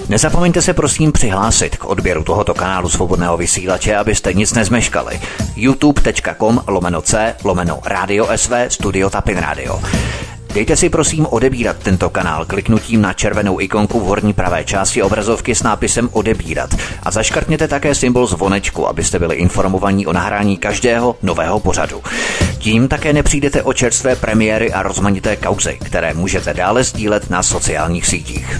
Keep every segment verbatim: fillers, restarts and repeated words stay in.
Nezapomeňte se prosím přihlásit k odběru tohoto kanálu Svobodného vysílače, abyste nic nezmeškali. youtube.com lomeno c lomeno Radio S V Studio Tapin Radio. Dejte si prosím odebírat tento kanál kliknutím na červenou ikonku v horní pravé části obrazovky s nápisem odebírat a zaškrtněte také symbol zvonečku, abyste byli informovaní o nahrání každého nového pořadu. Tím také nepřijdete o čerstvé premiéry a rozmanité kauzy, které můžete dále sdílet na sociálních sítích.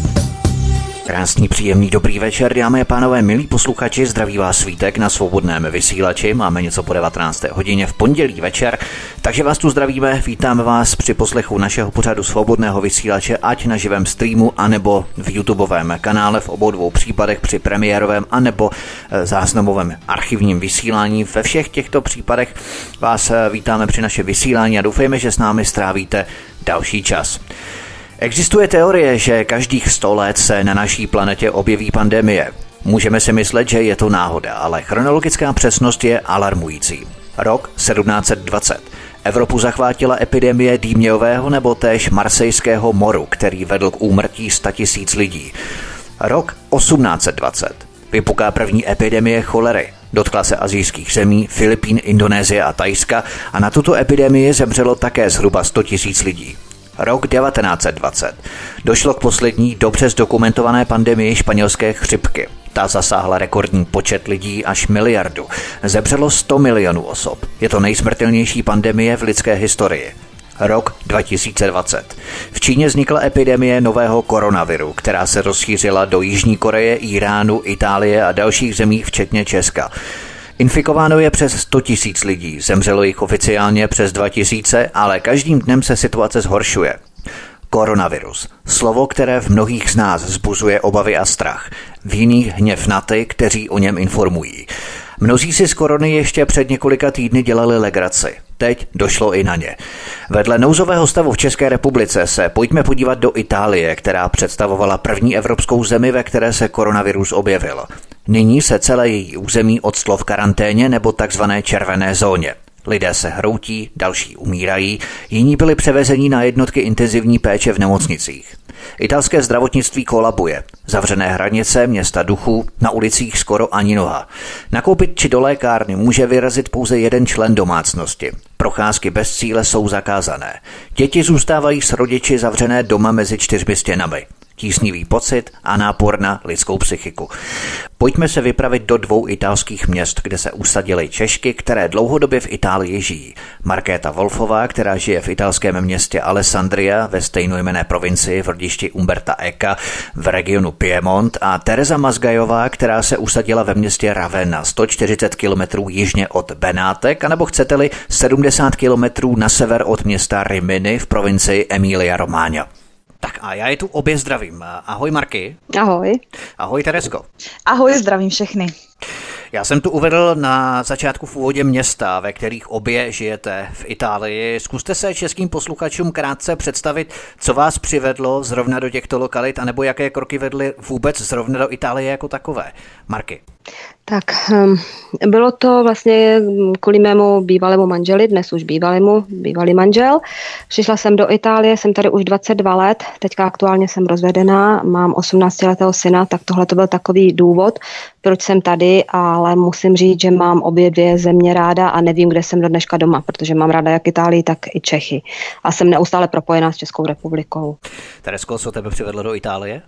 Krásný, příjemný, dobrý večer, dámy a pánové, milí posluchači, zdraví vás Vítek na Svobodném vysílači, máme něco po devatenácté hodině v pondělí večer, takže vás tu zdravíme, vítáme vás při poslechu našeho pořadu Svobodného vysílače, ať na živém streamu, anebo v YouTubeovém kanále, v obou dvou případech při premiérovém, anebo záznamovém archivním vysílání. Ve všech těchto případech vás vítáme při našem vysílání a doufejme, že s námi strávíte další čas. Existuje teorie, že každých sto let se na naší planetě objeví pandemie. Můžeme si myslet, že je to náhoda, ale chronologická přesnost je alarmující. Rok sedmnáct dvacet. Evropu zachvátila epidemie dýmějového nebo též marsejského moru, který vedl k úmrtí sta tisíc lidí. Rok osmnáct dvacet. Vypuká první epidemie cholery. Dotkla se asijských zemí, Filipín, Indonésie a Thajska a na tuto epidemii zemřelo také zhruba sto tisíc lidí. Rok devatenáct dvacet. Došlo k poslední dobře zdokumentované pandemii španělské chřipky. Ta zasáhla rekordní počet lidí až miliardu. Zemřelo sto milionů osob. Je to nejsmrtelnější pandemie v lidské historii. Rok dva tisíce dvacet. V Číně vznikla epidemie nového koronaviru, která se rozšířila do Jižní Koreje, Iránu, Itálie a dalších zemí, včetně Česka. Infikováno je přes sto tisíc lidí, zemřelo jich oficiálně přes dva tisíce, ale každým dnem se situace zhoršuje. Koronavirus. Slovo, které v mnohých z nás vzbuzuje obavy a strach. V jiných hněv na ty, kteří o něm informují. Mnozí si z korony ještě před několika týdny dělali legraci. Teď došlo i na ně. Vedle nouzového stavu v České republice se pojďme podívat do Itálie, která představovala první evropskou zemi, ve které se koronavirus objevil. Nyní se celé její území odstlo v karanténě nebo takzvané červené zóně. Lidé se hroutí, další umírají, jiní byli převezeni na jednotky intenzivní péče v nemocnicích. Italské zdravotnictví kolabuje. Zavřené hranice, města duchů, na ulicích skoro ani noha. Nakoupit či do lékárny může vyrazit pouze jeden člen domácnosti. Procházky bez cíle jsou zakázané. Děti zůstávají s rodiči zavřené doma mezi čtyřmi stěnami. Tísnivý pocit a nápor na lidskou psychiku. Pojďme se vypravit do dvou italských měst, kde se usadily Češky, které dlouhodobě v Itálii žijí. Markéta Wolfová, která žije v italském městě Alessandria ve stejnojmenné provincii v rodišti Umberta Eca v regionu Piemont, a Teresa Mazgajová, která se usadila ve městě Ravenna sto čtyřicet kilometrů jižně od Benátek, anebo chcete-li sedmdesát kilometrů na sever od města Rimini v provincii Emilia Romagna. Tak a já je tu obě zdravím. Ahoj Marky. Ahoj. Ahoj Teresko. Ahoj, zdravím všechny. Já jsem tu uvedl na začátku v úvodě města, ve kterých obě žijete v Itálii. Zkuste se českým posluchačům krátce představit, co vás přivedlo zrovna do těchto lokalit, anebo jaké kroky vedly vůbec zrovna do Itálie jako takové. Marky. Tak, bylo to vlastně kvůli mému bývalému manželi, dnes už bývalému, bývalý manžel. Přišla jsem do Itálie, jsem tady už dvacet dva let, teďka aktuálně jsem rozvedená, mám osmnáctiletého syna, tak tohle to byl takový důvod, proč jsem tady, ale musím říct, že mám obě dvě země ráda a nevím, kde jsem do dneška doma, protože mám ráda jak Itálii, tak i Čechy. A jsem neustále propojená s Českou republikou. Teresko, co tebe přivedlo do Itálie?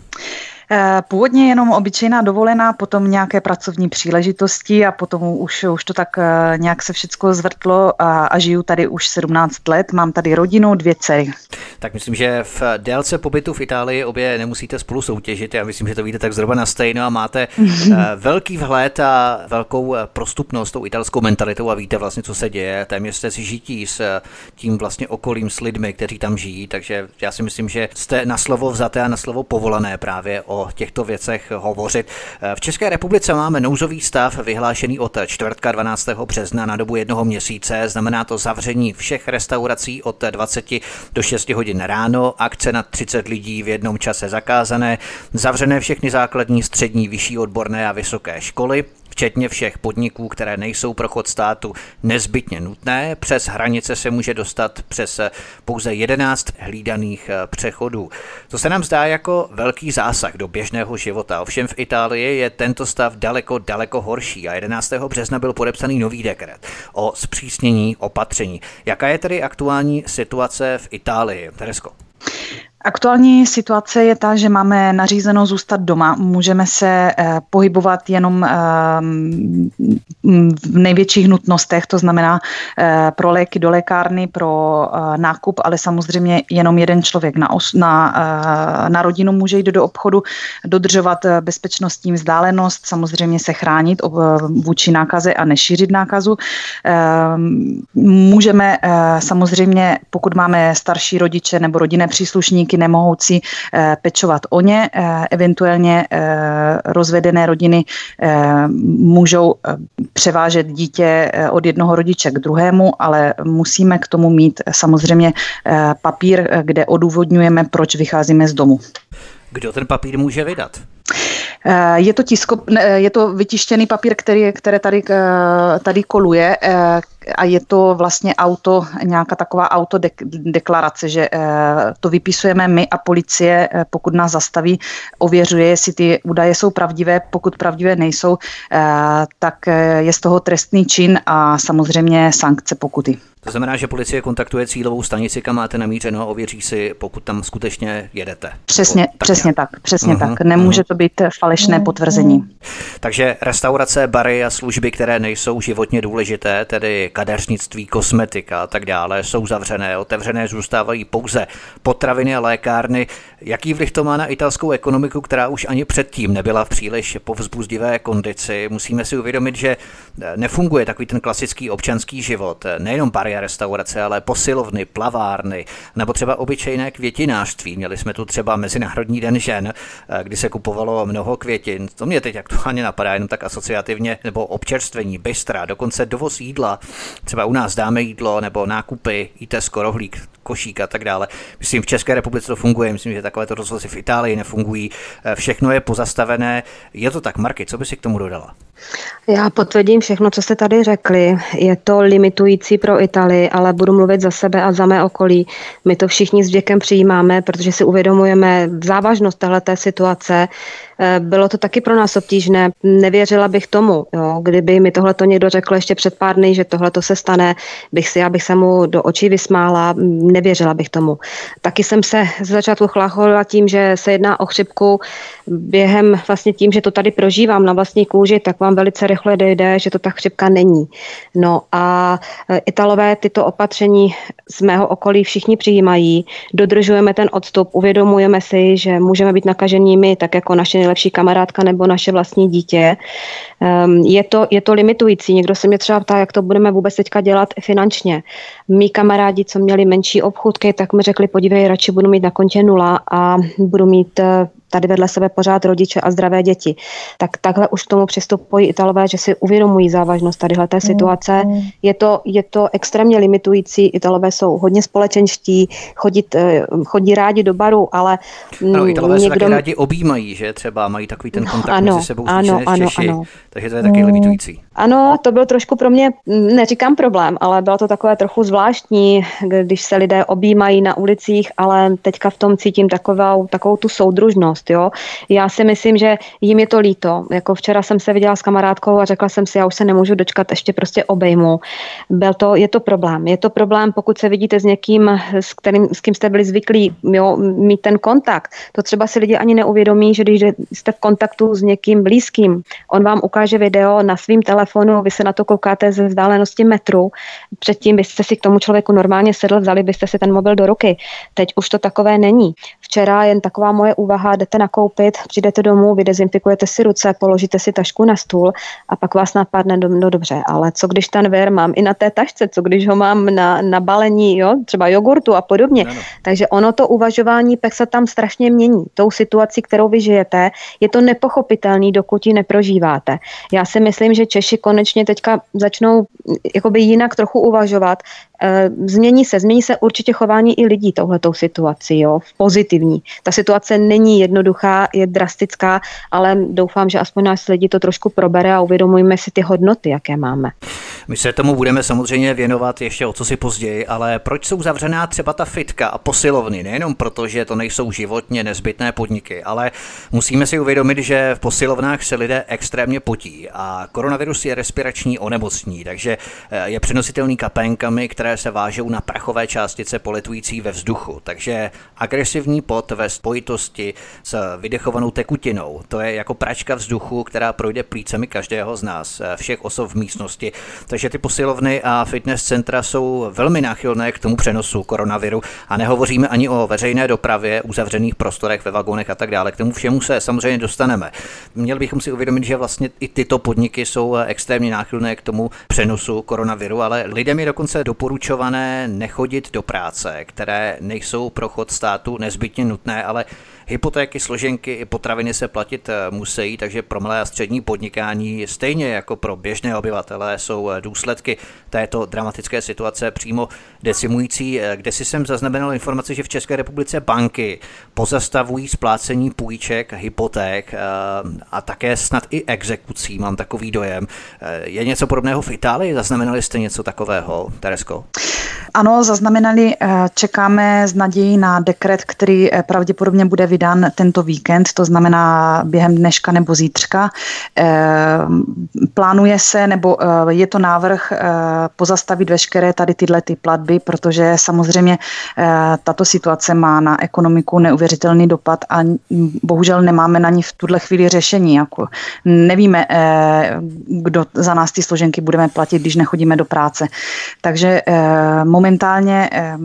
Původně jenom obyčejná dovolená, potom nějaké pracovní příležitosti a potom už, už to tak nějak se všecko zvrtlo a, a žiju tady už sedmnáct let. Mám tady rodinu, dvě dcery. Tak myslím, že v délce pobytu v Itálii obě nemusíte spolu soutěžit. Já myslím, že to víte tak zhruba na stejno a máte velký vhled a velkou prostupnost tou italskou mentalitou a víte vlastně, co se děje. Téměř jste si žití s tím vlastně okolím, s lidmi, kteří tam žijí, takže já si myslím, že jste na slovo vzaté a na slovo povolané právě o těchto věcech hovořit. V České republice máme nouzový stav vyhlášený od čtvrtka dvanáctého března na dobu jednoho měsíce. Znamená to zavření všech restaurací od dvaceti do šesti hodin ráno, akce na třicet lidí v jednom čase zakázané, zavřené všechny základní, střední, vyšší odborné a vysoké školy, včetně všech podniků, které nejsou pro chod státu nezbytně nutné. Přes hranice se může dostat přes pouze jedenáct hlídaných přechodů. To se nám zdá jako velký zásah do běžného života. Ovšem v Itálii je tento stav daleko, daleko horší a jedenáctého března byl podepsaný nový dekret o zpřísnění opatření. Jaká je tedy aktuální situace v Itálii? Teresko. Aktuální situace je ta, že máme nařízeno zůstat doma. Můžeme se eh, pohybovat jenom eh, v největších nutnostech, to znamená eh, pro léky do lékárny, pro eh, nákup, ale samozřejmě jenom jeden člověk na, os, na, eh, na rodinu může jít do obchodu, dodržovat bezpečnostní vzdálenost, samozřejmě se chránit ob, vůči nákaze a nešířit nákazu. Eh, můžeme eh, samozřejmě, pokud máme starší rodiče nebo rodinné příslušníky, nemohoucí eh, pečovat o ně. Eh, eventuálně eh, rozvedené rodiny eh, můžou eh, převážet dítě eh, od jednoho rodiče k druhému, ale musíme k tomu mít eh, samozřejmě eh, papír, kde odůvodňujeme, proč vycházíme z domu. Kdo ten papír může vydat? Je to, tisko, je to vytištěný papír, který, které tady, tady koluje a je to vlastně auto, nějaká taková autodeklarace, že to vypisujeme my a policie, pokud nás zastaví, ověřuje, jestli ty údaje jsou pravdivé. Pokud pravdivé nejsou, tak je z toho trestný čin a samozřejmě sankce, pokuty. To znamená, že policie kontaktuje cílovou stanici, kam máte namířeno a ověří si, pokud tam skutečně jedete. Přesně, tak přesně tak, přesně uh-huh, tak. Nemůže uh-huh. to být falešné uh-huh. potvrzení. Takže restaurace, bary a služby, které nejsou životně důležité, tedy kadeřnictví, kosmetika a tak dále, jsou zavřené, otevřené zůstávají pouze potraviny a lékárny. Jaký vliv to má na italskou ekonomiku, která už ani předtím nebyla v příliš povzbuzdivé kondici? Musíme si uvědomit, že nefunguje takový ten klasický občanský život, nejenom bary a restaurace, ale posilovny, plavárny, nebo třeba obyčejné květinářství. Měli jsme tu třeba Mezinárodní den žen, kdy se kupovalo mnoho květin. To mě teď aktuálně napadá jenom tak asociativně, nebo občerstvení, bystra, dokonce dovoz jídla. Třeba u nás dáme jídlo, nebo nákupy, Jítesko, rohlík, košík a tak dále. Myslím, v České republice to funguje, myslím, že takovéto rozvozy v Itálii nefungují. Všechno je pozastavené. Je to tak, Marky, co by si k tomu dodala? Já potvrdím všechno, co jste tady řekli. Je to limitující pro Itálii, ale budu mluvit za sebe a za mé okolí. My to všichni s vděkem přijímáme, protože si uvědomujeme závažnost téhleté situace. Bylo to taky pro nás obtížné. Nevěřila bych tomu, jo. Kdyby mi tohleto někdo řekl ještě před pár dny, že tohleto se stane, bych si, já bych se mu do očí vysmála, nevěřila bych tomu. Taky jsem se z začátku chlácholila tím, že se jedná o chřipku. Během vlastně tím, že to tady prožívám na vlastní kůži, tak vám velice rychle dojde, že to ta chřipka není. No a Italové tyto opatření z mého okolí všichni přijímají, dodržujeme ten odstup, uvědomujeme si, že můžeme být nakažení my, tak jako naše nejlepší kamarádka nebo naše vlastní dítě. Je to, je to limitující. Někdo se mě třeba ptá, jak to budeme vůbec teďka dělat finančně. Mí kamarádi, co měli menší obchůdky, tak mi řekli, podívej, radši budu mít na kontě nula a budu mít tady vedle sebe pořád rodiče a zdravé děti. Tak takhle už k tomu přistupují Italové, že si uvědomují závažnost tadyhleté situace. Je to, je to extrémně limitující. Italové jsou hodně společenští, chodí, chodí rádi do baru, ale ano, Italové někdo... se taky rádi objímají, že třeba mají takový ten kontakt ano, mezi sebou ano, než ano, Češi, ano. takže to je taky limitující. Ano, to byl trošku pro mě, neříkám problém, ale bylo to takové trochu zvláštní, když se lidé objímají na ulicích, ale teďka v tom cítím takovou, takovou tu soudružnost. Jo? Já si myslím, že jim je to líto. Jako včera jsem se viděla s kamarádkou a řekla jsem si, já už se nemůžu dočkat, ještě prostě obejmu. Byl to, je to problém. Je to problém, pokud se vidíte s někým, s, kterým, s kým jste byli zvyklí, jo, mít ten kontakt. To třeba si lidi ani neuvědomí, že když jste v kontaktu s někým blízkým, on vám ukáže video na svým telefonu, vy se na to koukáte ze vzdálenosti metru, předtím byste si k tomu člověku normálně sedl, vzali byste si ten mobil do ruky. Teď už to takové není. Včera jen taková moje úvaha, jdete nakoupit, přijdete domů, vy dezinfikujete si ruce, položíte si tašku na stůl a pak vás napadne, no dobře, ale co když ten vir mám i na té tašce, co když ho mám na, na balení, jo, třeba jogurtu a podobně. Ano. Takže ono to uvažování pak se tam strašně mění. Tou situací, kterou vy žijete, je to nepochopitelný, dokud ji neprožíváte. Já si myslím, že Češi konečně teďka začnou jakoby jinak trochu uvažovat. Změní se, změní se určitě chování i lidí touhletou situací, jo, pozitivní. Ta situace není jednoduchá, je drastická, ale doufám, že aspoň nás lidi to trošku probere a uvědomujeme si ty hodnoty, jaké máme. My se tomu budeme samozřejmě věnovat ještě o co si později, ale proč jsou zavřená třeba ta fitka a posilovny? Nejenom proto, že to nejsou životně nezbytné podniky, ale musíme si uvědomit, že v posilovnách se lidé extrémně potí a koronavirus je respirační onemocnění, takže je přenositelný kapénkami, které se vážou na prachové částice poletující ve vzduchu. Takže agresivní pot ve spojitosti s vydechovanou tekutinou, to je jako pračka vzduchu, která projde plícemi každého z nás, všech osob v místnosti. Takže ty posilovny a fitness centra jsou velmi náchylné k tomu přenosu koronaviru a nehovoříme ani o veřejné dopravě, uzavřených prostorech, ve vagonech a tak dále. K tomu všemu se samozřejmě dostaneme. Měli bychom si uvědomit, že vlastně i tyto podniky jsou extrémně náchylné k tomu přenosu koronaviru, ale lidem je dokonce doporučované nechodit do práce, které nejsou pro chod státu nezbytně nutné, ale hypotéky, složenky i potraviny se platit musí, takže pro malé a střední podnikání stejně jako pro běžné obyvatele jsou důsledky této dramatické situace přímo decimující. Kde si jsem zaznamenal informaci, že v České republice banky pozastavují splácení půjček, hypoték a také snad i exekucí, mám takový dojem. Je něco podobného v Itálii? Zaznamenali jste něco takového, Teresko? Ano, zaznamenali, čekáme s nadějí na dekret, který pravděpodobně bude vydán tento víkend, to znamená během dneška nebo zítřka. Plánuje se, nebo je to návrh pozastavit veškeré tady tyhle ty platby, protože samozřejmě tato situace má na ekonomiku neuvěřitelný dopad a bohužel nemáme na ní v tuhle chvíli řešení. Jako nevíme, kdo za nás ty složenky budeme platit, když nechodíme do práce. Takže momentálně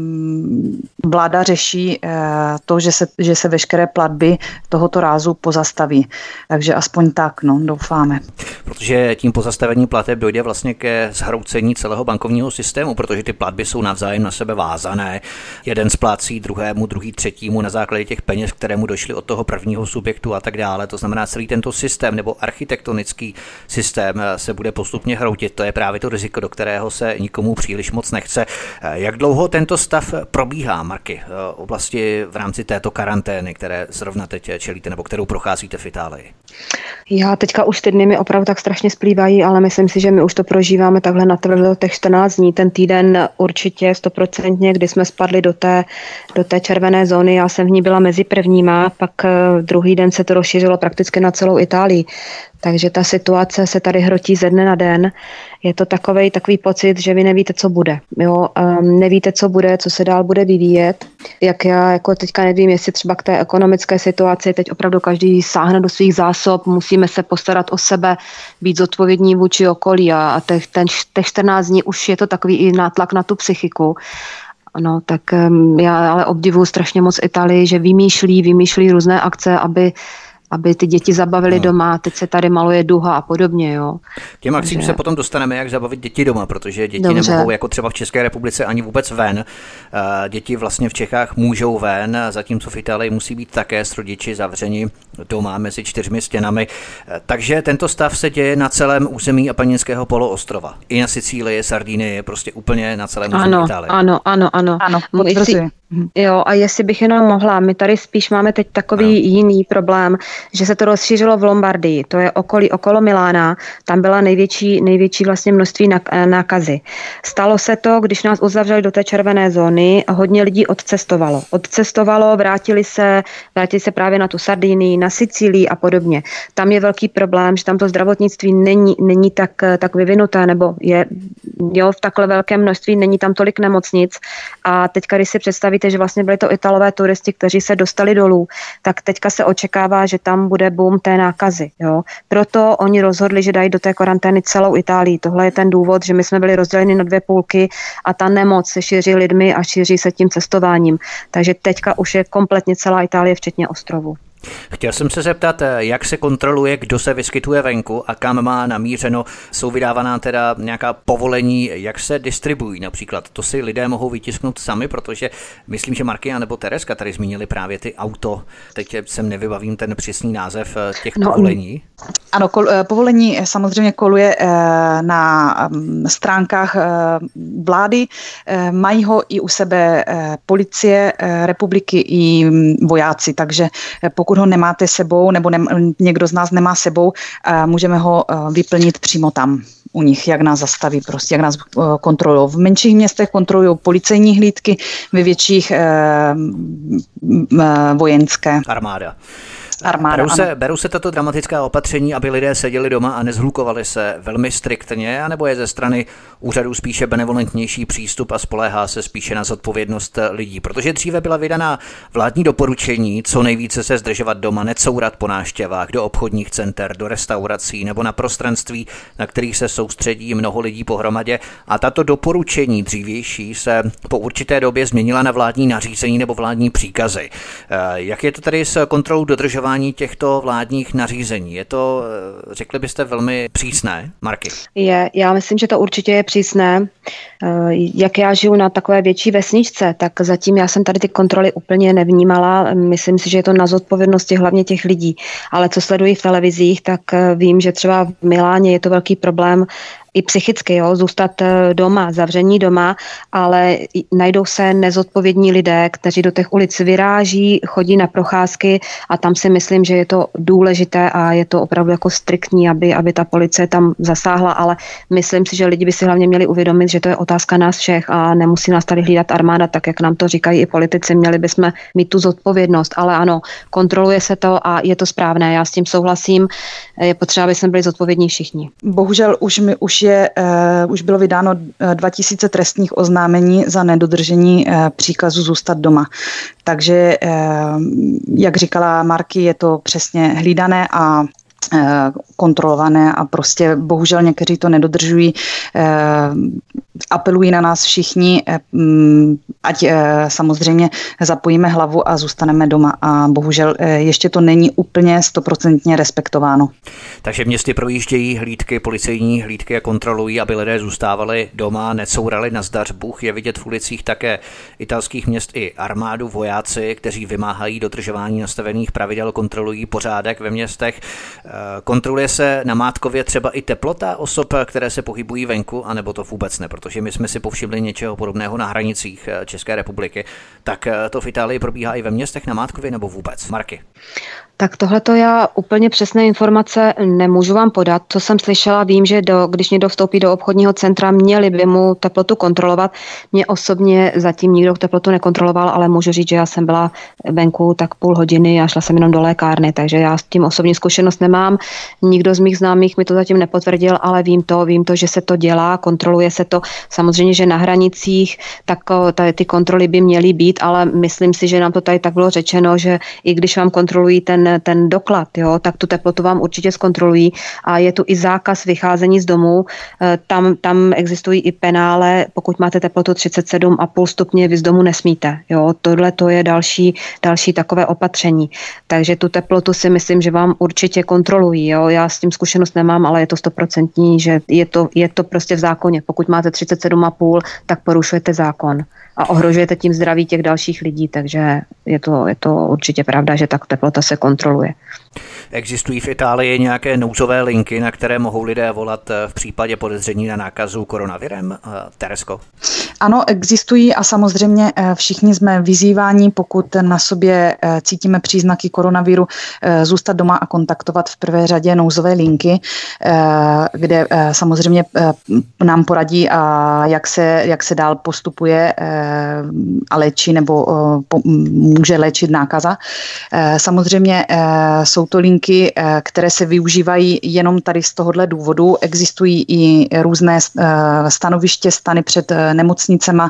vláda řeší to, že se, že se veškeré platby tohoto rázu pozastaví. Takže aspoň tak, no, doufáme. Protože tím pozastavením plateb dojde vlastně ke zhroucení celého bankovního systému, protože ty platby jsou navzájem na sebe vázané. Jeden splácí druhému, druhý třetímu na základě těch peněz, které mu došly od toho prvního subjektu a tak dále. To znamená, celý tento systém nebo architektonický systém se bude postupně hroutit. To je právě to riziko, do kterého se nikomu příliš moc nechce. Jak dlouho tento stav probíhá, Marky, v oblasti v rámci této karantény, které zrovna teď čelíte nebo kterou procházíte v Itálii? Já teďka už ty dny mi opravdu tak strašně splývají, ale myslím si, že my už to prožíváme takhle natrvalo těch čtrnáct dní. Ten týden určitě stoprocentně, kdy jsme spadli do té, do té červené zóny, já jsem v ní byla mezi prvníma, pak druhý den se to rozšířilo prakticky na celou Itálii. Takže ta situace se tady hrotí ze dne na den. Je to takovej, takový pocit, že vy nevíte, co bude. Jo? Um, nevíte, co bude, co se dál bude vyvíjet. Jak já jako teďka nevím, jestli třeba k té ekonomické situaci teď opravdu každý sáhne do svých zásob, musíme se postarat o sebe, být zodpovědní vůči okolí a, a těch, ten, těch čtrnáct dní už je to takový i nátlak na tu psychiku. No, tak um, já ale obdivuju strašně moc Itálii, že vymýšlí, vymýšlí různé akce, aby aby ty děti zabavili no. doma, teď se tady maluje duha a podobně, jo. Těm akcím se potom dostaneme, jak zabavit děti doma, protože děti Dobře. nemohou, jako třeba v České republice, ani vůbec ven. Děti vlastně v Čechách můžou ven, zatímco v Itálii musí být také s rodiči zavřeni doma mezi čtyřmi stěnami. Takže tento stav se děje na celém území Apeninského poloostrova. I na Sicílii, Sardinii, prostě úplně na celém území ano, Itálie. Ano, ano, ano. Ano, potvrzuji. Jo, a jestli bych jenom mohla, my tady spíš máme teď takový ano. jiný problém, že se to rozšířilo v Lombardii, to je okolí, okolo Milána, tam byla největší, největší vlastně množství nákazy. Stalo se to, když nás uzavřeli do té červené zóny, hodně lidí odcestovalo. Odcestovalo, vrátili se, vrátili se právě na tu Sardinii, na Sicílii a podobně. Tam je velký problém, že tam to zdravotnictví není, není tak, tak vyvinuté, nebo je jo, v takhle velkém množství, není tam tolik nemocnic. A teďka, když si představíte, že vlastně byli to Italové turisti, kteří se dostali dolů, tak teďka se očekává, že tam bude boom té nákazy. Jo. Proto oni rozhodli, že dají do té karantény celou Itálii. Tohle je ten důvod, že my jsme byli rozděleni na dvě půlky a ta nemoc se šíří lidmi a šíří se tím cestováním. Takže teďka už je kompletně celá Itálie, včetně ostrovů. Chtěl jsem se zeptat, jak se kontroluje, kdo se vyskytuje venku a kam má namířeno. Jsou vydávaná teda nějaká povolení, jak se distribuují například. To si lidé mohou vytisknout sami, protože myslím, že Marky nebo Tereska tady zmínili právě ty auto. Teď jsem nevybavím ten přesný název těch no, povolení. Ano, kol, povolení samozřejmě koluje na stránkách vlády. Mají ho i u sebe policie republiky i vojáci, takže pokud pokud ho nemáte sebou, nebo ne, někdo z nás nemá sebou, můžeme ho vyplnit přímo tam u nich, jak nás zastaví, prostě, jak nás kontrolují. V menších městech kontrolují policejní hlídky, ve větších eh, vojenské. Armáda. Armáda, berou, se, berou se tato dramatická opatření, aby lidé seděli doma a nezhlukovali se velmi striktně, anebo je ze strany úřadů spíše benevolentnější přístup a spoléhá se spíše na zodpovědnost lidí? Protože dříve byla vydaná vládní doporučení, co nejvíce se zdržovat doma, necourat po návštěvách do obchodních center, do restaurací nebo na prostranství, na kterých se soustředí mnoho lidí pohromadě. A tato doporučení dřívější se po určité době změnila na vládní nařízení nebo vládní příkazy. Jak je to tady s kontrolou dodržování těchto vládních nařízení? Je to, řekli byste, velmi přísné, Marky? Je, já myslím, že to určitě je přísné. Jak já žiju na takové větší vesničce, tak zatím já jsem tady ty kontroly úplně nevnímala. Myslím si, že je to na zodpovědnosti hlavně těch lidí. Ale co sleduji v televizích, tak vím, že třeba v Miláně je to velký problém i psychicky, jo, zůstat doma, zavření doma, ale najdou se nezodpovědní lidé, kteří do těch ulic vyráží, chodí na procházky a tam si myslím, že je to důležité a je to opravdu jako striktní, aby, aby ta policie tam zasáhla, ale myslím si, že lidi by si hlavně měli uvědomit, že to je otázka nás všech a nemusí nás tady hlídat armáda, tak jak nám to říkají i politici, měli bychom mít tu zodpovědnost, ale ano, kontroluje se to a je to správné, já s tím souhlasím, je potřeba, aby jsme byli zodpovědní všichni. Bohužel už mi už je, uh, už bylo vydáno dva tisíce trestních oznámení za nedodržení uh, příkazu zůstat doma. Takže, uh, jak říkala Marky, je to přesně hlídané a kontrolované a prostě bohužel někteří to nedodržují. Apelují na nás všichni, ať samozřejmě zapojíme hlavu a zůstaneme doma a bohužel ještě to není úplně stoprocentně respektováno. Takže městy projíždějí hlídky, policejní hlídky a kontrolují, aby lidé zůstávali doma, necourali na zdař Bůh. Je vidět v ulicích také italských měst i armádu, vojáci, kteří vymáhají dodržování nastavených pravidel, kontrolují pořádek ve městech. Kontroluje se namátkově třeba i teplota osob, které se pohybují venku, anebo to vůbec ne, protože my jsme si povšimli něčeho podobného na hranicích České republiky. Tak to v Itálii probíhá i ve městech namátkově nebo vůbec? Marky? Tak tohleto já úplně přesné informace nemůžu vám podat. Co jsem slyšela, vím, že do, když někdo vstoupí do obchodního centra, měli by mu teplotu kontrolovat. Mě osobně zatím nikdo teplotu nekontroloval, ale můžu říct, že já jsem byla venku tak půl hodiny a šla jsem jenom do lékárny, takže já s tím osobní zkušenost nemám. Nikdo z mých známých mi to zatím nepotvrdil, ale vím to, vím to, že se to dělá, kontroluje se to. Samozřejmě, že na hranicích tak tady ty kontroly by měly být, ale myslím si, že nám to tady tak bylo řečeno, že i když vám kontrolují ten ten doklad, jo, tak tu teplotu vám určitě zkontrolují a je tu i zákaz vycházení z domu. Tam, tam existují i penále, pokud máte teplotu třicet sedm a půl stupně, vy z domu nesmíte. Jo. Tohle to je další, další takové opatření. Takže tu teplotu si myslím, že vám určitě kontrolují. Jo. Já s tím zkušenost nemám, ale je to stoprocentní, že je to, je to prostě v zákoně. Pokud máte třicet sedm a půl, tak porušujete zákon a ohrožujete tím zdraví těch dalších lidí, takže je to, je to určitě pravda, že tak teplota se kontroluje. Existují v Itálii nějaké nouzové linky, na které mohou lidé volat v případě podezření na nákazu koronavirem? Teresko? Ano, existují a samozřejmě všichni jsme vyzýváni, pokud na sobě cítíme příznaky koronaviru, zůstat doma a kontaktovat v prvé řadě nouzové linky, kde samozřejmě nám poradí, jak se, jak se dál postupuje a léčí nebo může léčit nákaza. Samozřejmě jsou to linky, které se využívají jenom tady z tohohle důvodu. Existují i různé stanoviště, stany před nemocnicema,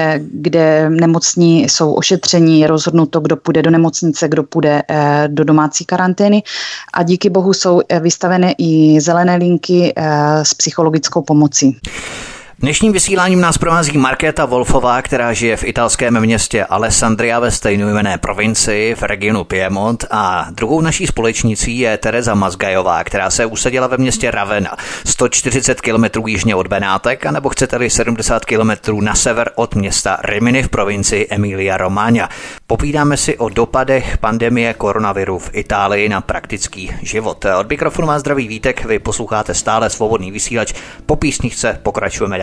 kde nemocní jsou ošetření, je rozhodnuto, kdo půjde do nemocnice, kdo půjde do domácí karantény a díky bohu jsou vystaveny i zelené linky s psychologickou pomocí. Dnešním vysíláním nás provází Markéta Wolfová, která žije v italském městě Alessandria ve stejnojmenné provincii v regionu Piemont a druhou naší společnicí je Tereza Mazgajová, která se usadila ve městě Ravenna, sto čtyřicet kilometrů jižně od Benátek, anebo chcete-li sedmdesát kilometrů na sever od města Rimini v provincii Emilia Romagna. Povídáme si o dopadech pandemie koronaviru v Itálii na praktický život. Od mikrofonu vás zdraví Vítek, vy posloucháte stále Svobodný vysílač, po písničce pokračujeme dál.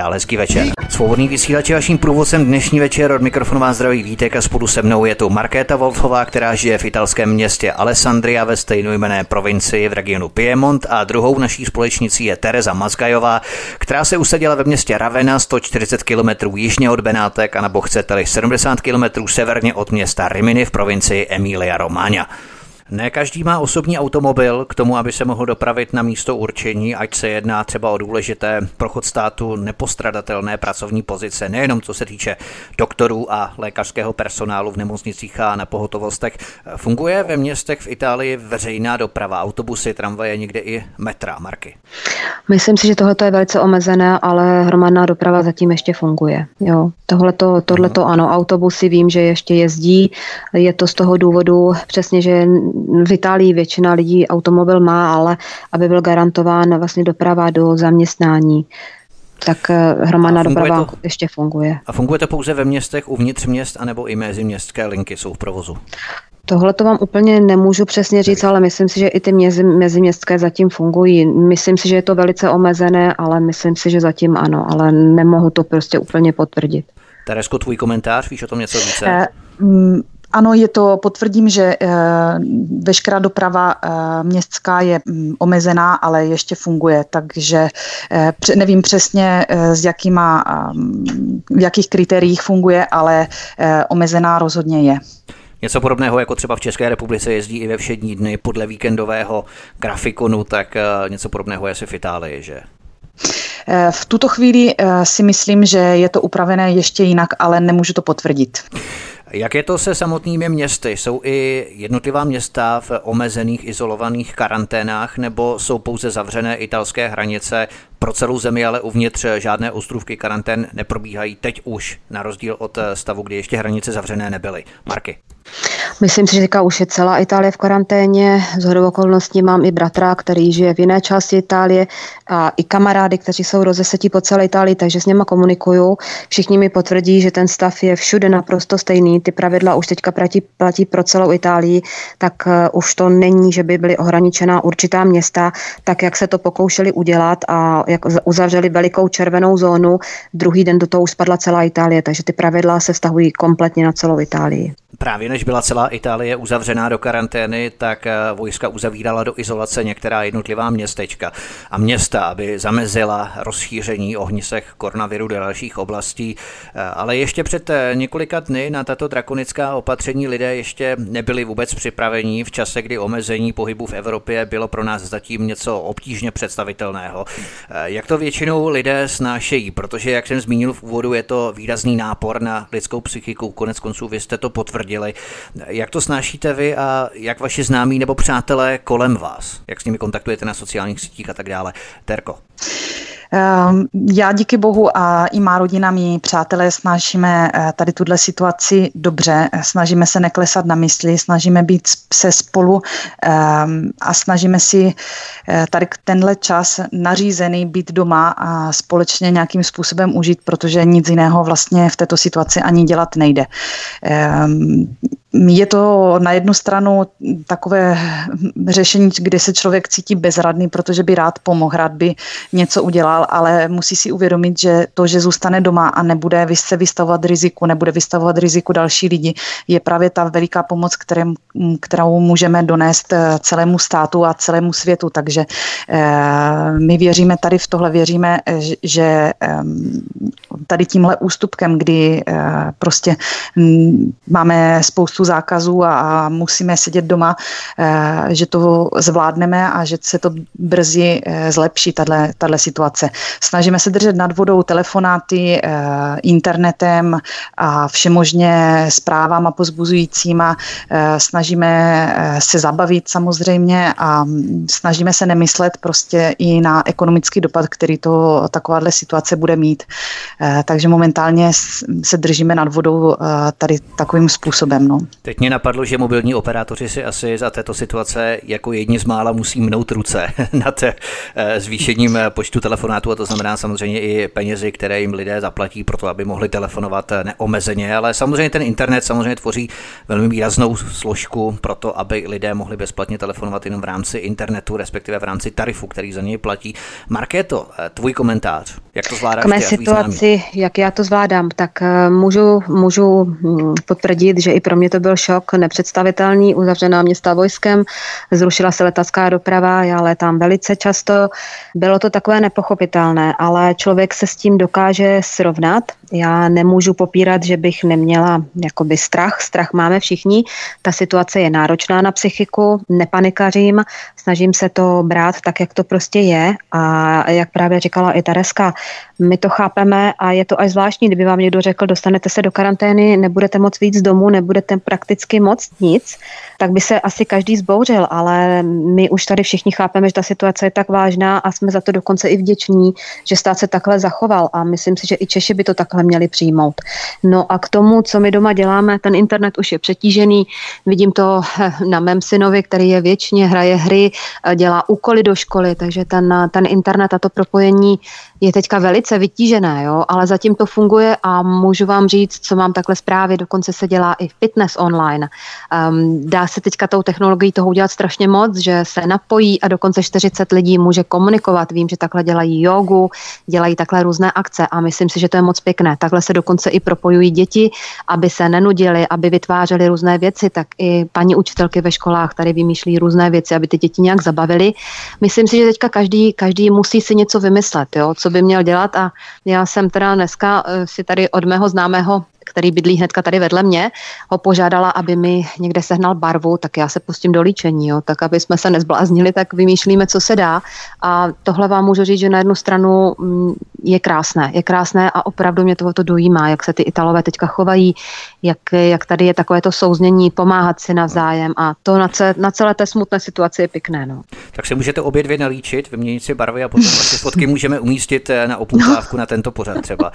dál hezký večer. Svobodný vysílač je vaším průvodcem dnešní večer, od mikrofonu vás zdraví Vítek a spolu se mnou je tu Markéta Wolfová, která žije v italském městě Alessandria ve stejnojmenné provincii v regionu Piemont, a druhou naší společnicí je Tereza Mazgajová, která se usadila ve městě Ravenna sto čtyřicet kilometrů jižně od Benátek a nebo chcete-li sedmdesát kilometrů severně od města Rimini v provincii Emilia Romagna. Ne každý má osobní automobil k tomu, aby se mohl dopravit na místo určení, ať se jedná třeba o důležité pro chod státu nepostradatelné pracovní pozice, nejenom co se týče doktorů a lékařského personálu v nemocnicích a na pohotovostech. Funguje ve městech v Itálii veřejná doprava, autobusy, tramvaje, někde i metra, Marky? Myslím si, že tohle je velice omezené, ale hromadná doprava zatím ještě funguje. Jo, tohleto, tohleto hmm. ano, autobusy vím, že ještě jezdí. Je to z toho důvodu přesně, že v Itálii většina lidí automobil má, ale aby byl garantován vlastně doprava do zaměstnání, tak hromadná doprava to, ještě funguje. A funguje to pouze ve městech, uvnitř měst, anebo i meziměstské linky jsou v provozu? Tohle to vám úplně nemůžu přesně říct, ale myslím si, že i ty mezi, meziměstské zatím fungují. Myslím si, že je to velice omezené, ale myslím si, že zatím ano, ale nemohu to prostě úplně potvrdit. Teresko, tvůj komentář, víš o tom něco více? Eh, mm, Ano, je to, potvrdím, že e, veškerá doprava e, městská je m, omezená, ale ještě funguje, takže e, pře, nevím přesně, e, s jakýma, m, v jakých kritériích funguje, ale e, omezená rozhodně je. Něco podobného, jako třeba v České republice jezdí i ve všední dny podle víkendového grafikonu, tak e, něco podobného je asi v Itálii, že? V tuto chvíli si myslím, že je to upravené ještě jinak, ale nemůžu to potvrdit. Jak je to se samotnými městy? Jsou i jednotlivá města v omezených, izolovaných karanténách, nebo jsou pouze zavřené italské hranice pro celou zemi, ale uvnitř žádné ostrůvky karantén neprobíhají teď už, na rozdíl od stavu, kdy ještě hranice zavřené nebyly? Marky? Myslím si, že teďka už je celá Itálie v karanténě. Shodou okolností mám i bratra, který žije v jiné části Itálie, a i kamarády, kteří jsou rozesetí po celé Itálii, takže s něma komunikuju. Všichni mi potvrdí, že ten stav je všude naprosto stejný. Ty pravidla už teďka platí, platí pro celou Itálii, tak uh, už to není, že by byly ohraničená určitá města, tak jak se to pokoušeli udělat a jak uzavřeli velikou červenou zónu, druhý den do toho už spadla celá Itálie, takže ty pravidla se vztahují kompletně na celou Itálii. Právě než byla celá Itálie uzavřená do karantény, tak vojska uzavírala do izolace některá jednotlivá městečka a města, aby zamezila rozšíření ohnisek koronaviru do dalších oblastí. Ale ještě před několika dny na tato drakonická opatření lidé ještě nebyli vůbec připraveni v čase, kdy omezení pohybu v Evropě bylo pro nás zatím něco obtížně představitelného. Jak to většinou lidé snášejí, protože, jak jsem zmínil v úvodu, je to výrazný nápor na lidskou psychiku, konec konců vy jste to potvrdili. Jak to snášíte vy a jak vaši známí nebo přátelé kolem vás? Jak s nimi kontaktujete na sociálních sítích a tak dále? Terko. Já díky bohu a i má rodina, mý přátelé snášíme tady tuhle situaci dobře, snažíme se neklesat na mysli, snažíme být se spolu a snažíme si tady tenhle čas nařízený být doma a společně nějakým způsobem užít, protože nic jiného vlastně v této situaci ani dělat nejde. Je to na jednu stranu takové řešení, kde se člověk cítí bezradný, protože by rád pomohl, rád by něco udělal, ale musí si uvědomit, že to, že zůstane doma a nebude se vystavovat riziku, nebude vystavovat riziku další lidi, je právě ta veliká pomoc, kterým, kterou můžeme donést celému státu a celému světu. Takže eh, my věříme tady v tohle, věříme, že eh, tady tímhle ústupkem, kdy eh, prostě m, máme spoustu zákazů a, a musíme sedět doma, eh, že to zvládneme a že se to brzy eh, zlepší, tato situace. Snažíme se držet nad vodou telefonáty, eh, internetem a všemožně zprávama pozbuzujícíma. Eh, snažíme eh, se zabavit samozřejmě a snažíme se nemyslet prostě i na ekonomický dopad, který to takováhle situace bude mít. Eh, takže momentálně se držíme nad vodou eh, tady takovým způsobem. No. Teď mě napadlo, že mobilní operátoři si asi za této situace jako jedni z mála musí mnout ruce nad zvýšením počtu telefonátů, a to znamená samozřejmě i penězi, které jim lidé zaplatí pro to, aby mohli telefonovat neomezeně, ale samozřejmě ten internet samozřejmě tvoří velmi výraznou složku pro to, aby lidé mohli bezplatně telefonovat jenom v rámci internetu, respektive v rámci tarifu, který za něj platí. Markéto, tvůj komentář. Jak to zvládáš? K mé situaci, jak já to zvládám, tak můžu, můžu potvrdit, že i pro mě to byl šok nepředstavitelný, uzavřená města vojskem, zrušila se letecká doprava, já létám velice často, bylo to takové nepochopitelné, ale člověk se s tím dokáže srovnat. Já nemůžu popírat, že bych neměla jakoby strach, strach máme všichni, ta situace je náročná na psychiku, nepanikařím, snažím se to brát tak, jak to prostě je a jak právě říkala i Tereska, my to chápeme a je to až zvláštní, kdyby vám někdo řekl, dostanete se do karantény, nebudete moc víc domů, nebudete prakticky moc nic, tak by se asi každý zbouřil, ale my už tady všichni chápeme, že ta situace je tak vážná a jsme za to dokonce i vděční, že stát se takhle zachoval a myslím si, že i Češi by to takhle měli přijmout. No a k tomu, co my doma děláme, ten internet už je přetížený, vidím to na mém synovi, který je věčně, hraje hry, dělá úkoly do školy, takže ten, ten internet a to propojení je teďka velice vytížené, jo? Ale zatím to funguje a můžu vám říct, co mám takhle zprávy, dokonce se dělá i fitness online. Um, dá se teďka tou technologií toho udělat strašně moc, že se napojí a dokonce čtyřicet lidí může komunikovat. Vím, že takhle dělají jogu, dělají takhle různé akce a myslím si, že to je moc pěkné. Takhle se dokonce i propojují děti, aby se nenudili, aby vytvářely různé věci, tak i paní učitelky ve školách tady vymýšlí různé věci, aby ty děti nějak zabavily. Myslím si, že teďka každý, každý musí si něco vymyslet, jo? Co by měl dělat a já jsem teda dneska si tady od mého známého, který bydlí hnedka tady vedle mě, ho požádala, aby mi někde sehnal barvu, tak já se pustím do líčení, jo. Tak aby jsme se nezbláznili, tak vymýšlíme, co se dá. A tohle vám můžu říct, že na jednu stranu je krásné, je krásné a opravdu mě tohoto dojímá, jak se ty Italové teďka chovají, jak, jak tady je takové to souznění, pomáhat si navzájem a to na, ce, na celé té smutné situaci je pěkné. No. Tak se můžete obě dvě nalíčit, vyměnit si barvy a potom vaše fotky můžeme umístit na opuntávku na tento pořad třeba.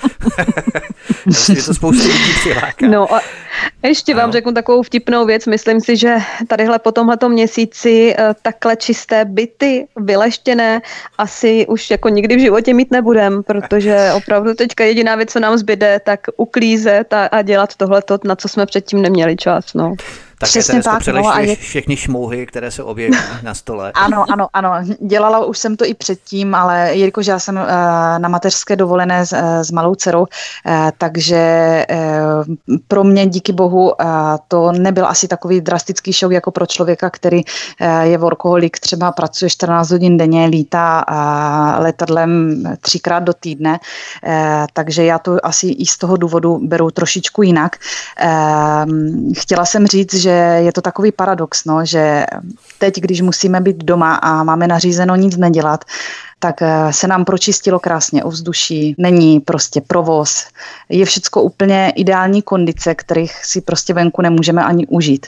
Je to spoustu lidí přiláká. No a ještě vám ano. řeknu takovou vtipnou věc. Myslím si, že tadyhle po tomhletom měsíci takhle čisté byty, vyleštěné, asi už jako nikdy v životě mít nebudem, protože opravdu teďka jediná věc, co nám zbyde, tak uklízet a, a dělat tohleto, na co jsme předtím neměli čas. No. Také tady to přelešťuješ je... všechny šmouhy, které se objeví na stole. Ano, ano, ano. Dělala už jsem to i předtím, ale jelikož já jsem uh, na mateřské dovolené s, uh, s malou dcerou, uh, takže uh, pro mě díky bohu uh, to nebyl asi takový drastický šok jako pro člověka, který uh, je workoholik, třeba pracuje čtrnáct hodin denně, lítá uh, letadlem třikrát do týdne, uh, takže já to asi i z toho důvodu beru trošičku jinak. Uh, chtěla jsem říct, že je to takový paradox, no, že teď, když musíme být doma a máme nařízeno nic nedělat, tak se nám pročistilo krásně ovzduší, není prostě provoz, je všecko úplně ideální kondice, kterých si prostě venku nemůžeme ani užít.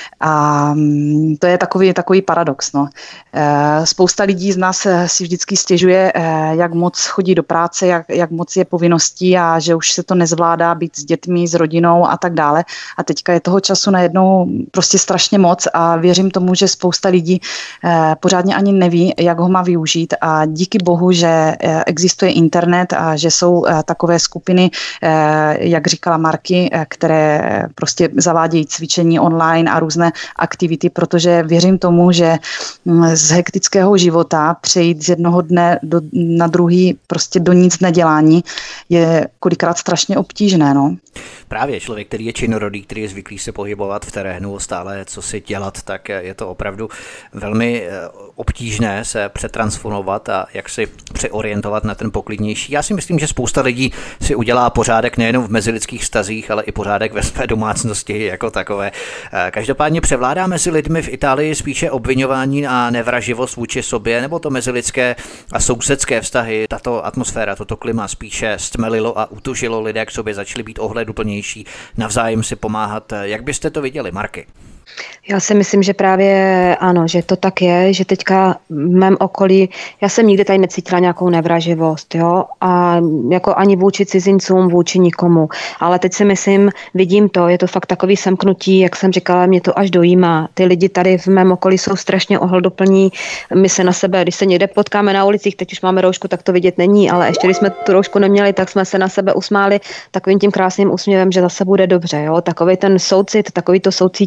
A to je takový, takový paradox. No. Spousta lidí z nás si vždycky stěžuje, jak moc chodí do práce, jak, jak moc je povinností a že už se to nezvládá být s dětmi, s rodinou a tak dále. A teďka je toho času najednou prostě strašně moc a věřím tomu, že spousta lidí pořádně ani neví, jak ho má využít a díky bohu, že existuje internet a že jsou takové skupiny, jak říkala Marky, které prostě zavádějí cvičení online a různé aktivity, protože věřím tomu, že z hektického života přejít z jednoho dne do, na druhý prostě do nic nedělání je kolikrát strašně obtížné. No. Právě člověk, který je činorodý, který je zvyklý se pohybovat v terénu, stále co si dělat, tak je to opravdu velmi obtížné se přetransformovat a jak si přeorientovat na ten poklidnější. Já si myslím, že spousta lidí si udělá pořádek nejenom v mezilidských vztazích, ale i pořádek ve své domácnosti jako takové. Každopádně převládá mezi lidmi v Itálii spíše obviňování a nevraživost vůči sobě, nebo to mezilidské a sousedské vztahy, tato atmosféra, toto klima spíše stmelilo a utužilo, lidé k sobě začali být ohleduplnější, navzájem si pomáhat. Jak byste to viděli, Marky? Já si myslím, že právě ano, že to tak je, že teďka v mém okolí, já jsem nikdy tady necítila nějakou nevraživost, jo, a jako ani vůči cizincům, vůči nikomu, ale teď si myslím, vidím to, je to fakt takový semknutí, jak jsem říkala, mě to až dojímá. Ty lidi tady v mém okolí jsou strašně ohleduplní, my se na sebe, když se někde potkáme na ulicích, teď už máme roušku, tak to vidět není, ale ještě když jsme tu roušku neměli, tak jsme se na sebe usmáli takovým tím krásným úsměvem, že zase bude dobře, jo, takový ten soucit, takový to soucítění.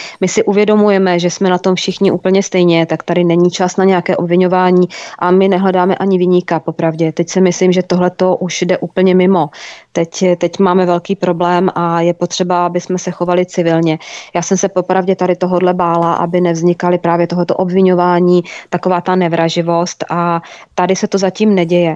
my si uvědomujeme, že jsme na tom všichni úplně stejně, tak tady není čas na nějaké obviňování a my nehledáme ani viníka, popravdě. Teď si myslím, že tohleto už jde úplně mimo. Teď, teď máme velký problém a je potřeba, aby jsme se chovali civilně. Já jsem se popravdě tady tohodle bála, aby nevznikaly právě tohoto obviňování, taková ta nevraživost a tady se to zatím neděje.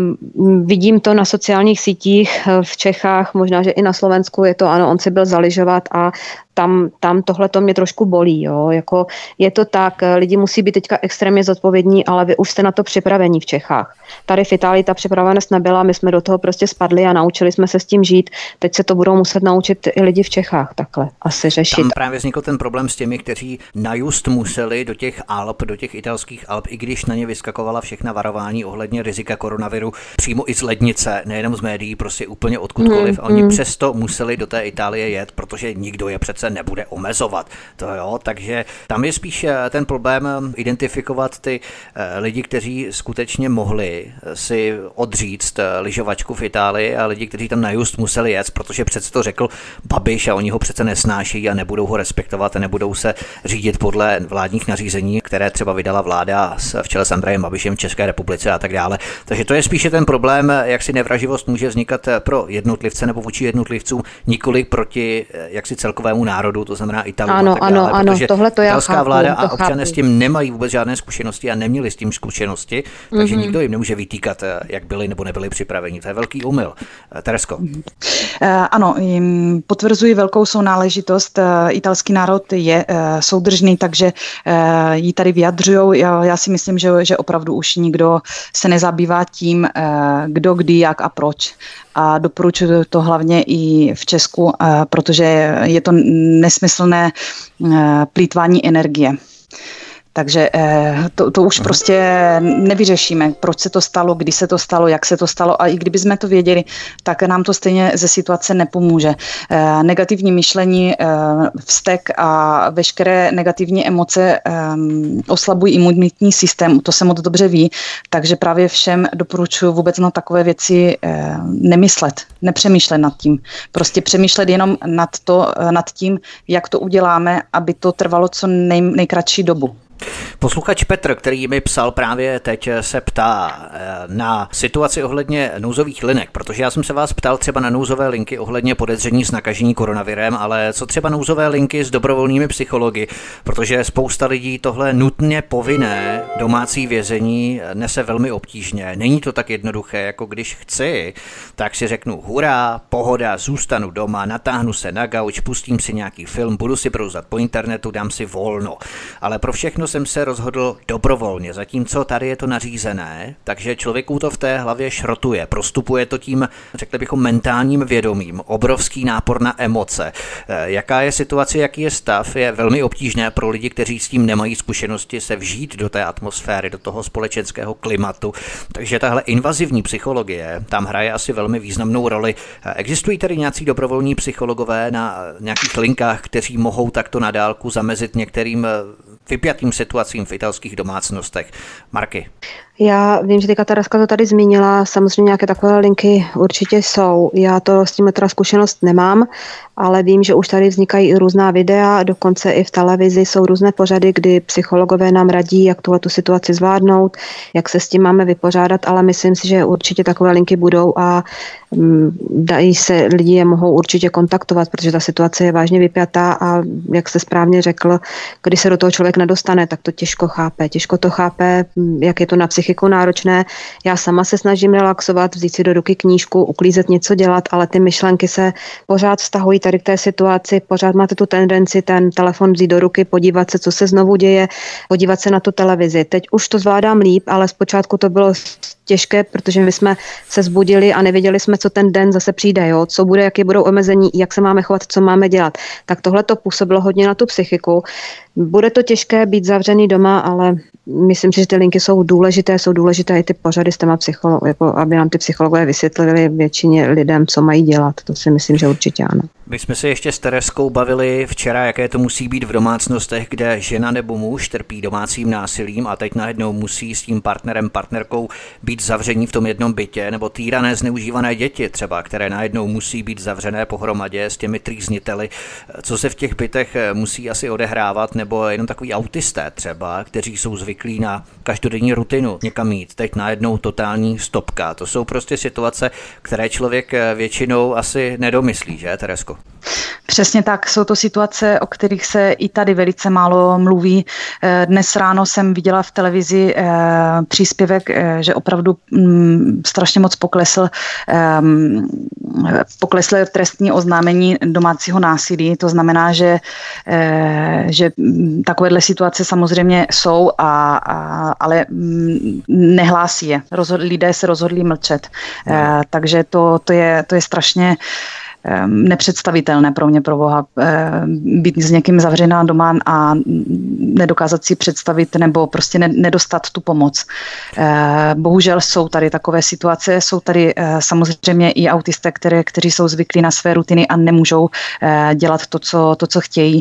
Vidím to na sociálních sítích v Čechách, možná, že i na Slovensku je to, ano, on si byl zaližovat a tam, tam tohle to mě trošku bolí. Jo? Jako je to tak, lidi musí být teďka extrémně zodpovědní, ale vy už jste na to připravení v Čechách. Tady v Itálii ta připravenost nebyla, my jsme do toho prostě spadli a naučili jsme se s tím žít. Teď se to budou muset naučit i lidi v Čechách takhle asi řešit. Tam právě vznikl ten problém s těmi, kteří najust museli do těch Alp, do těch italských Alp, i když na ně vyskakovala všechna varování ohledně rizika koronaviru, přímo i z lednice, nejenom z médií, prostě úplně odkudkoliv. Hmm, Oni hmm. přesto museli do té Itálie jet, protože nikdo je přece nebude omezovat. To jo, takže tam je spíš ten problém identifikovat ty lidi, kteří skutečně mohli si odříct lyžovačku v Itálii a lidi, kteří tam na just museli jet, protože přece to řekl Babiš a oni ho přece nesnáší a nebudou ho respektovat a nebudou se řídit podle vládních nařízení, které třeba vydala vláda v čele s Andrejem Babišem v České republice a tak dále. Takže to je spíše ten problém, jak si nevraživost může vznikat pro jednotlivce nebo vůči jednotlivcům, nikoli proti jaksi celkovému národu, to znamená Italů ano, a tak dále, ano, protože ano, to italská chápu, vláda a občané chápu. s tím nemají vůbec žádné zkušenosti a neměli s tím zkušenosti, takže mm-hmm. nikdo jim nemůže vytýkat, jak byli nebo nebyli připraveni. To je velký omyl. Teresko. Ano, potvrzuji velkou sounáležitost. Italský národ je soudržný, takže ji tady vyjadřují. Já, já si myslím, že, že opravdu už nikdo se nezabývá tím, kdo, kdy, jak a proč. A doporučuji to hlavně i v Česku, protože je to nesmyslné plýtvání energie. Takže to, to už prostě nevyřešíme, proč se to stalo, kdy se to stalo, jak se to stalo a i kdyby jsme to věděli, tak nám to stejně ze situace nepomůže. Negativní myšlení, vztek a veškeré negativní emoce oslabují imunitní systém, to se moc dobře ví, takže právě všem doporučuji vůbec na takové věci nemyslet, nepřemýšlet nad tím. Prostě přemýšlet jenom nad, to, nad tím, jak to uděláme, aby to trvalo co nej, nejkratší dobu. Posluchač Petr, který mi psal právě teď, se ptá na situaci ohledně nouzových linek, protože já jsem se vás ptal třeba na nouzové linky ohledně podezření z nakažení koronavirem, ale co třeba nouzové linky s dobrovolnými psychologi, protože spousta lidí tohle nutně povinné domácí vězení nese velmi obtížně. Není to tak jednoduché, jako když chci, tak si řeknu hurá, pohoda, zůstanu doma, natáhnu se na gauč, pustím si nějaký film, budu si brouzat po internetu, dám si volno. Ale pro všechno jsem se rozhodl dobrovolně, zatímco tady je to nařízené, takže člověku to v té hlavě šrotuje, prostupuje to tím, řekli bychom, mentálním vědomím, obrovský nápor na emoce. Jaká je situace, jaký je stav, je velmi obtížné pro lidi, kteří s tím nemají zkušenosti, se vžít do té atmosféry, do toho společenského klimatu. Takže tahle invazivní psychologie tam hraje asi velmi významnou roli. Existují tady nějací dobrovolní psychologové na nějakých linkách, kteří mohou takto na dálku zamezit některým vypjatým situacím v italských domácnostech. Marky. Já vím, že teďka Tereska to tady zmínila, samozřejmě nějaké takové linky určitě jsou. Já to s tím teda zkušenost nemám, ale vím, že už tady vznikají i různá videa, dokonce i v televizi jsou různé pořady, kdy psychologové nám radí, jak tuhle tu situaci zvládnout, jak se s tím máme vypořádat, ale myslím si, že určitě takové linky budou a dají se, lidi je mohou určitě kontaktovat, protože ta situace je vážně vypjatá a jak se správně řekl, když se do toho člověk nedostane, tak to těžko chápe. Těžko to chápe, jak je to na psychiku náročné. Já sama se snažím relaxovat, vzít si do ruky knížku, uklízet, něco dělat, ale ty myšlenky se pořád vztahují tady k té situaci, pořád máte tu tendenci ten telefon vzít do ruky, podívat se, co se znovu děje, podívat se na tu televizi. Teď už to zvládám líp, ale zpočátku to bylo těžké, protože my jsme se zbudili a nevěděli jsme, co ten den zase přijde, jo? Co bude, jaké budou omezení, jak se máme chovat, co máme dělat. Tak tohle to působilo hodně na tu psychiku. Bude to těžké být zavřený doma, ale myslím si, že ty linky jsou důležité, jsou důležité i ty pořady s těma psychologů, jako aby nám ty psychologové vysvětlili většině lidem, co mají dělat. To si myslím, že určitě ano. My jsme se ještě s Tereskou bavili včera, jaké to musí být v domácnostech, kde žena nebo muž trpí domácím násilím a teď najednou musí s tím partnerem, partnerkou být být zavření v tom jednom bytě, nebo týrané, zneužívané děti třeba, které najednou musí být zavřené pohromadě s těmi trýzniteli. Co se v těch bytech musí asi odehrávat, nebo jenom takový autisté třeba, kteří jsou zvyklí na každodenní rutinu někam jít. Teď najednou totální stopka. To jsou prostě situace, které člověk většinou asi nedomyslí, že, Teresko? Přesně tak, jsou to situace, o kterých se i tady velice málo mluví. Dnes ráno jsem viděla v televizi příspěvek, že opravdu strašně moc poklesl, poklesl trestní oznámení domácího násilí. To znamená, že, že takovéhle situace samozřejmě jsou, a, a, ale nehlásí je. Rozhod, lidé se rozhodli mlčet. No. Takže to, to, je, to je strašně nepředstavitelné pro mě, pro Boha, být s někým zavřená doma a nedokázat si představit nebo prostě nedostat tu pomoc. Bohužel jsou tady takové situace, jsou tady samozřejmě i autisté, které, kteří jsou zvyklí na své rutiny a nemůžou dělat to, co, to, co chtějí.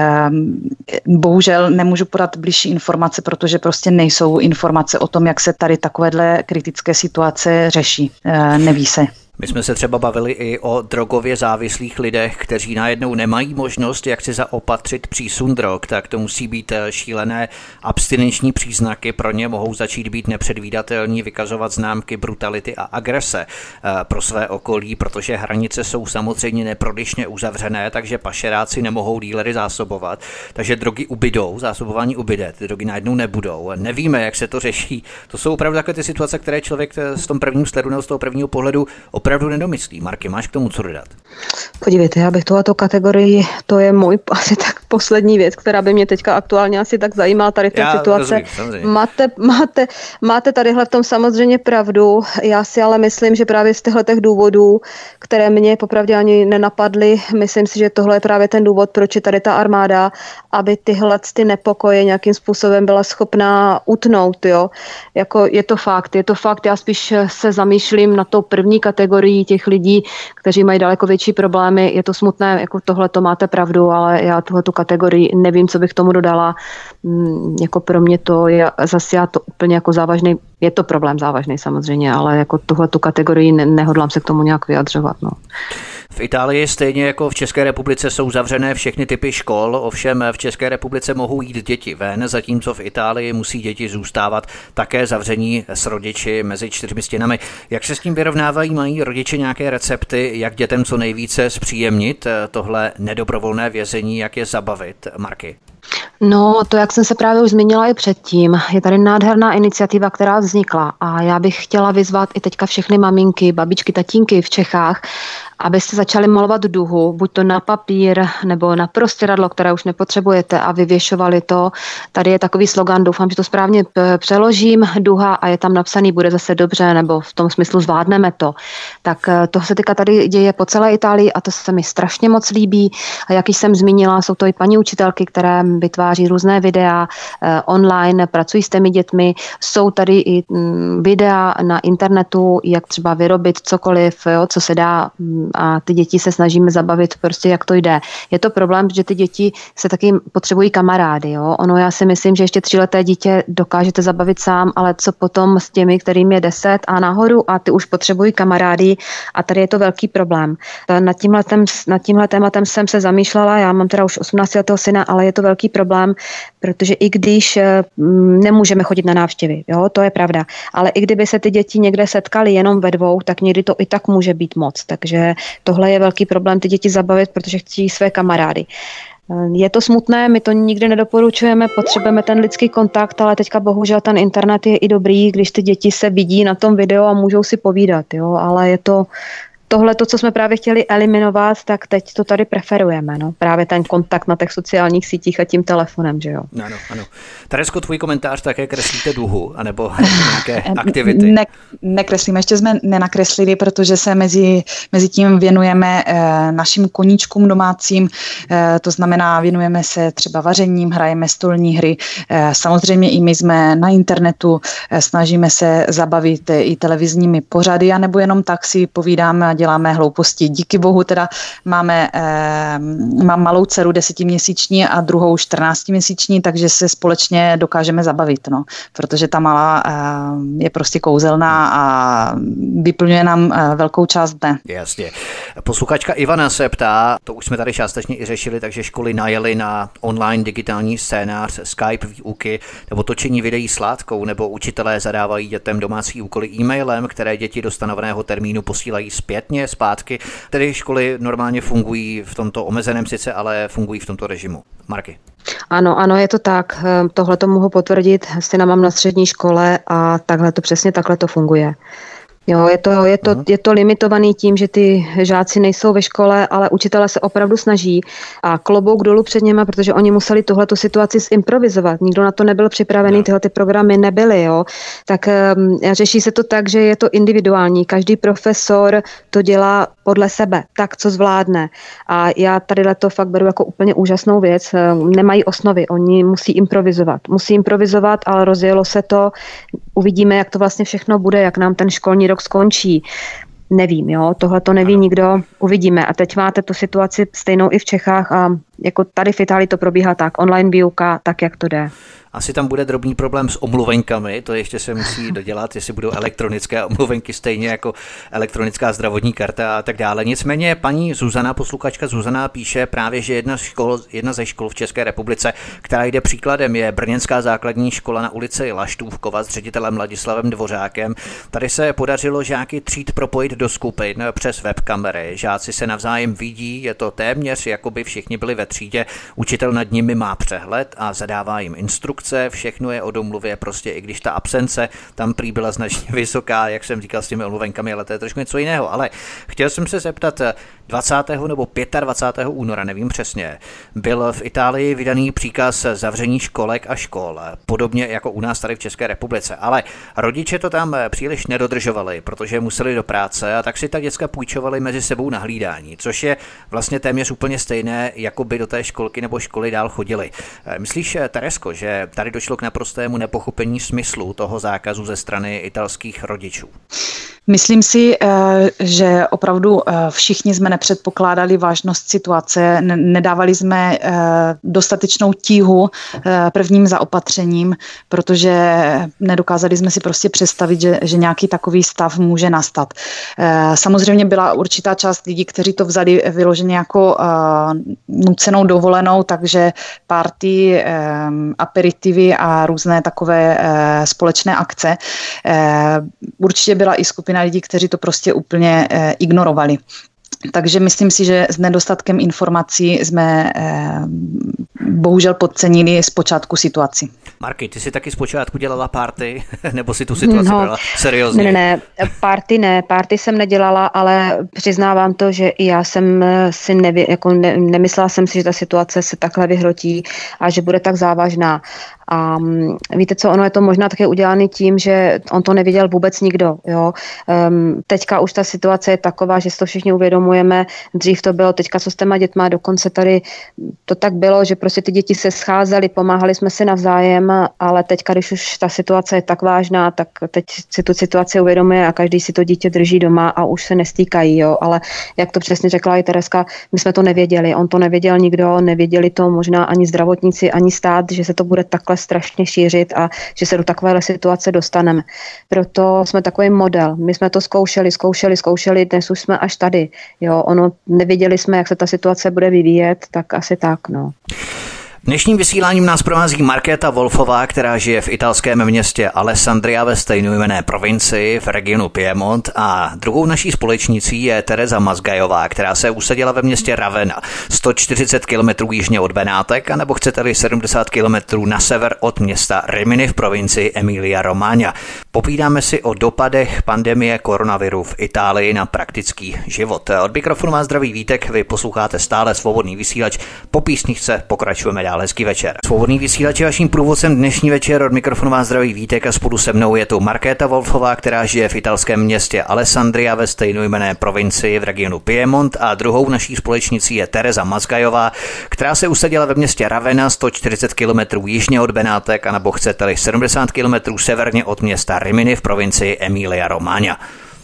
Bohužel nemůžu podat bližší informace, protože prostě nejsou informace o tom, jak se tady takovéhle kritické situace řeší. Neví se. My jsme se třeba bavili i o drogově závislých lidech, kteří najednou nemají možnost, jak si zaopatřit přísun drog, tak to musí být šílené abstinenční příznaky, pro ně mohou začít být nepředvídatelní, vykazovat známky brutality a agrese pro své okolí, protože hranice jsou samozřejmě neprodyšně uzavřené, takže pašeráci nemohou dílery zásobovat, takže drogy ubydou, zásobování ubyde, ty drogy najednou nebudou. Nevíme, jak se to řeší. To jsou opravdu takové ty situace, které člověk z tom prvním sledu nebo z toho prvního pohledu opravdu nedomyslí. Marky, máš k tomu co dodat? Podívejte, já bych tohleto kategorii, to je můj asi tak poslední věc, která by mě teďka aktuálně asi tak zajímá tady v té situace. Rozumím, máte, máte, máte tadyhle v tom samozřejmě pravdu, já si ale myslím, že právě z těchto důvodů, které mě popravdě ani nenapadly, myslím si, že tohle je právě ten důvod, proč je tady ta armáda, aby tyhle ty nepokoje nějakým způsobem byla schopná utnout, jo. Jako je to fakt, je to fakt, já spíš se zamýšlím na tou první kategorii těch lidí, kteří mají daleko větší problémy. Je to smutné, jako tohle to máte pravdu, ale já tuhletu kategorii nevím, co bych tomu dodala. Jako pro mě to je zase já to úplně jako závažný, je to problém závažný samozřejmě, ale jako tuhletu kategorii ne, nehodlám se k tomu nějak vyjadřovat. No. V Itálii stejně jako v České republice jsou zavřené všechny typy škol, ovšem v České republice mohou jít děti ven, zatímco v Itálii musí děti zůstávat také zavření s rodiči mezi čtyřmi stěnami. Jak se s tím vyrovnávají, mají rodiče nějaké recepty, jak dětem co nejvíce zpříjemnit tohle nedobrovolné vězení, jak je zabavit, Marky? No, to, jak jsem se právě už zmínila i předtím, je tady nádherná iniciativa, která vznikla a já bych chtěla vyzvat i teďka všechny maminky, babičky, tatínky v Čechách, abyste začali malovat duhu, buď to na papír nebo na prostěradlo, které už nepotřebujete a vyvěšovali to. Tady je takový slogan, doufám, že to správně přeložím, duha a je tam napsaný, bude zase dobře, nebo v tom smyslu zvládneme to. Tak to se teďka tady děje po celé Itálii a to se mi strašně moc líbí. A jak jsem zmínila, jsou to i paní učitelky, které vytváří různé videa eh, online, pracují s těmi dětmi. Jsou tady i mm, videa na internetu, jak třeba vyrobit cokoliv, jo, co se dá, a ty děti se snažíme zabavit prostě, jak to jde. Je to problém, že ty děti se taky potřebují kamarády. Jo? Ono, já si myslím, že ještě tříleté dítě dokážete zabavit sám, ale co potom s těmi, kterým je deset a nahoru a ty už potřebují kamarády a tady je to velký problém. Nad tímhletem, nad tímhle tématem jsem se zamýšlela, já mám teda už osmnáctiletého syna, ale je to velký problém, protože i když mm, nemůžeme chodit na návštěvy, jo, to je pravda, ale i kdyby se ty děti někde setkaly jenom ve dvou, tak někdy to i tak může být moc. Takže tohle je velký problém ty děti zabavit, protože chtějí své kamarády. Je to smutné, my to nikdy nedoporučujeme, potřebujeme ten lidský kontakt, ale teďka bohužel ten internet je i dobrý, když ty děti se vidí na tom videu a můžou si povídat, jo, ale je to tohle, to, co jsme právě chtěli eliminovat, tak teď to tady preferujeme. No? Právě ten kontakt na těch sociálních sítích a tím telefonem, že jo? Ano, ano. Teresko, tvůj komentář, také kreslíte duhu, anebo nějaké aktivity? Ne, nekreslíme, ještě jsme nenakreslili, protože se mezi, mezi tím věnujeme eh, našim koníčkům domácím, eh, to znamená, věnujeme se třeba vařením, hrajeme stolní hry. Eh, samozřejmě i my jsme na internetu, eh, snažíme se zabavit eh, i televizními pořady, anebo jenom tak si povídáme a děláme hlouposti. Díky bohu teda máme, eh, mám malou dceru desetiměsíční a druhou čtrnáctiměsíční, takže se společně dokážeme zabavit, no. Protože ta malá eh, je prostě kouzelná a vyplňuje nám eh, velkou část dne. Jasně. Posluchačka Ivana se ptá, to už jsme tady částečně i řešili, takže školy najeli na online digitální scénář, Skype výuky nebo točení videí s látkou, nebo učitelé zadávají dětem domácí úkoly e-mailem, které děti do stanoveného termínu posílají zpětně, zpátky. Tedy školy normálně fungují v tomto omezeném sice, ale fungují v tomto režimu. Marky. Ano, ano, je to tak. Tohle to mohu potvrdit. Syna mám na střední škole a takhle to přesně takhle to funguje. Jo, je to, je, to, je to limitovaný tím, že ty žáci nejsou ve škole, ale učitelé se opravdu snaží a klobouk dolů před něma, protože oni museli tuhletu situaci zimprovizovat. Nikdo na to nebyl připravený, tyhle ty programy nebyly, jo. Tak um, řeší se to tak, že je to individuální. Každý profesor to dělá podle sebe, tak, co zvládne. A já tady to fakt beru jako úplně úžasnou věc. Nemají osnovy, oni musí improvizovat. Musí improvizovat, ale rozjelo se to. Uvidíme, jak to vlastně všechno bude, jak nám ten školní rok skončí. Nevím, jo, tohle to neví nikdo, uvidíme. A teď máte tu situaci stejnou i v Čechách a jako tady v Itálii to probíhá tak, online výuka, tak, jak to jde. Asi tam bude drobný problém s omluvenkami, to ještě se musí dodělat, jestli budou elektronické omluvenky stejně jako elektronická zdravotní karta a tak dále. Nicméně paní Zuzana, posluchačka Zuzana píše právě, že jedna, škol, jedna ze škol v České republice, která jde příkladem, je brněnská základní škola na ulici Laštůvkova s ředitelem Ladislavem Dvořákem. Tady se podařilo žáky tříd propojit do skupin přes webkamery. Žáci se navzájem vidí, je to téměř, jako by všichni byli ve třídě. Učitel nad nimi má přehled a zadává jim instrukce, všechno je o domluvě, prostě i když ta absence tam prý byla značně vysoká, jak jsem říkal s těmi omluvenkami, ale to je trošku něco jiného. Ale chtěl jsem se zeptat, dvacátého nebo dvacátého pátého února, nevím přesně, byl v Itálii vydaný příkaz zavření školek a škol, podobně jako u nás tady v České republice, ale rodiče to tam příliš nedodržovali, protože museli do práce a tak si ta děcka půjčovali mezi sebou na hlídání, což je vlastně téměř úplně stejné, jako by do té školky nebo školy dál chodili. Myslíš, Teresko, že tady došlo k naprostému nepochopení smyslu toho zákazu ze strany italských rodičů? Myslím si, že opravdu všichni jsme nepředpokládali vážnost situace, nedávali jsme dostatečnou tíhu prvním zaopatřením, protože nedokázali jsme si prostě představit, že, že nějaký takový stav může nastat. Samozřejmě byla určitá část lidí, kteří to vzali vyloženě jako nucenou dovolenou, takže party, aperitivy a různé takové společné akce. Určitě byla i skupina lidí, kteří to prostě úplně eh, ignorovali. Takže myslím si, že s nedostatkem informací jsme eh, bohužel podcenili zpočátku situaci. Marky, ty jsi taky zpočátku dělala party, nebo si tu situaci no, brala seriózně? Ne, ne, party ne, party jsem nedělala, ale přiznávám to, že i já jsem si nevě, jako ne, nemyslela jsem si, že ta situace se takhle vyhrotí a že bude tak závažná. A víte co, ono je to možná také udělané tím, že on to neviděl vůbec nikdo. Jo? Um, teďka už ta situace je taková, že si to všichni uvědomujeme. Dřív to bylo, teďka co s těma dětma, dokonce tady to tak bylo, že prostě ty děti se scházely, pomáhali jsme si navzájem, ale teďka, když už ta situace je tak vážná, tak teď si tu situaci uvědomuje a každý si to dítě drží doma a už se nestýkají. Jo? Ale jak to přesně řekla i Tereska, my jsme to nevěděli. On to nevěděl nikdo, nevěděli to možná ani zdravotníci, ani stát, že se to bude takhle strašně šířit a že se do takovéhle situace dostaneme. Proto jsme takový model. My jsme to zkoušeli, zkoušeli, zkoušeli, dnes už jsme až tady. Jo, ono, nevěděli jsme, jak se ta situace bude vyvíjet, tak asi tak, no. Dnešním vysíláním nás provází Markéta Wolfová, která žije v italském městě Alessandria ve stejnojmenné provincii v regionu Piemont, a druhou naší společnicí je Tereza Mazgajová, která se usadila ve městě Ravenna, sto čtyřicet kilometrů jižně od Benátek, anebo chcete-li sedmdesát kilometrů na sever od města Rimini v provincii Emilia Romagna. Povídáme si o dopadech pandemie koronaviru v Itálii na praktický život. Od mikrofonu vás zdraví Vítek, vy posloucháte stále Svobodný vysílač, po písničce pokračujeme dál. Hezký večer. Svobodný vysílač je vaším průvodcem dnešní večer, od mikrofonu vás zdraví Vítek a spolu se mnou je tu Markéta Wolfová, která žije v italském městě Alessandria ve stejnojmenné provincii v regionu Piemont, a druhou naší společnicí je Tereza Mazgajová, která se usadila ve městě Ravenna, sto čtyřicet kilometrů jižně od Benátek, anebo chcete-li sedmdesát kilometrů severně od města Rimini v provincii Emilia Romagna.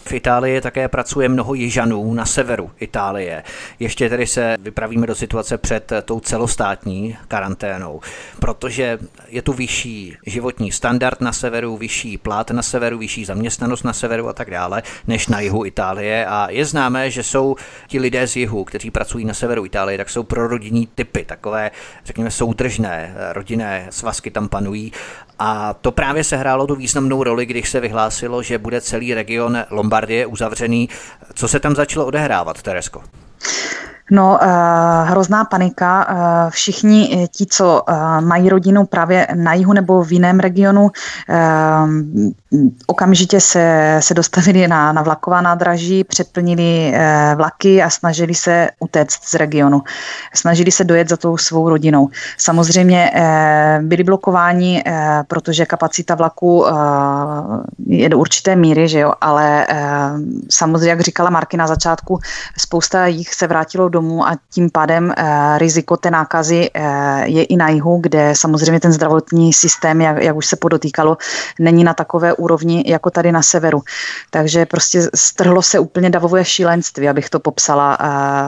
V Itálii také pracuje mnoho Jižanů na severu Itálie. Ještě tedy se vypravíme do situace před tou celostátní karanténou, protože je tu vyšší životní standard na severu, vyšší plat na severu, vyšší zaměstnanost na severu a tak dále, než na jihu Itálie. A je známé, že jsou ti lidé z jihu, kteří pracují na severu Itálie, tak jsou prorodinní typy, takové, řekněme, soudržné rodinné svazky tam panují. A to právě sehrálo tu významnou roli, když se vyhlásilo, že bude celý region Lombardie uzavřený. Co se tam začalo odehrávat, Teresko? No, uh, hrozná panika. Uh, všichni ti, co uh, mají rodinu právě na jihu nebo v jiném regionu, uh, okamžitě se, se dostavili na, na vlaková nádraží, přeplnili uh, vlaky a snažili se utéct z regionu. Snažili se dojet za tou svou rodinou. Samozřejmě uh, byli blokováni, uh, protože kapacita vlaku uh, je do určité míry, že jo, ale uh, samozřejmě, jak říkala Marky na začátku, spousta jich se vrátilo domů a tím pádem e, riziko té nákazy e, je i na jihu, kde samozřejmě ten zdravotní systém, jak, jak už se podotýkalo, není na takové úrovni jako tady na severu. Takže prostě strhlo se úplně davové šílenství, abych to popsala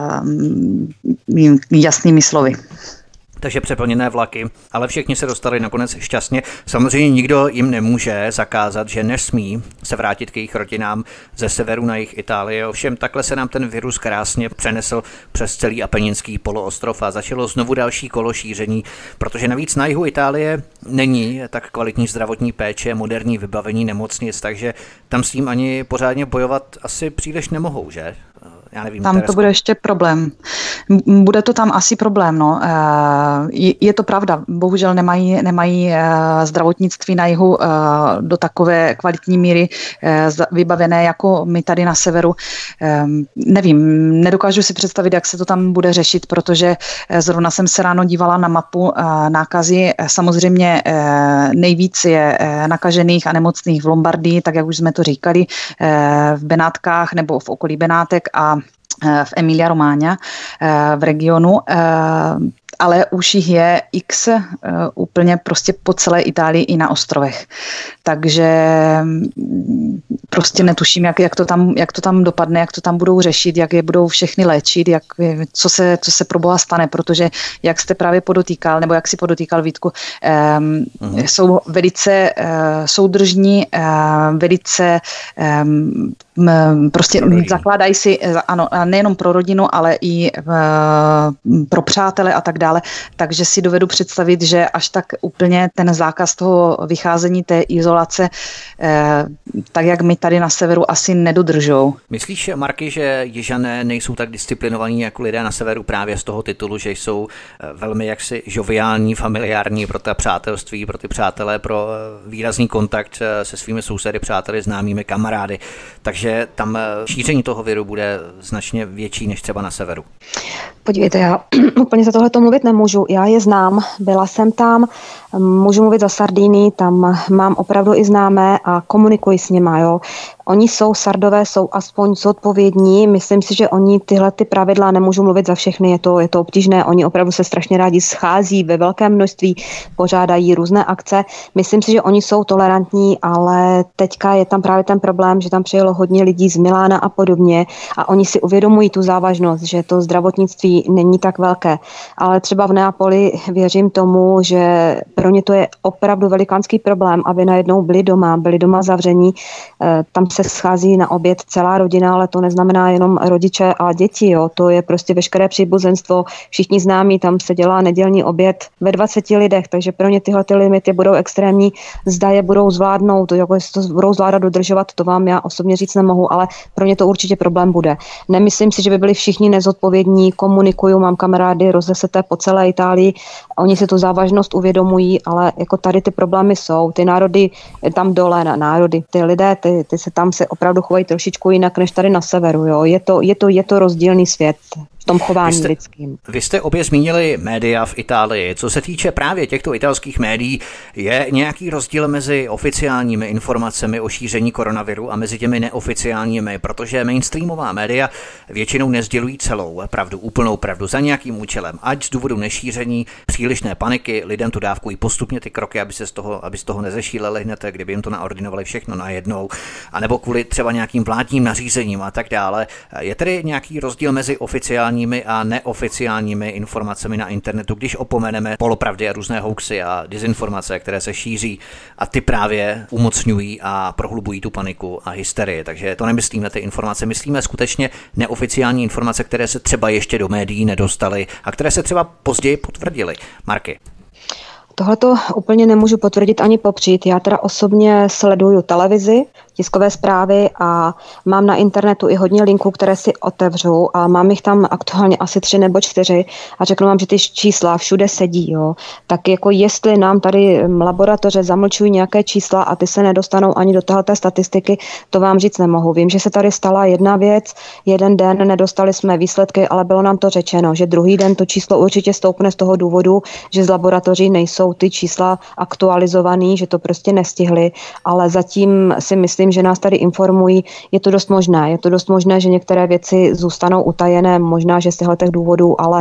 e, jasnými slovy. Takže přeplněné vlaky, ale všichni se dostali nakonec šťastně. Samozřejmě nikdo jim nemůže zakázat, že nesmí se vrátit k jejich rodinám ze severu na jih Itálie. Ovšem takhle se nám ten virus krásně přenesl přes celý Apeninský poloostrov a začalo znovu další kolo šíření, protože navíc na jihu Itálie není tak kvalitní zdravotní péče, moderní vybavení nemocnic, takže tam s tím ani pořádně bojovat asi příliš nemohou, že? Já nevím, tam Teresko. To bude ještě problém. Bude to tam asi problém, no. Je to pravda, bohužel nemají, nemají zdravotnictví na jihu do takové kvalitní míry vybavené jako my tady na severu. Nevím, nedokážu si představit, jak se to tam bude řešit, protože zrovna jsem se ráno dívala na mapu nákazy. Samozřejmě nejvíc je nakažených a nemocných v Lombardii, tak jak už jsme to říkali, v Benátkách nebo v okolí Benátek a v Emilia Romagna v regionu, ale už jich je x úplně prostě po celé Itálii i na ostrovech. Takže prostě netuším, jak, jak, to tam, jak to tam dopadne, jak to tam budou řešit, jak je budou všechny léčit, jak, co, se, co se pro boha stane, protože jak jste právě podotýkal, nebo jak si podotýkal, Vítku, um, uh-huh. jsou velice uh, soudržní, uh, velice um, prostě zakládají si, ano, nejenom pro rodinu, ale i uh, pro přátele a tak dále, takže si dovedu představit, že až tak úplně ten zákaz toho vycházení, té izolace, eh, tak jak my tady na severu asi nedodržou. Myslíš, Marky, že Jižané nejsou tak disciplinovaní jako lidé na severu právě z toho titulu, že jsou velmi jaksi žoviální, familiární pro ta přátelství, pro ty přátelé, pro výrazný kontakt se svými sousedy, přáteli, známými, kamarády, takže tam šíření toho viru bude značně větší než třeba na severu? Podívejte, já úplně za tohle to mluvit nemůžu. Já je znám, byla jsem tam, můžu mluvit za Sardinii, tam mám opravdu i známé a komunikuji s nima, jo. Oni jsou, Sardové jsou aspoň zodpovědní, myslím si, že oni tyhle ty pravidla, nemůžu mluvit za všechny, je to, je to obtížné, oni opravdu se strašně rádi schází ve velkém množství, pořádají různé akce, myslím si, že oni jsou tolerantní, ale teďka je tam právě ten problém, že tam přijelo hodně lidí z Milána a podobně a oni si uvědomují tu závažnost, že to zdravotnictví není tak velké, ale třeba v Neapoli věřím tomu, že pro ně to je opravdu velikánský problém, aby najednou byli doma, byli doma zavření, tam se schází na oběd celá rodina, ale to neznamená jenom rodiče a děti, jo. To je prostě veškeré příbuzenstvo, všichni známí, tam se dělá nedělní oběd ve dvaceti lidech, takže pro ně tyhle ty limity budou extrémní, zda je budou zvládnout, jako jestli to budou zvládat dodržovat, to vám já osobně říct nemohu, ale pro ně to určitě problém bude. Nemyslím si, že by byli všichni nezodpovědní, komunikuju, mám kamarády rozeseté po celé Itálii, oni si tu závažnost uvědomují, ale jako tady ty problémy jsou, ty národy tam dole, na národy, ty lidé, ty, ty se tam se opravdu chovají trošičku jinak než tady na severu, jo. Je to, je to, je to rozdílný svět. tom chování vy jste, lidským. Vy jste obě zmínili média v Itálii. Co se týče právě těchto italských médií, je nějaký rozdíl mezi oficiálními informacemi o šíření koronaviru a mezi těmi neoficiálními, protože mainstreamová média většinou nezdělují celou pravdu, úplnou pravdu za nějakým účelem, ať z důvodu nešíření přílišné paniky, lidem tu dávkují postupně ty kroky, aby se z toho, aby z toho nezešíleli hned, kdyby jim to naordinovali všechno najednou, anebo kvůli třeba nějakým vládním nařízením a tak dále. Je tedy nějaký rozdíl mezi oficiálními a neoficiálními informacemi na internetu, když opomeneme polopravdy a různé hoaxy a dezinformace, které se šíří a ty právě umocňují a prohlubují tu paniku a hysterii. Takže to nemyslíme ty informace, myslíme skutečně neoficiální informace, které se třeba ještě do médií nedostaly a které se třeba později potvrdily. Marky. Tohle to úplně nemůžu potvrdit ani popřít. Já teda osobně sleduju televizi, tiskové zprávy a mám na internetu i hodně linků, které si otevřu a mám jich tam aktuálně asi tři nebo čtyři a řeknu vám, že ty čísla všude sedí. Jo. Tak jako jestli nám tady laboratoře zamlčují nějaké čísla a ty se nedostanou ani do téhleté statistiky, to vám říct nemohu. Vím, že se tady stala jedna věc, jeden den nedostali jsme výsledky, ale bylo nám to řečeno, že druhý den to číslo určitě stoupne z toho důvodu, že z laboratoří nejsou ty čísla aktualizovaný, že to prostě nestihli, ale zatím si myslím, že nás tady informují, je to dost možné. Je to dost možné, že některé věci zůstanou utajené, možná, že z těchto důvodů, ale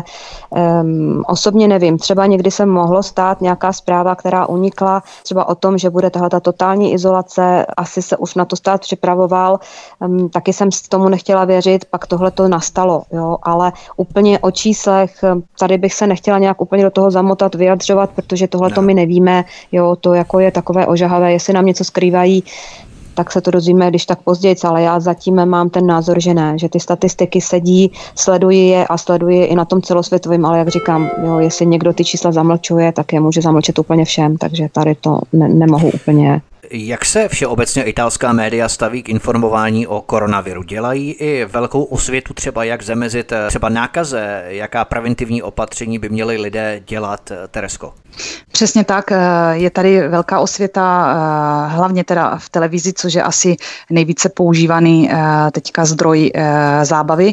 um, osobně nevím. Třeba někdy se mohlo stát nějaká zpráva, která unikla, třeba o tom, že bude tahle totální izolace, asi se už na to stát připravoval, um, taky jsem s tomu nechtěla věřit, pak tohle to nastalo, jo, ale úplně o číslech, tady bych se nechtěla nějak úplně do toho zamotat, vyjadřovat, protože tohle to my nevíme, jo, to jako je takové ožahavé, jestli nám něco skrývají, tak se to dozvíme, když tak později, ale já zatím mám ten názor, že ne, že ty statistiky sedí, sleduji je a sleduji je i na tom celosvětovém, ale jak říkám, jo, jestli někdo ty čísla zamlčuje, tak je může zamlčet úplně všem, takže tady to ne- nemohu úplně. Jak se všeobecně italská média staví k informování o koronaviru? Dělají i velkou osvětu třeba, jak zamezit třeba nákaze? Jaká preventivní opatření by měli lidé dělat, Teresko? Přesně tak, je tady velká osvěta, hlavně teda v televizi, což je asi nejvíce používaný teďka zdroj zábavy.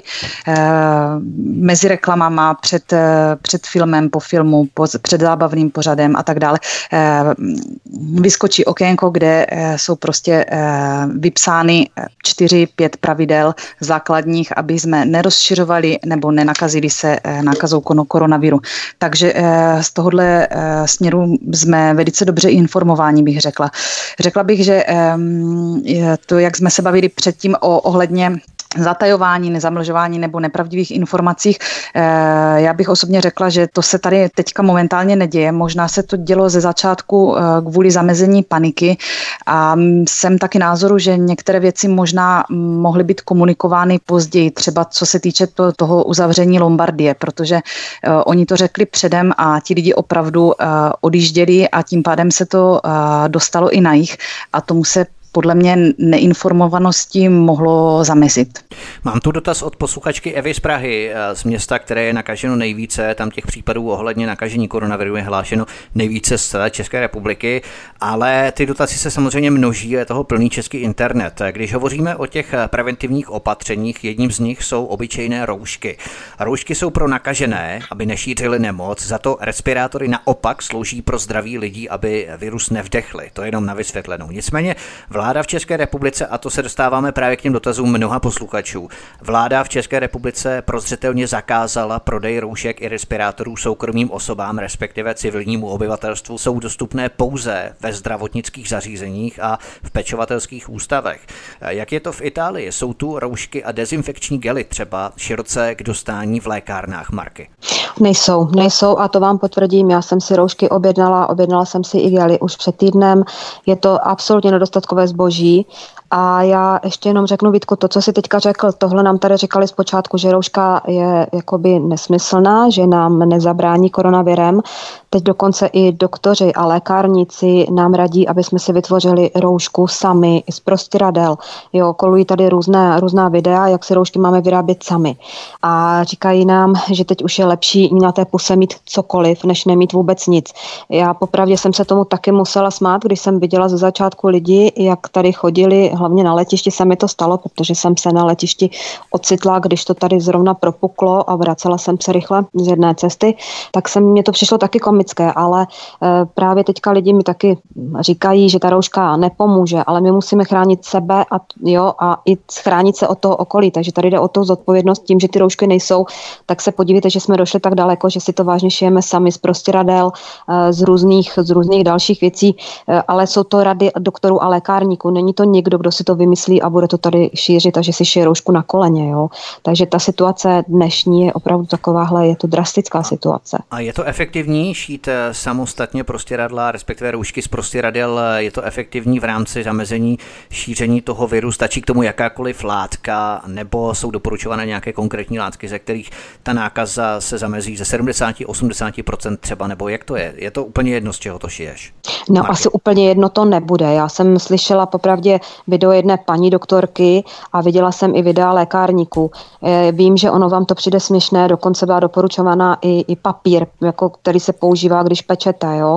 Mezi reklamama, před, před filmem, po filmu, před zábavným pořadem a tak dále. Vyskočí okénko, kde jsou prostě vypsány čtyři, pět pravidel základních, aby jsme nerozšiřovali nebo nenakazili se nákazou koronaviru. Takže z tohohle směru jsme velice dobře informováni, bych řekla. Řekla bych, že to, jak jsme se bavili předtím o ohledně zatajování, nezamlžování nebo nepravdivých informacích. Já bych osobně řekla, že to se tady teďka momentálně neděje. Možná se to dělo ze začátku kvůli zamezení paniky a jsem taky názoru, že některé věci možná mohly být komunikovány později, třeba co se týče to, toho uzavření Lombardie, protože oni to řekli předem a ti lidi opravdu odjížděli a tím pádem se to dostalo i na jich a tomu se podle mě neinformovanosti mohlo zamezit. Mám tu dotaz od posluchačky Evy z Prahy, z města, které je nakaženo nejvíce. Tam těch případů ohledně nakažení koronaviru je hlášeno nejvíce z celé České republiky, ale ty dotazy se samozřejmě množí, je toho plný český internet. Když hovoříme o těch preventivních opatřeních, jedním z nich jsou obyčejné roušky. Roušky jsou pro nakažené, aby nešířili nemoc, za to respirátory naopak slouží pro zdraví lidí, aby virus nevdechli. To je jenom na vysvětlenou. Nicméně vláda v České republice, a to se dostáváme právě k těm dotazům mnoha posluchačů, vláda v České republice prozřetelně zakázala prodej roušek i respirátorů soukromým osobám, respektive civilnímu obyvatelstvu, jsou dostupné pouze ve zdravotnických zařízeních a v pečovatelských ústavech. Jak je to v Itálii? Jsou tu roušky a dezinfekční gely třeba široce k dostání v lékárnách, Marky? Nejsou, nejsou a to vám potvrdím. Já jsem si roušky objednala, objednala jsem si i gely už před týdnem. Je to absolutně nedostatkové zboží. A já ještě jenom řeknu, Vítku, to, co jsi teďka řekl, tohle nám tady říkali zpočátku, že rouška je jakoby nesmyslná, že nám nezabrání koronavirem, Teď dokonce i doktoři a lékárníci nám radí, aby jsme si vytvořili roušku sami z prostěradel. Jo, kolují tady různé, různá videa, jak si roušky máme vyrábět sami. A říkají nám, že teď už je lepší na té puse mít cokoliv, než nemít vůbec nic. Já popravdě jsem se tomu taky musela smát, když jsem viděla ze začátku lidi, jak tady chodili, hlavně na letišti se mi to stalo, protože jsem se na letišti ocitla, když to tady zrovna propuklo a vracela jsem se rychle z jedné cesty, tak se mně to přišlo taky komické, ale e, právě teďka lidi mi taky říkají, že ta rouška nepomůže, ale my musíme chránit sebe a, jo, a i chránit se od toho okolí, takže tady jde o tu zodpovědnost tím, že ty roušky nejsou, tak se podívejte, že jsme došli tak daleko, že si to vážně šijeme sami z prostěradel, e, z různých, z různých dalších věcí, e, ale jsou to rady doktorů a lékárníků, není to někdo, kdo si to vymyslí a bude to tady šířit a že si šije roušku na koleně, jo. Takže ta situace dnešní je opravdu takováhle, je to drastická situace. A je to efektivní šít samostatně prostěradla, respektive roušky z prostěradel, je to efektivní v rámci zamezení šíření toho viru? Stačí k tomu jakákoliv látka, nebo jsou doporučované nějaké konkrétní látky, ze kterých ta nákaza se zamezí ze sedmdesát až osmdesát procent třeba, nebo jak to je? Je to úplně jedno, z čeho to šiješ? No Marky. Asi úplně jedno to nebude. Já jsem slyšela popravdě video jedné paní doktorky a viděla jsem i videa lékárníků. Vím, že ono vám to přijde směšné, dokonce byla doporučovaná i, i papír, jako který se používá, když pečete, jo.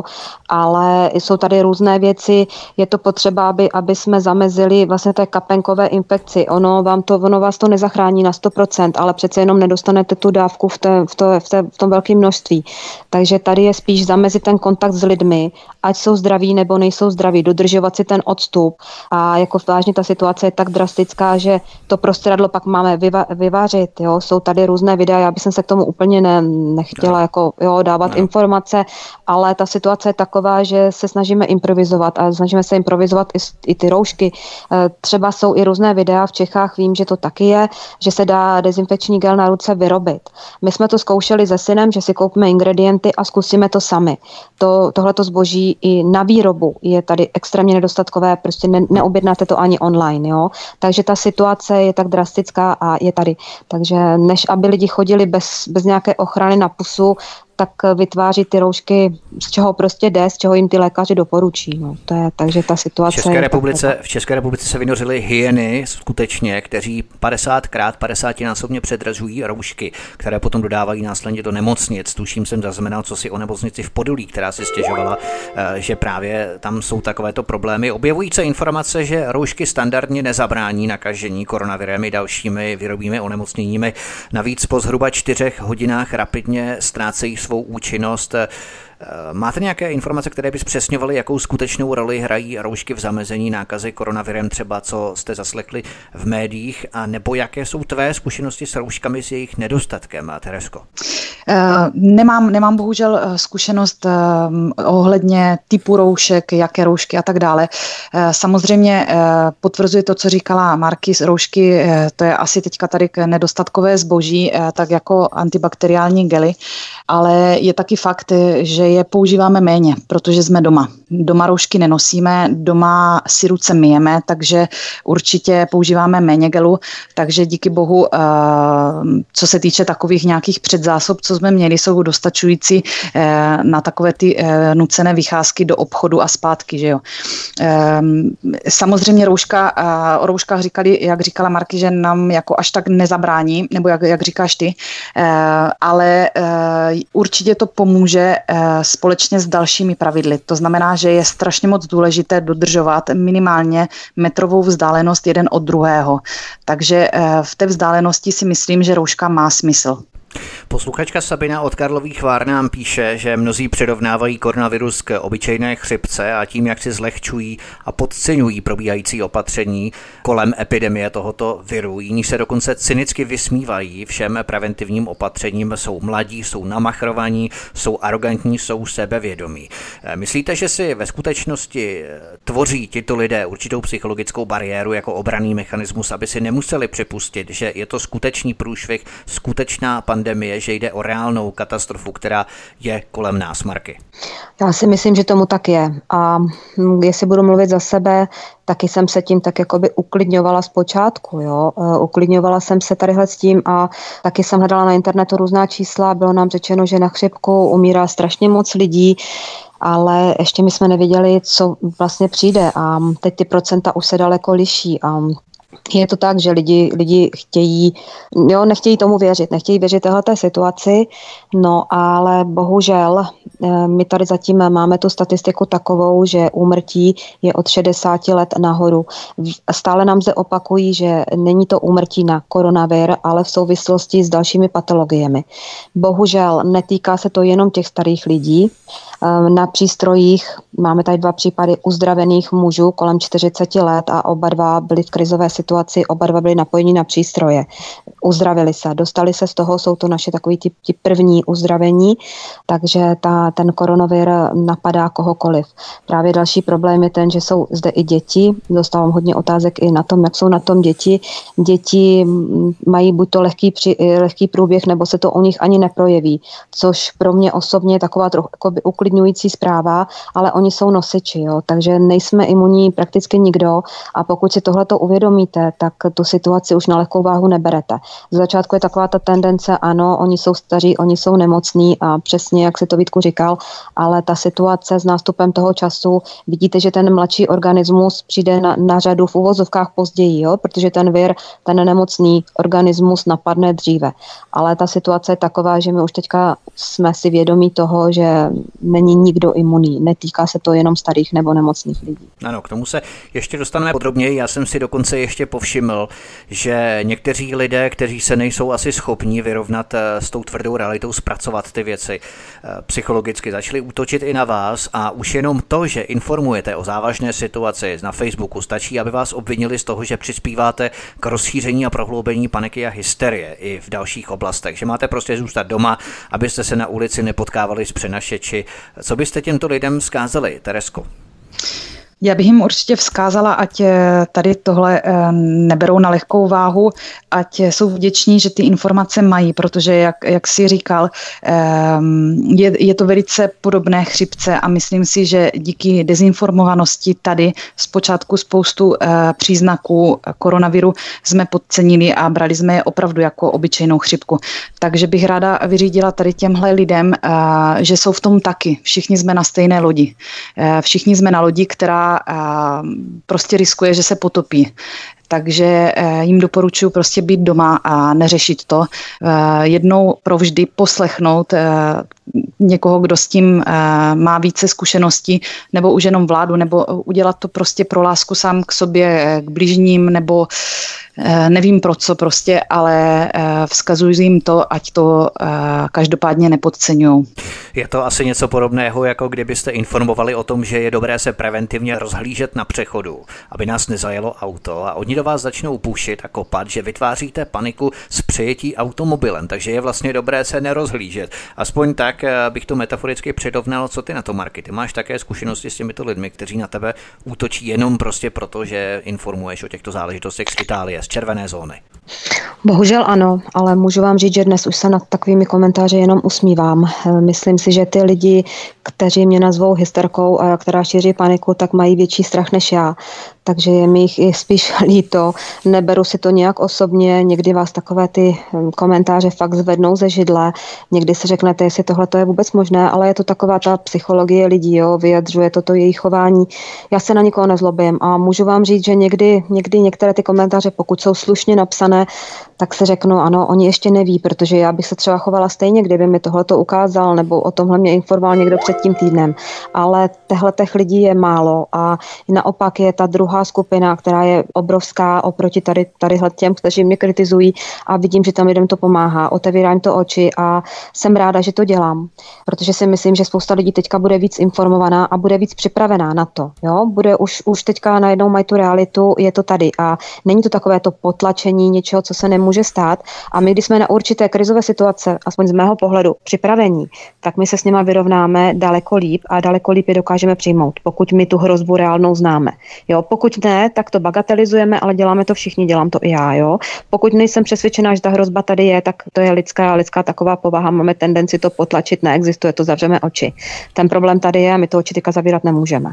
Ale jsou tady různé věci, je to potřeba, aby, aby jsme zamezili vlastně té kapenkové infekci. Ono, vám to, ono vás to nezachrání na sto procent, ale přece jenom nedostanete tu dávku v, té, v, té, v, té, v tom velkém množství. Takže tady je spíš zamezit ten kontakt s lidmi, ať jsou zdraví nebo nejsou zdraví, dodržovat si ten odstup. A jako vážně ta situace je tak drastická, že to prostěradlo pak máme vyva, vyvařit. Jo? Jsou tady různé videa, já bych se k tomu úplně ne, nechtěla jako, jo, dávat no. informace, ale ta situace je taková, že se snažíme improvizovat a snažíme se improvizovat i, i ty roušky. Třeba jsou i různé videa v Čechách, vím, že to taky je, že se dá dezinfekční gel na ruce vyrobit. My jsme to zkoušeli se synem, že si koupíme ingredienty a zkusíme to sami. To, tohleto zboží i na výrobu je tady extrémně nedostatkové, prostě ne, neobjednáte to ani online, jo. Takže ta situace je tak drastická a je tady. Takže než aby lidi chodili bez, bez nějaké ochrany na pusu, tak vytváří ty roušky, z čeho prostě jde, z čeho jim ty lékaři doporučí. No. To je, takže ta situace v České, je republice, v České republice se vynořily hyeny skutečně, kteří padesátkrát, padesátinásobně předražují roušky, které potom dodávají následně do nemocnic. Tuším jsem zaznamenal, co si o nemocnici v Podolí, která si stěžovala, že právě tam jsou takovéto problémy. Objevují se informace, že roušky standardně nezabrání nakažení koronavirem i dalšími výrobními onemocněními. Navíc po zhruba čtyřech hodinách rapidně ztrácejí svou účinnost. Máte nějaké informace, které by zpřesňovaly, jakou skutečnou roli hrají roušky v zamezení nákazy koronavirem, třeba co jste zaslechli v médiích, a nebo jaké jsou tvé zkušenosti s rouškami, s jejich nedostatkem, Teresko? Nemám, nemám bohužel zkušenost ohledně typu roušek, jaké roušky a tak dále. Samozřejmě potvrzuje to, co říkala Marky, roušky, to je asi teďka tady nedostatkové zboží, tak jako antibakteriální gely, ale je taky fakt, že je používáme méně, protože jsme doma. Doma roušky nenosíme, doma si ruce myjeme, takže určitě používáme méně gelu, takže díky bohu, co se týče takových nějakých předzásob, co jsme měli, jsou dostačující na takové ty nucené vycházky do obchodu a zpátky, že jo. Samozřejmě rouška, o rouškách říkali, jak říkala Marky, že nám jako až tak nezabrání, nebo jak, jak říkáš ty, ale určitě to pomůže společně s dalšími pravidly. To znamená, že je strašně moc důležité dodržovat minimálně metrovou vzdálenost jeden od druhého. Takže v té vzdálenosti si myslím, že rouška má smysl. Posluchačka Sabina od Karlových Vár nám píše, že mnozí přirovnávají koronavirus k obyčejné chřipce a tím, jak si zlehčují a podceňují probíhající opatření kolem epidemie tohoto viru. Jiní se dokonce cynicky vysmívají všem preventivním opatřením, jsou mladí, jsou namachrovaní, jsou arrogantní, jsou sebevědomí. Myslíte, že si ve skutečnosti tvoří tito lidé určitou psychologickou bariéru jako obranný mechanismus, aby si nemuseli připustit, že je to skutečný průšvih, skutečná pandemie, je, že jde o reálnou katastrofu, která je kolem nás, Marky? Já si myslím, že tomu tak je. A jestli budu mluvit za sebe, taky jsem se tím tak jakoby uklidňovala zpočátku. Jo? Uklidňovala jsem se tadyhle s tím a taky jsem hledala na internetu různá čísla. Bylo nám řečeno, že na chřipku umírá strašně moc lidí, ale ještě my jsme nevěděli, co vlastně přijde a teď ty procenta už se daleko liší a je to tak, že lidi, lidi chtějí, jo, nechtějí tomu věřit, nechtějí věřit téhleté situaci, no ale bohužel my tady zatím máme tu statistiku takovou, že úmrtí je od šedesáti let nahoru. Stále nám zde opakují, že není to úmrtí na koronavir, ale v souvislosti s dalšími patologiemi. Bohužel netýká se to jenom těch starých lidí. Na přístrojích máme tady dva případy uzdravených mužů kolem čtyřiceti let a oba dva byli v krizové situaci, oba dva byli napojeni na přístroje. Uzdravili se, dostali se z toho, jsou to naše takový ti, ti první uzdravení, takže ta, ten koronavir napadá kohokoliv. Právě další problém je ten, že jsou zde i děti, dostávám hodně otázek i na tom, jak jsou na tom děti. Děti mají buď to lehký, při, lehký průběh, nebo se to u nich ani neprojeví, což pro mě osobně je taková trochu uklidňující zpráva, ale oni jsou nosiči, jo, takže nejsme imunní prakticky nikdo a pokud si tohleto uvědomíte, tak tu situaci už na lehkou váhu neberete. Z začátku je taková ta tendence, ano, oni jsou staří, oni jsou nemocní a přesně, jak se to Vítku říkal, ale ta situace s nástupem toho času, vidíte, že ten mladší organismus přijde na, na řadu v uvozovkách později, jo, protože ten vir, ten nemocný organismus napadne dříve. Ale ta situace je taková, že my už teďka jsme si vědomí toho, že není nikdo imunní. Netýká se to jenom starých nebo nemocných lidí. Ano, k tomu se ještě dostaneme podrobněji. Já jsem si dokonce ještě povšiml, že někteří lidé, kteří se nejsou asi schopní vyrovnat s tou tvrdou realitou, zpracovat ty věci psychologicky, začali útočit i na vás a už jenom to, že informujete o závažné situaci na Facebooku, stačí, aby vás obvinili z toho, že přispíváte k rozšíření a prohloubení paniky a hysterie i v dalších oblastech, že máte prostě zůstat doma, abyste se na ulici nepotkávali s přenašeči. Co byste těmto lidem vzkázali, Teresko? Já bych jim určitě vzkázala, ať tady tohle neberou na lehkou váhu, ať jsou vděční, že ty informace mají, protože, jak, jak jsi říkal, je, je to velice podobné chřipce a myslím si, že díky dezinformovanosti tady zpočátku spoustu příznaků koronaviru jsme podcenili a brali jsme je opravdu jako obyčejnou chřipku. Takže bych ráda vyřídila tady těmhle lidem, že jsou v tom taky. Všichni jsme na stejné lodi. Všichni jsme na lodi, která prostě riskuje, že se potopí. Takže jim doporučuji prostě být doma a neřešit to. Jednou provždy poslechnout někoho, kdo s tím má více zkušeností, nebo už jenom vládu, nebo udělat to prostě pro lásku sám k sobě, k bližním, nebo nevím pro co prostě, ale vzkazuji jim to, ať to každopádně nepodceňují. Je to asi něco podobného, jako kdybyste informovali o tom, že je dobré se preventivně rozhlížet na přechodu, aby nás nezajelo auto a oni do vás začnou půšit a kopat, že vytváříte paniku z přejetí automobilem, takže je vlastně dobré se nerozhlížet. Aspoň tak bych to metaforicky přirovnal, co ty na to, Marky. Ty máš také zkušenosti s těmito lidmi, kteří na tebe útočí jenom prostě proto, že informuješ o těchto záležitostech z Itálie, z červené zóny. Bohužel ano, ale můžu vám říct, že dnes už se nad takovými komentáři jenom usmívám. Myslím si, že ty lidi, kteří mě nazvou hysterkou a která šíří paniku, tak mají větší strach než já. Takže je mi jich i spíš líto, neberu si to nějak osobně, někdy vás takové ty komentáře fakt zvednou ze židle, někdy si řeknete, jestli tohle to je vůbec možné, ale je to taková ta psychologie lidí, jo, vyjadřuje toto jejich chování. Já se na nikoho nezlobím a můžu vám říct, že někdy, někdy některé ty komentáře, pokud jsou slušně napsané, tak se řeknu, ano, oni ještě neví, protože já bych se třeba chovala stejně, kdyby mi tohleto ukázal nebo o tomhle mě informoval někdo před tím týdnem. Ale těchto lidí je málo a naopak je ta druhá skupina, která je obrovská oproti tady, tadyhle těm, kteří mě kritizují a vidím, že tam lidem to pomáhá. Otevírám to oči a jsem ráda, že to dělám, protože si myslím, že spousta lidí teďka bude víc informovaná a bude víc připravená na to. Jo? Bude už, už teďka najednou mají tu realitu, je to tady a není to takové to potlačení něčeho, co se nemůže stát a my, když jsme na určité krizové situace, aspoň z mého pohledu, připravení, tak my se s nima vyrovnáme, daleko líp a daleko líp je dokážeme přijmout, pokud my tu hrozbu reálnou známe. Jo, pokud ne, tak to bagatelizujeme, ale děláme to všichni, dělám to i já. Jo. Pokud nejsem přesvědčená, že ta hrozba tady je, tak to je lidská, lidská taková povaha, máme tendenci to potlačit, neexistuje to, zavřeme oči. Ten problém tady je a my to oči teďka zavírat nemůžeme.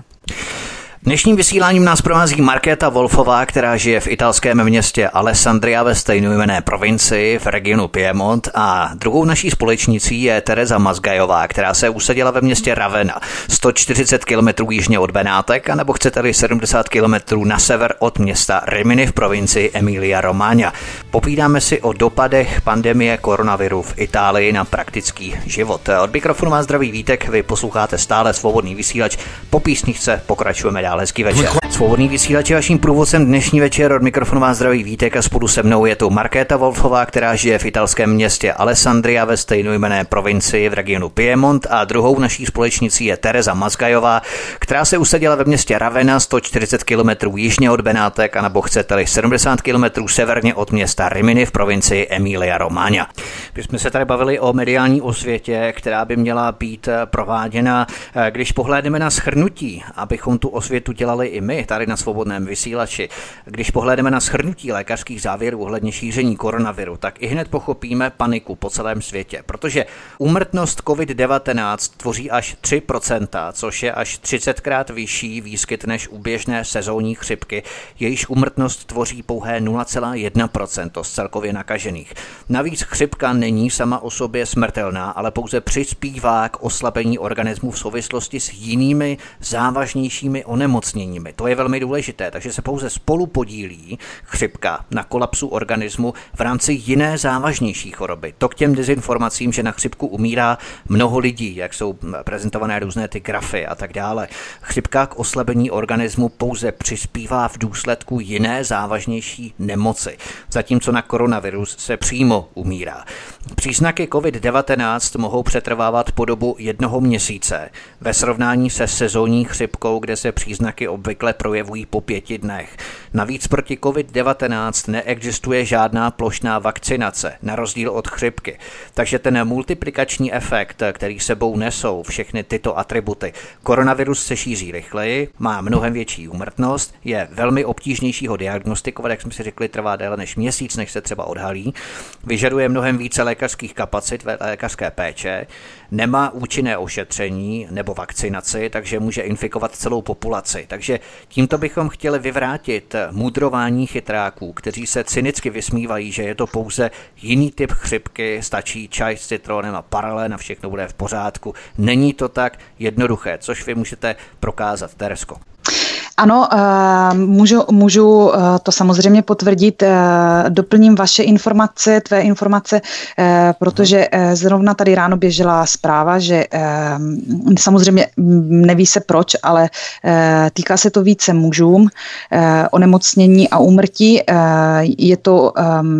Dnešním vysíláním nás provází Markéta Wolfová, která žije v italském městě Alessandria ve stejnojmenné provincii v regionu Piemont, a druhou naší společnicí je Tereza Mazgajová, která se usadila ve městě Ravenna, sto čtyřicet kilometrů jižně od Benátek, anebo chcete-li sedmdesát kilometrů na sever od města Rimini v provincii Emilia Romagna. Povídáme si o dopadech pandemie koronaviru v Itálii na praktický život. Od mikrofonu vás zdraví Vítek, vy posloucháte stále Svobodný vysílač, po písničce pokračujeme dál. Hezký večer. Svobodný vysílač je vaším průvodcem dnešní večer, od mikrofonu vás zdraví Vítek a spolu se mnou je tu Markéta Wolfová, která žije v italském městě Alessandria ve stejnojmenné provincii v regionu Piemont, a druhou naší společnicí je Tereza Mazgajová, která se usadila ve městě Ravenna, sto čtyřicet kilometrů jižně od Benátek, anebo chcete-li sedmdesát kilometrů severně od města Rimini v provincii Emilia Romagna. My jsme se tady bavili o mediální osvětě, která by měla být prováděna. Když pohlédneme na shrnutí, abychom tu osvětu dělali i my tady na Svobodném vysílači, když pohlédneme na shrnutí lékařských závěrů ohledně šíření koronaviru, tak i hned pochopíme paniku po celém světě, protože úmrtnost covid devatenáct tvoří až tři procenta, což je až třicetkrát vyšší výskyt než u běžné sezónní chřipky, jejíž úmrtnost tvoří pouhé nula celá jedna procenta z celkově nakažených. Navíc chřipka není sama o sobě smrtelná, ale pouze přispívá k oslabení organismu v souvislosti s jinými závažnějšími onemocněními. To je velmi důležité, takže se pouze spolu podílí chřipka na kolapsu organismu v rámci jiné závažnější choroby. To k těm dezinformacím, že na chřipku umírá mnoho lidí, jak jsou prezentované různé ty grafy a tak dále. Chřipka k oslabení organismu pouze přispívá v důsledku jiné závažnější nemoci, zatímco na koronavirus se přímo umírá. Příznaky covid devatenáct mohou přetrvávat po dobu jednoho měsíce ve srovnání se sezónní chřipkou, kde se příznaky obvykle projevují po pěti dnech. Navíc proti covid devatenáct neexistuje žádná plošná vakcinace, na rozdíl od chřipky. Takže ten multiplikační efekt, který sebou nesou všechny tyto atributy, koronavirus se šíří rychleji, má mnohem větší úmrtnost, je velmi obtížnější ho diagnostikovat, jak jsme si řekli, trvá déle než měsíc, než se třeba odhalí, vyžaduje mnohem více lékařských kapacit ve lékařské péče, nemá účinné ošetření nebo vakcinaci, takže může infikovat celou populaci. Takže tímto bychom chtěli vyvrátit mudrování chytráků, kteří se cynicky vysmívají, že je to pouze jiný typ chřipky, stačí čaj s citronem a paralen a všechno bude v pořádku. Není to tak jednoduché, což vy můžete prokázat, Teresko. Ano, můžu, můžu to samozřejmě potvrdit. Doplním vaše informace, tvé informace, protože zrovna tady ráno běžela zpráva, že samozřejmě neví se proč, ale týká se to více mužům, onemocnění a úmrtí. Je to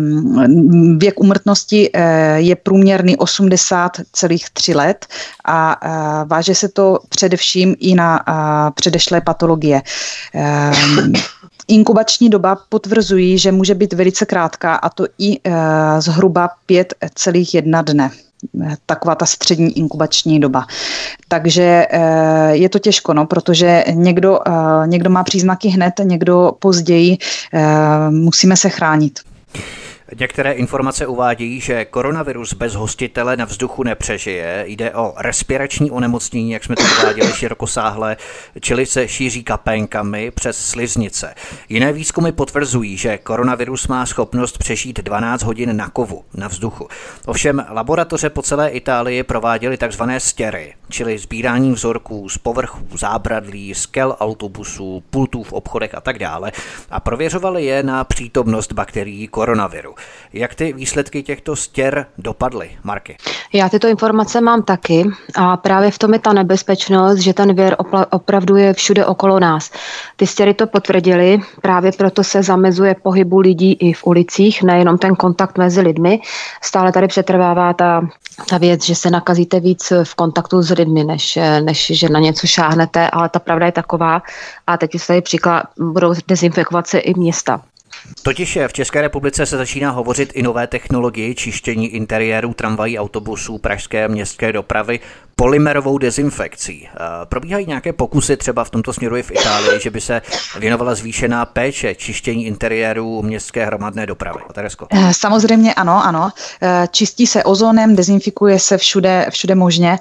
věk úmrtnosti je průměrný osmdesát celá tři let a váže se to především i na předešlé patologie. Um, inkubační doba potvrzují, že může být velice krátká, a to i uh, zhruba pět celá jedna dne. Taková ta střední inkubační doba. Takže uh, je to těžko, no, protože někdo, uh, někdo má příznaky hned, někdo později. Uh, musíme se chránit. Některé informace uvádějí, že koronavirus bez hostitele na vzduchu nepřežije. Jde o respirační onemocnění, jak jsme to uváděli širokosáhle, čili se šíří kapénkami přes sliznice. Jiné výzkumy potvrzují, že koronavirus má schopnost přežít dvanáct hodin na kovu, na vzduchu. Ovšem laboratoře po celé Itálii prováděly takzvané stěry, čili sbírání vzorků z povrchů zábradlí, skel autobusů, pultů v obchodech a tak dále, a prověřovali je na přítomnost bakterií koronaviru. Jak ty výsledky těchto stěr dopadly, Marky? Já tyto informace mám taky a právě v tom je ta nebezpečnost, že ten vir opla- opravdu je všude okolo nás. Ty stěry to potvrdily, právě proto se zamezuje pohybu lidí i v ulicích, nejenom ten kontakt mezi lidmi. Stále tady přetrvává ta, ta věc, že se nakazíte víc v kontaktu s lidmi, než, než že na něco šáhnete, ale ta pravda je taková. A teď se tady příklad, budou dezinfikovat se i města. Totiž v České republice se začíná hovořit i nové technologii čištění interiérů tramvají, autobusů, pražské městské dopravy polymerovou dezinfekcí. Probíhají nějaké pokusy třeba v tomto směru i v Itálii, že by se věnovala zvýšená péče čištění interiérů městské hromadné dopravy? Teresko. Samozřejmě ano, ano. Čistí se ozonem, dezinfikuje se všude, všude možně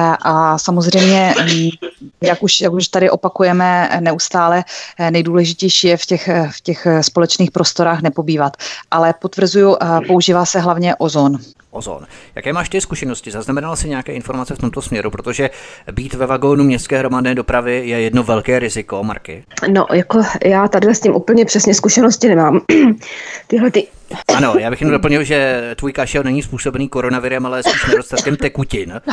a samozřejmě, jak už, jak už tady opakujeme neustále, nejdůležitější je v těch, v těch společných prostorách nepobývat. Ale potvrzuju, používá se hlavně ozon. Ozon. Jaké máš ty zkušenosti? Zaznamenal jsi nějaké informace v tomto směru? Protože být ve vagónu městské hromadné dopravy je jedno velké riziko, Marky. No, jako já tady s tím úplně přesně zkušenosti nemám. Tyhle ty... Ano, já bych jen doplnil, že tvůj kašel není způsobený koronavirem, ale spíš nedostatkem tekutin.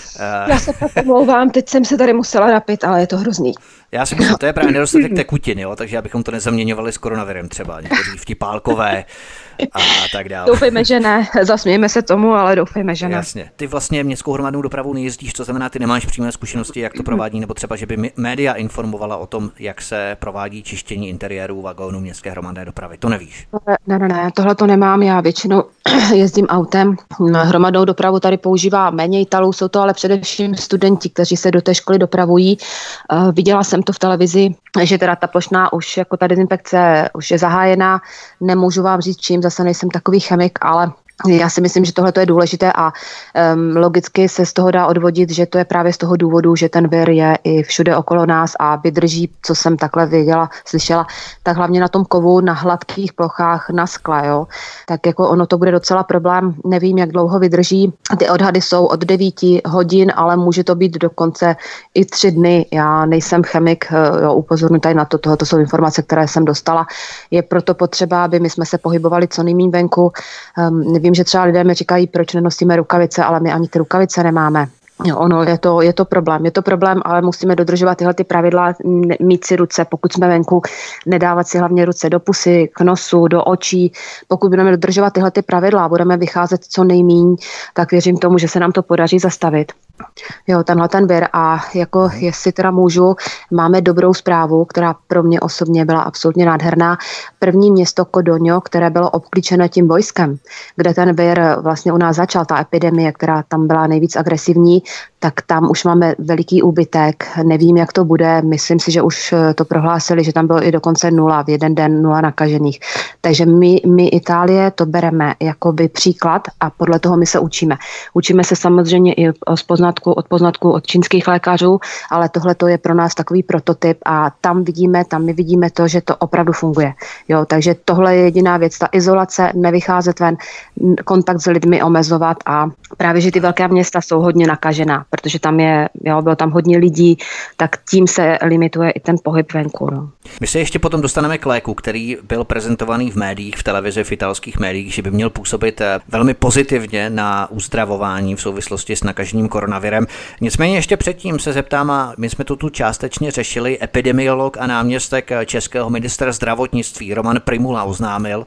Já se tak omlouvám, teď jsem se tady musela napít, ale je to hrozný. Já si myslím, to je právě nedostatek tekutin, jo? Takže abychom to nezaměňovali s koronavirem třeba, někteří vtipálkové a tak dále. Doufejme, že ne, zasmějeme se tomu, ale doufejme, že ne. Jasně. Ty vlastně městskou hromadnou dopravou nejezdíš, to znamená, ty nemáš přímé zkušenosti, jak to provádí, nebo třeba, že by média informovala o tom, jak se provádí čištění interiérů vagónů městské hromadné dopravy. To nevíš? Ne, ne, ne, tohle to nemám, já většinou jezdím autem. Hromadnou dopravu tady používá méně Italů, jsou to ale především studenti, kteří se do té školy dopravují. Viděla jsem to v televizi, že teda ta plošná už jako ta dezinfekce už je zahájená. Nemůžu vám říct čím, zase nejsem takový chemik, ale já si myslím, že tohle je důležité a um, logicky se z toho dá odvodit, že to je právě z toho důvodu, že ten vir je i všude okolo nás a vydrží, co jsem takhle věděla, slyšela, tak hlavně na tom kovu, na hladkých plochách, na skle, jo. Tak jako ono to bude docela problém, nevím, jak dlouho vydrží. Ty odhady jsou od devíti hodin, ale může to být dokonce i tři dny. Já nejsem chemik, jo, upozorňuji tady na to, tohoto jsou informace, které jsem dostala. Je proto potřeba, aby my jsme se pohybovali co nejméně venku. Um, nevím, že třeba lidé mi říkají, proč nenosíme rukavice, ale my ani ty rukavice nemáme. Jo, ono, je to, je to problém, je to problém, ale musíme dodržovat tyhle ty pravidla, mít si ruce, pokud jsme venku, nedávat si hlavně ruce do pusy, k nosu, do očí. Pokud budeme dodržovat tyhle ty pravidla, budeme vycházet co nejmíň, tak věřím tomu, že se nám to podaří zastavit. Jo, tenhle ten vir a jako jestli teda můžu, máme dobrou zprávu, která pro mě osobně byla absolutně nádherná. První město Codogno, které bylo obklíčeno tím vojskem, kde ten vir vlastně u nás začal, ta epidemie, která tam byla nejvíc agresivní, tak tam už máme veliký úbytek. Nevím, jak to bude, myslím si, že už to prohlásili, že tam bylo i dokonce nula, v jeden den nula nakažených. Takže my, my Itálie to bereme jakoby příklad a podle toho my se učíme. Učíme se samozřejmě i z poznatku, od poznatku od čínských lékařů, ale tohle to je pro nás takový prototyp a tam vidíme, tam my vidíme to, že to opravdu funguje. Jo, takže tohle je jediná věc, ta izolace, nevycházet ven, kontakt s lidmi omezovat a právě, že ty velké města jsou hodně nakažená, protože tam je, jo, bylo tam hodně lidí, tak tím se limituje i ten pohyb venku. No. My se ještě potom dostaneme k léku, který byl prezentovaný v médiích, v televizi, v italských médiích, že by měl působit velmi pozitivně na uzdravování v souvislosti s nakažením koronavirem. Nicméně ještě předtím se zeptám, a my jsme to tu částečně řešili, epidemiolog a náměstek českého ministra zdravotnictví Roman Prymula oznámil,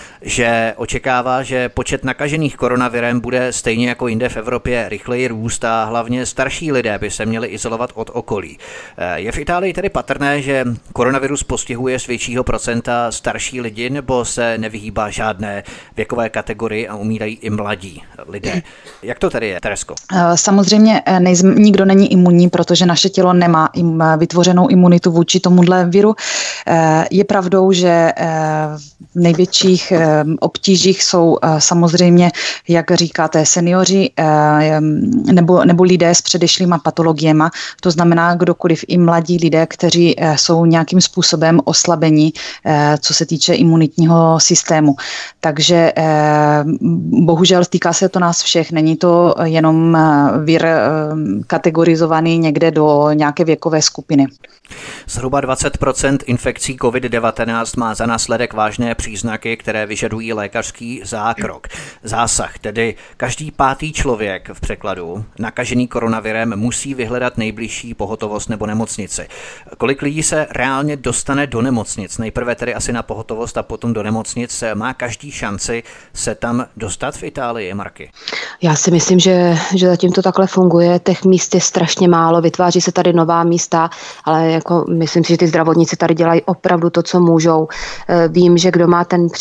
že očekává, že počet nakažených koronavirem bude stejně jako jinde v Evropě rychleji růst a hlavně starší lidé by se měli izolovat od okolí. Je v Itálii tedy patrné, že koronavirus postihuje z většího procenta starší lidi, nebo se nevyhýbá žádné věkové kategorii a umírají i mladí lidé? Jak to tedy je, Teresko? Samozřejmě nejsme, nikdo není imunní, protože naše tělo nemá im, vytvořenou imunitu vůči tomuhle viru. Je pravdou, že v největších obtížích jsou samozřejmě, jak říkáte, seniori nebo, nebo lidé s předešlýma patologiema. To znamená kdokoliv, i mladí lidé, kteří jsou nějakým způsobem oslabení, co se týče imunitního systému. Takže bohužel týká se to nás všech. Není to jenom vir kategorizovaný někde do nějaké věkové skupiny. Zhruba dvacet procent infekcí covid devatenáct má za následek vážné příznaky, které vyžadují lékařský zákrok. Zásah, tedy každý pátý člověk v překladu nakažený koronavirem musí vyhledat nejbližší pohotovost nebo nemocnici. Kolik lidí se reálně dostane do nemocnic? Nejprve tedy asi na pohotovost a potom do nemocnic. Má každý šanci se tam dostat v Itálii, Marky? Já si myslím, že, že zatím to takhle funguje. Těch míst je strašně málo, vytváří se tady nová místa, ale jako myslím si, že ty zdravotníci tady dělají opravdu to, co můžou. Vím, že kdo má ten příznak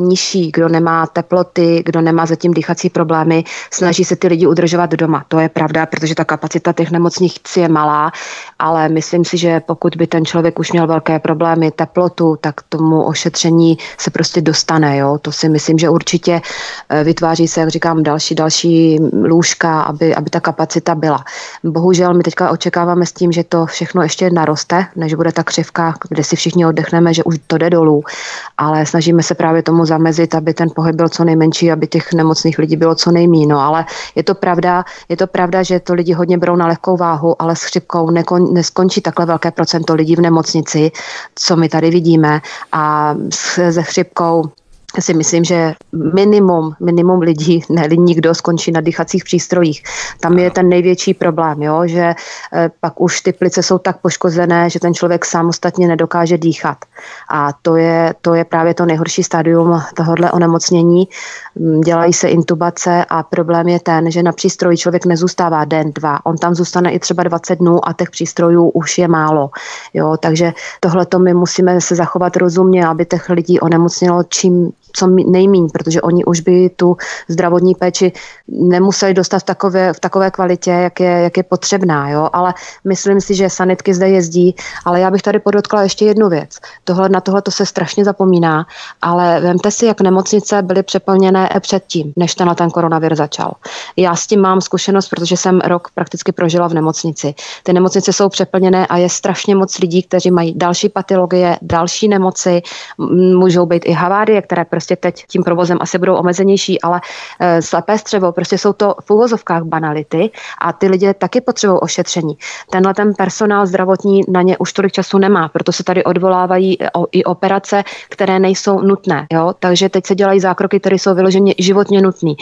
nižší, kdo nemá teploty, kdo nemá zatím dýchací problémy, snaží se ty lidi udržovat doma. To je pravda, protože ta kapacita těch nemocnic je malá, ale myslím si, že pokud by ten člověk už měl velké problémy, teplotu, tak tomu ošetření se prostě dostane. Jo? To si myslím, že určitě vytváří se, jak říkám, další, další lůžka, aby, aby ta kapacita byla. Bohužel my teďka očekáváme s tím, že to všechno ještě naroste, než bude ta křivka, kde si všichni oddechneme, že už to jde dolů, ale snažíme se právě tomu zamezit, aby ten pohyb byl co nejmenší, aby těch nemocných lidí bylo co nejméně. No, ale je to pravda, je to pravda, že to lidi hodně berou na lehkou váhu, ale s chřipkou nekon, neskončí takhle velké procento lidí v nemocnici, co my tady vidíme, a se chřipkou si myslím, že minimum, minimum lidí, ne nikdo, skončí na dýchacích přístrojích. Tam je ten největší problém, jo, že e, pak už ty plice jsou tak poškozené, že ten člověk samostatně nedokáže dýchat. A to je, to je právě to nejhorší stádium tohohle onemocnění. Dělají se intubace a problém je ten, že na přístroji člověk nezůstává den, dva. On tam zůstane i třeba dvacet dnů a těch přístrojů už je málo. Jo, takže tohleto my musíme se zachovat rozumně, aby těch lidí onemocnilo čím co nejmíň, protože oni už by tu zdravotní péči nemuseli dostat v takové, v takové kvalitě, jak je, jak je potřebná. Jo? Ale myslím si, že sanitky zde jezdí, ale já bych tady podotkla ještě jednu věc. Tohle, na tohle to se strašně zapomíná, ale vemte si, jak nemocnice byly přeplněné předtím, než tenhle ten koronavir začal. Já s tím mám zkušenost, protože jsem rok prakticky prožila v nemocnici. Ty nemocnice jsou přeplněné a je strašně moc lidí, kteří mají další patologie, další nemoci, můžou být i havárie, které prostě teď tím provozem asi budou omezenější, ale e, slepé střevo, prostě jsou to v uvozovkách banality a ty lidi taky potřebují ošetření. Tenhle ten personál zdravotní na ně už tolik času nemá, proto se tady odvolávají o, i operace, které nejsou nutné. Jo? Takže teď se dělají zákroky, které jsou vyloženě životně nutné. E,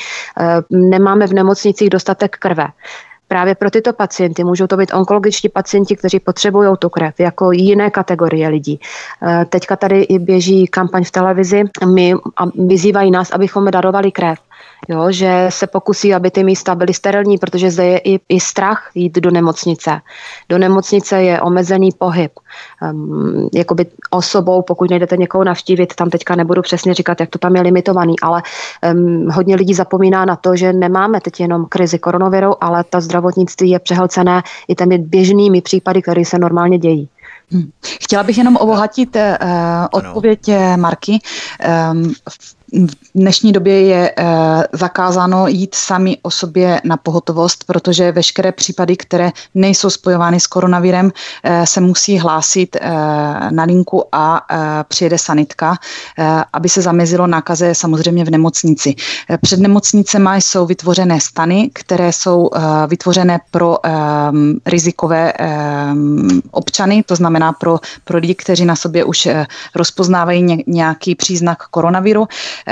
nemáme v nemocnicích dostatek krve. Právě pro tyto pacienty můžou to být onkologičtí pacienti, kteří potřebují tu krev, jako jiné kategorie lidí. Teďka tady i běží kampaň v televizi, my a vyzývají nás, abychom darovali krev. Jo, že se pokusí, aby ty místa byly sterilní, protože zde je i, i strach jít do nemocnice. Do nemocnice je omezený pohyb. Um, jakoby osobou, pokud nejdete někoho navštívit, tam teďka nebudu přesně říkat, jak to tam je limitovaný, ale um, hodně lidí zapomíná na to, že nemáme teď jenom krizi koronaviru, ale ta zdravotnictví je přehlcené i těmi běžnými případy, které se normálně dějí. Hmm. Chtěla bych jenom obohatit uh, odpověď Marky. Um, V dnešní době je e, zakázáno jít sami o sobě na pohotovost, protože veškeré případy, které nejsou spojovány s koronavirem, e, se musí hlásit e, na linku a e, přijede sanitka, e, aby se zamezilo nákaze samozřejmě v nemocnici. E, před nemocnicemi jsou vytvořené stany, které jsou e, vytvořené pro e, rizikové e, občany, to znamená pro, pro lidi, kteří na sobě už e, rozpoznávají ně, nějaký příznak koronaviru.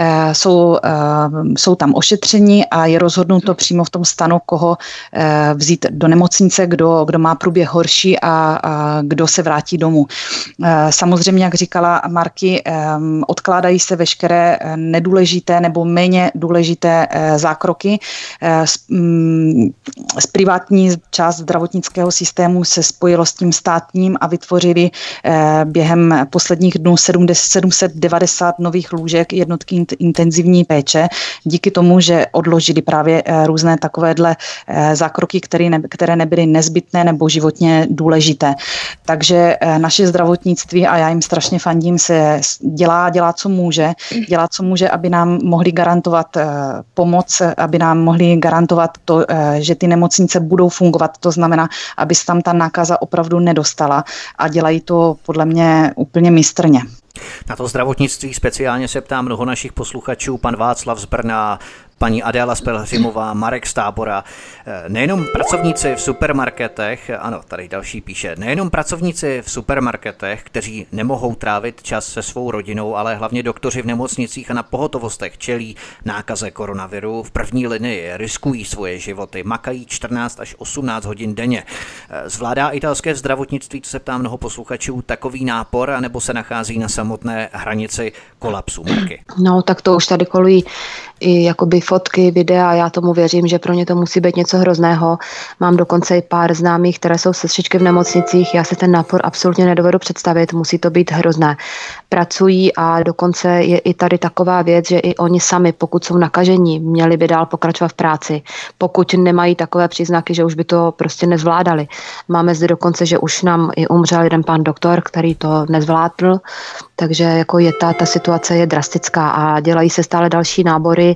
Jsou, jsou tam ošetření a je rozhodnuto přímo v tom stanu, koho vzít do nemocnice, kdo, kdo má průběh horší a, a kdo se vrátí domů. Samozřejmě, jak říkala Marky, odkládají se veškeré nedůležité nebo méně důležité zákroky. Z privátní část zdravotnického systému se spojilo s tím státním a vytvořili během posledních dnů sedm set devadesát nových lůžek jednotky intenzivní péče, díky tomu, že odložili právě různé takovéhle zákroky, které, ne, které nebyly nezbytné nebo životně důležité. Takže naše zdravotnictví, a já jim strašně fandím, se dělá, dělá, co může, dělá, co může, aby nám mohli garantovat pomoc, aby nám mohli garantovat to, že ty nemocnice budou fungovat, to znamená, aby se tam ta nákaza opravdu nedostala, a dělají to podle mě úplně mistrně. Na to zdravotnictví speciálně se ptá mnoho našich posluchačů, pan Václav z Brna, paní Adéla z Pelhřimova, Marek z Tábora. Nejenom pracovníci v supermarketech, ano, tady další píše, nejenom pracovníci v supermarketech, kteří nemohou trávit čas se svou rodinou, ale hlavně doktoři v nemocnicích a na pohotovostech čelí nákaze koronaviru. V první linii riskují svoje životy, makají čtrnáct až osmnáct hodin denně. Zvládá italské zdravotnictví, co se ptá mnoho posluchačů, takový nápor, anebo se nachází na samotné hranici kolapsu? Marky? No, tak to už tady kolují i jakoby fotky, videa, já tomu věřím, že pro ně to musí být něco hrozného. Mám dokonce i pár známých, které jsou sestřičky v nemocnicích, já si ten nápor absolutně nedovedu představit, musí to být hrozné. Pracují a dokonce je i tady taková věc, že i oni sami, pokud jsou nakažení, měli by dál pokračovat v práci, pokud nemají takové příznaky, že už by to prostě nezvládali. Máme zde dokonce, že už nám i umřel jeden pán doktor, který to nezvládl, takže jako je ta, ta situace je drastická a dělají se stále další nábory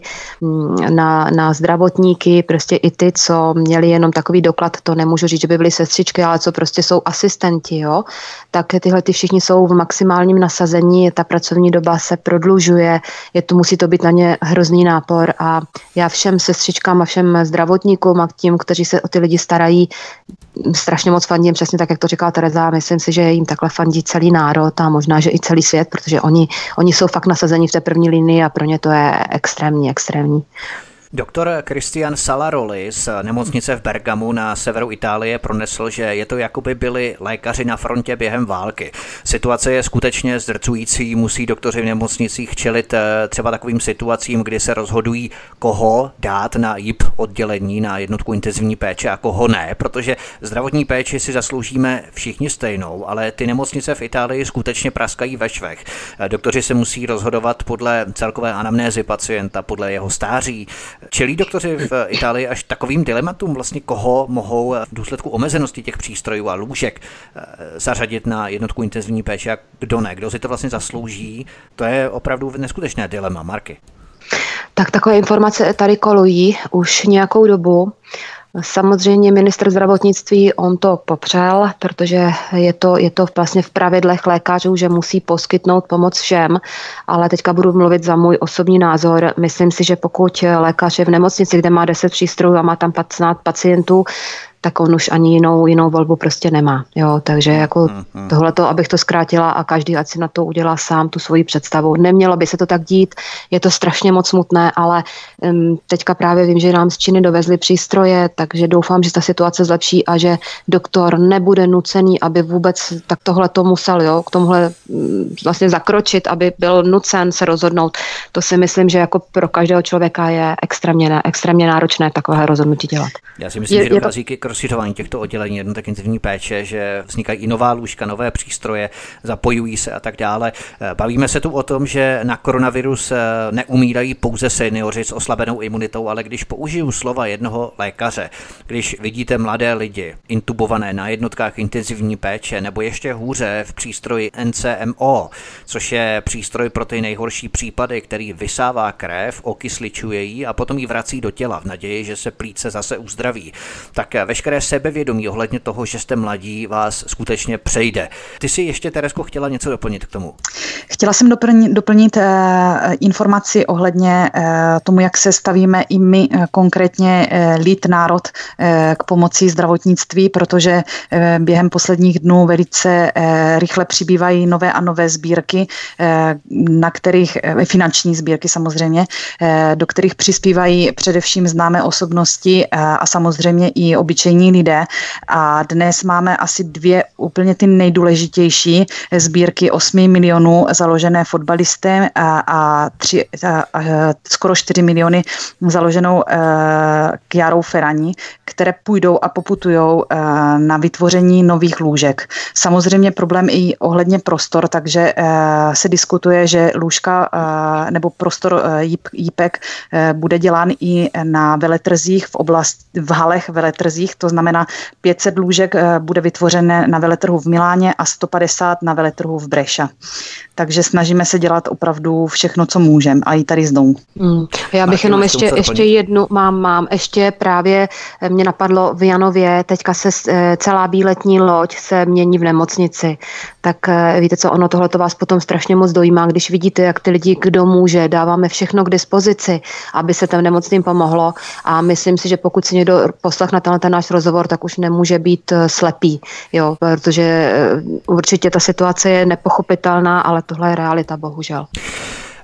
na, na zdravotníky, prostě i ty, co měli jenom takový doklad, to nemůžu říct, že by byly sestřičky, ale co prostě jsou asistenti, jo, tak tyhle ty všichni jsou v maximálním nasazení, ta pracovní doba se prodlužuje, je to, musí to být na ně hrozný nápor a já všem sestřičkám a všem zdravotníkům a tím, kteří se o ty lidi starají, strašně moc fandím, přesně tak, jak to říkala Tereza, myslím si, že jim takhle fandí celý národ a možná, že i celý svět, protože oni, oni jsou fakt nasazení v té první linii a pro ně to je extrémní, extrémní. Doktor Christian Salaroli z nemocnice v Bergamu na severu Itálie pronesl, že je to, jako by byli lékaři na frontě během války. Situace je skutečně zdrcující, musí doktoři v nemocnicích čelit třeba takovým situacím, kdy se rozhodují, koho dát na J I P oddělení, na jednotku intenzivní péče a koho ne, protože zdravotní péči si zasloužíme všichni stejnou, ale ty nemocnice v Itálii skutečně praskají ve švech. Doktoři se musí rozhodovat podle celkové anamnézy pacienta, podle jeho stáří. Čelí doktoři v Itálii až takovým dilematům, vlastně koho mohou v důsledku omezenosti těch přístrojů a lůžek zařadit na jednotku intenzivní péče a kdo ne, kdo si to vlastně zaslouží. To je opravdu neskutečné dilema, Marky. Tak takové informace tady kolují už nějakou dobu. Samozřejmě ministr zdravotnictví, on to popřel, protože je to, je to vlastně v pravidlech lékařů, že musí poskytnout pomoc všem, ale teďka budu mluvit za můj osobní názor. Myslím si, že pokud lékař je v nemocnici, kde má deset přístrojů a má tam patnáct pacientů, tak on už ani jinou, jinou volbu prostě nemá. Jo, takže jako tohleto, abych to zkrátila a každý ať si na to udělá sám tu svoji představu. Nemělo by se to tak dít, je to strašně moc smutné, ale um, teďka právě vím, že nám z Číny dovezli přístroje, takže doufám, že ta situace zlepší a že doktor nebude nucený, aby vůbec tak tohleto musel, jo, k tomuhle um, vlastně zakročit, aby byl nucen se rozhodnout. To si myslím, že jako pro každého člověka je extrémně, extrémně náročné takové rozhodnutí dělat. Já si myslím, je, že dochází k rozšiřování těchto oddělení jednotek intenzivní péče, že vznikají i nová lůžka, nové přístroje, zapojují se a tak dále. Bavíme se tu o tom, že na koronavirus neumírají pouze seniori s oslabenou imunitou, ale když použiju slova jednoho lékaře, když vidíte mladé lidi intubované na jednotkách intenzivní péče nebo ještě hůře v přístroji N C M O, což je přístroj pro ty nejhorší případy, který vysává krev, okysličuje ji a potom ji vrací do těla v naději, že se plíce zase uzdraví, tak veškeré sebevědomí ohledně toho, že jste mladí, vás skutečně přejde. Ty si ještě, Terezko, chtěla něco doplnit k tomu? Chtěla jsem doplnit, doplnit uh, informaci ohledně uh, tomu, jak se stavíme i my uh, konkrétně uh, lid národ uh, k pomoci zdravotnictví, protože uh, během posledních dnů velice uh, rychle přibývají nové a nové sbírky, uh, na kterých, uh, finanční sbírky samozřejmě, uh, do kterých přispívají především známé osobnosti uh, a samozřejmě i obyčejní lidé. A dnes máme asi dvě úplně ty nejdůležitější sbírky osmi milionů založené fotbalistem a, a, tři, a, a skoro čtyři miliony založenou e, Chiarou Ferragni, které půjdou a poputujou e, na vytvoření nových lůžek. Samozřejmě problém i ohledně prostor, takže e, se diskutuje, že lůžka e, nebo prostor e, jípek e, bude dělán i na veletrzích v oblasti, v halech veletrzích, to znamená pět set lůžek e, bude vytvořené na veletrhu v Miláně a sto padesát na veletrhu v Brescia. Takže snažíme se dělat opravdu všechno, co můžeme, a i tady z domu. Hmm. Já bych jenom ještě, ještě jednu, mám, mám, ještě právě mě napadlo v Janově, teďka se celá výletní loď se mění v nemocnici, tak víte co, ono tohle to vás potom strašně moc dojímá, když vidíte, jak ty lidi, kdo může, dáváme všechno k dispozici, aby se tam nemocným pomohlo a myslím si, že pokud si někdo poslechne tenhle ten náš rozhovor, tak už nemůže být slepý, jo, protože určitě ta situace je nepochopitelná, ale tohle je realita, bohužel.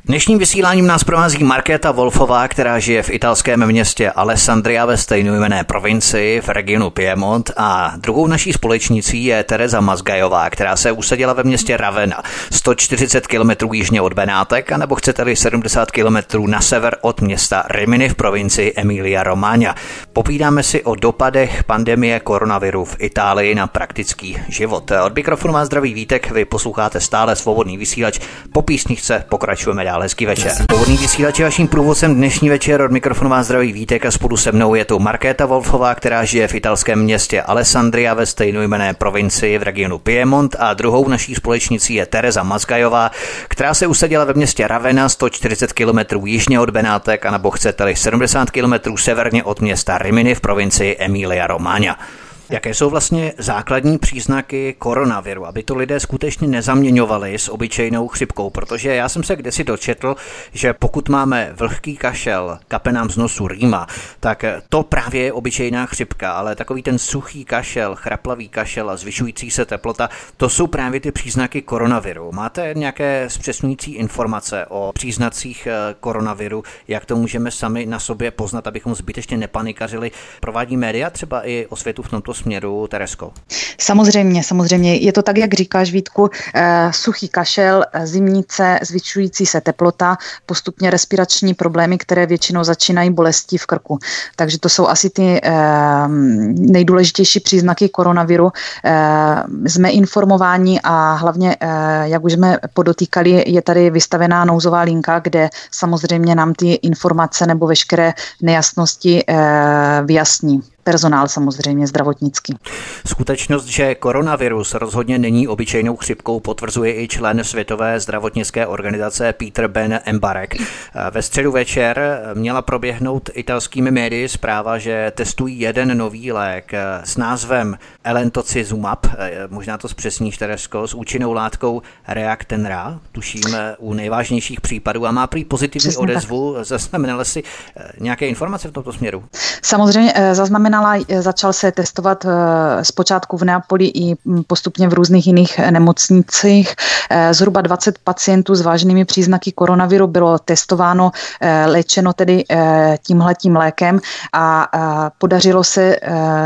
Dnešním vysíláním nás provází Markéta Wolfová, která žije v italském městě Alessandria ve stejnojmenné provincii v regionu Piemont, a druhou naší společnicí je Tereza Mazgajová, která se usadila ve městě Ravenna, sto čtyřicet kilometrů jižně od Benátek, anebo chcete-li sedmdesát kilometrů na sever od města Rimini v provincii Emilia Romagna. Povídáme si o dopadech pandemie koronaviru v Itálii na praktický život. Od mikrofonu vás zdraví Vítek, vy posloucháte stále Svobodný vysílač. Po písničce pokračujeme dál. Hezký večer. Svobodný vysílač je vaším průvodcem dnešní večer. Od mikrofonu vás zdraví Vítek a spolu se mnou je tu Markéta Wolfová, která žije v italském městě Alessandria ve stejnojmenné provincii v regionu Piemont, a druhou naší společnicí je Tereza Mazgajová, která se usadila ve městě Ravenna, sto čtyřicet kilometrů jižně od Benátek, anebo chcete-li sedmdesát kilometrů severně od města Rimini v provincii Emilia Romagna. Jaké jsou vlastně základní příznaky koronaviru, aby to lidé skutečně nezaměňovali s obyčejnou chřipkou? Protože já jsem se kdesi dočetl, že pokud máme vlhký kašel, kape nám z nosu, rýma, tak to právě je obyčejná chřipka, ale takový ten suchý kašel, chraplavý kašel a zvyšující se teplota, to jsou právě ty příznaky koronaviru. Máte nějaké zpřesňující informace o příznacích koronaviru, jak to můžeme sami na sobě poznat, abychom zbytečně nepanikařili? Provádí média třeba i osvětu v tomto směru, Terezko? Samozřejmě, samozřejmě. Je to tak, jak říkáš, Vítku, eh, suchý kašel, zimnice, zvyšující se teplota, postupně respirační problémy, které většinou začínají bolestí v krku. Takže to jsou asi ty eh, nejdůležitější příznaky koronaviru. Eh, jsme informováni a hlavně, eh, jak už jsme podotýkali, je tady vystavená nouzová linka, kde samozřejmě nám ty informace nebo veškeré nejasnosti eh, vyjasní. Personál samozřejmě zdravotnický. Skutečnost, že koronavirus rozhodně není obyčejnou chřipkou, potvrzuje i člen Světové zdravotnické organizace Peter Ben Embarek. Ve středu večer měla proběhnout italskými médii zpráva, že testují jeden nový lék s názvem Elentocizumab, možná to zpřesníš, Terezko, s účinnou látkou Reactenra, tuším u nejvážnějších případů, a má prý pozitivní Přesně odezvu. Tak. Zaznamenala si nějaké informace v tomto směru? Samozřejmě zaznamenala. Začal se testovat zpočátku v Neapoli i postupně v různých jiných nemocnicích. Zhruba dvacet pacientů s vážnými příznaky koronaviru bylo testováno, léčeno tedy tímhletím lékem a podařilo se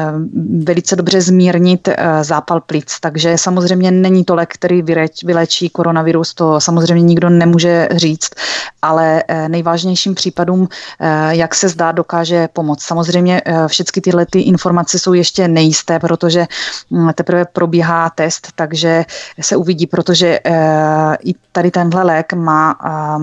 velice dobře zmírnit zápal plic. Takže samozřejmě není to lék, který vyléčí koronavirus, to samozřejmě nikdo nemůže říct, ale nejvážnějším případům, jak se zdá, dokáže pomoct. Samozřejmě všechny tyhle ty informace jsou ještě nejisté, protože teprve probíhá test, takže se uvidí, protože i tady tenhle lék má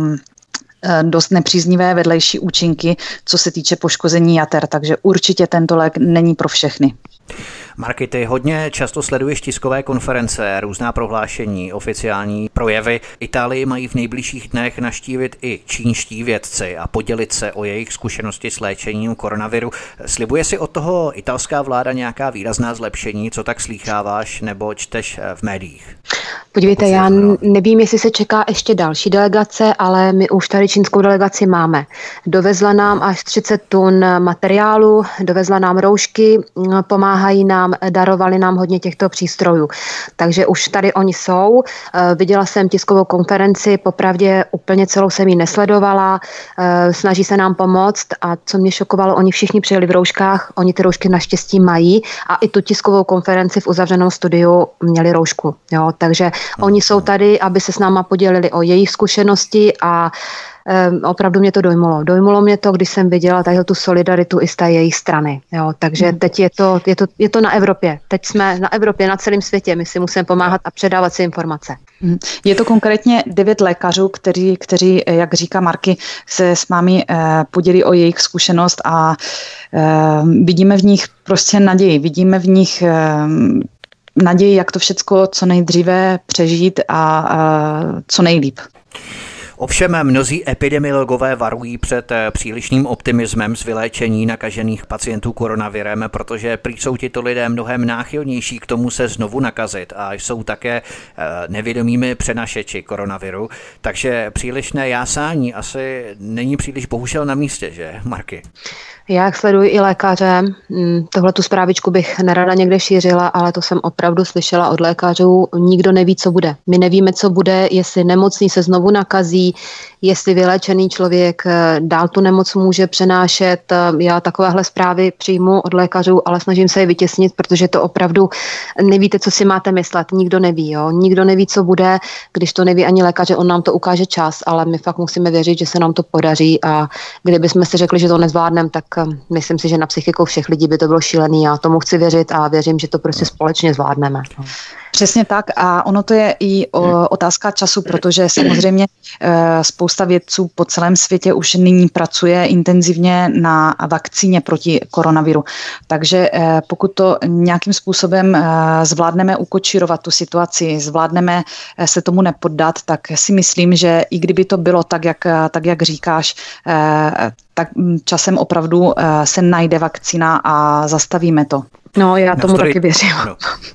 dost nepříznivé vedlejší účinky, co se týče poškození jater, takže určitě tento lék není pro všechny. Marky, ty hodně často sleduješ tiskové konference, různá prohlášení, oficiální projevy. Itálii mají v nejbližších dnech navštívit i čínští vědci a podělit se o jejich zkušenosti s léčením koronaviru. Slibuje si od toho italská vláda nějaká výrazná zlepšení, co tak slýcháváš nebo čteš v médiích? Podívejte, já nevím, jestli se čeká ještě další delegace, ale my už tady čínskou delegaci máme. Dovezla nám až třicet tun materiálu, dovezla nám roušky, pomáhají nám, darovali nám hodně těchto přístrojů. Takže už tady oni jsou. Viděla jsem tiskovou konferenci, popravdě úplně celou jsem ji nesledovala, snaží se nám pomoct, a co mě šokovalo, oni všichni přijeli v rouškách, oni ty roušky naštěstí mají, a i tu tiskovou konferenci v uzavřeném studiu měli roušku. Jo, takže oni jsou tady, aby se s náma podělili o jejich zkušenosti, a Um, opravdu mě to dojmulo. Dojmulo mě to, když jsem viděla tady tu solidaritu i z té jejich strany. Jo, takže hmm. teď je to, je, to, je to na Evropě. Teď jsme na Evropě, na celém světě. My si musíme pomáhat a předávat si informace. Hmm. Je to konkrétně devět lékařů, kteří, kteří, jak říká Marky, se s námi eh, podělí o jejich zkušenost, a eh, vidíme v nich prostě naději. Vidíme v nich eh, naději, jak to všecko co nejdříve přežít a, a co nejlíp. Ovšem mnozí epidemiologové varují před přílišným optimismem z vyléčení nakažených pacientů koronavirem, protože prý jsou tito lidé mnohem náchylnější k tomu se znovu nakazit a jsou také nevědomými přenašeči koronaviru, takže přílišné jásání asi není příliš bohužel na místě, že, Marky? Já jak sleduji i lékaře, tohle tu zprávičku bych nerada někde šířila, ale to jsem opravdu slyšela od lékařů, nikdo neví, co bude. My nevíme, co bude, jestli nemocný se znovu nakazí, neví, jestli vyléčený člověk dál tu nemoc může přenášet. Já takovéhle zprávy přijmu od lékařů, ale snažím se je vytěsnit, protože to opravdu nevíte, co si máte myslet. Nikdo neví, jo. Nikdo neví, co bude, když to neví ani lékaře, on nám to ukáže čas, ale my fakt musíme věřit, že se nám to podaří a kdybychom si řekli, že to nezvládneme, tak myslím si, že na psychiku všech lidí by to bylo šílený. Já tomu chci věřit a věřím, že to prostě společně zvládneme. Přesně tak a ono to je i o, otázka času, protože samozřejmě e, spousta vědců po celém světě už nyní pracuje intenzivně na vakcíně proti koronaviru. Takže e, pokud to nějakým způsobem e, zvládneme ukočírovat tu situaci, zvládneme e, se tomu nepoddat, tak si myslím, že i kdyby to bylo tak, jak, tak, jak říkáš, e, tak časem opravdu e, se najde vakcína a zastavíme to. No, já tomu navzdory, taky věřím. Ano.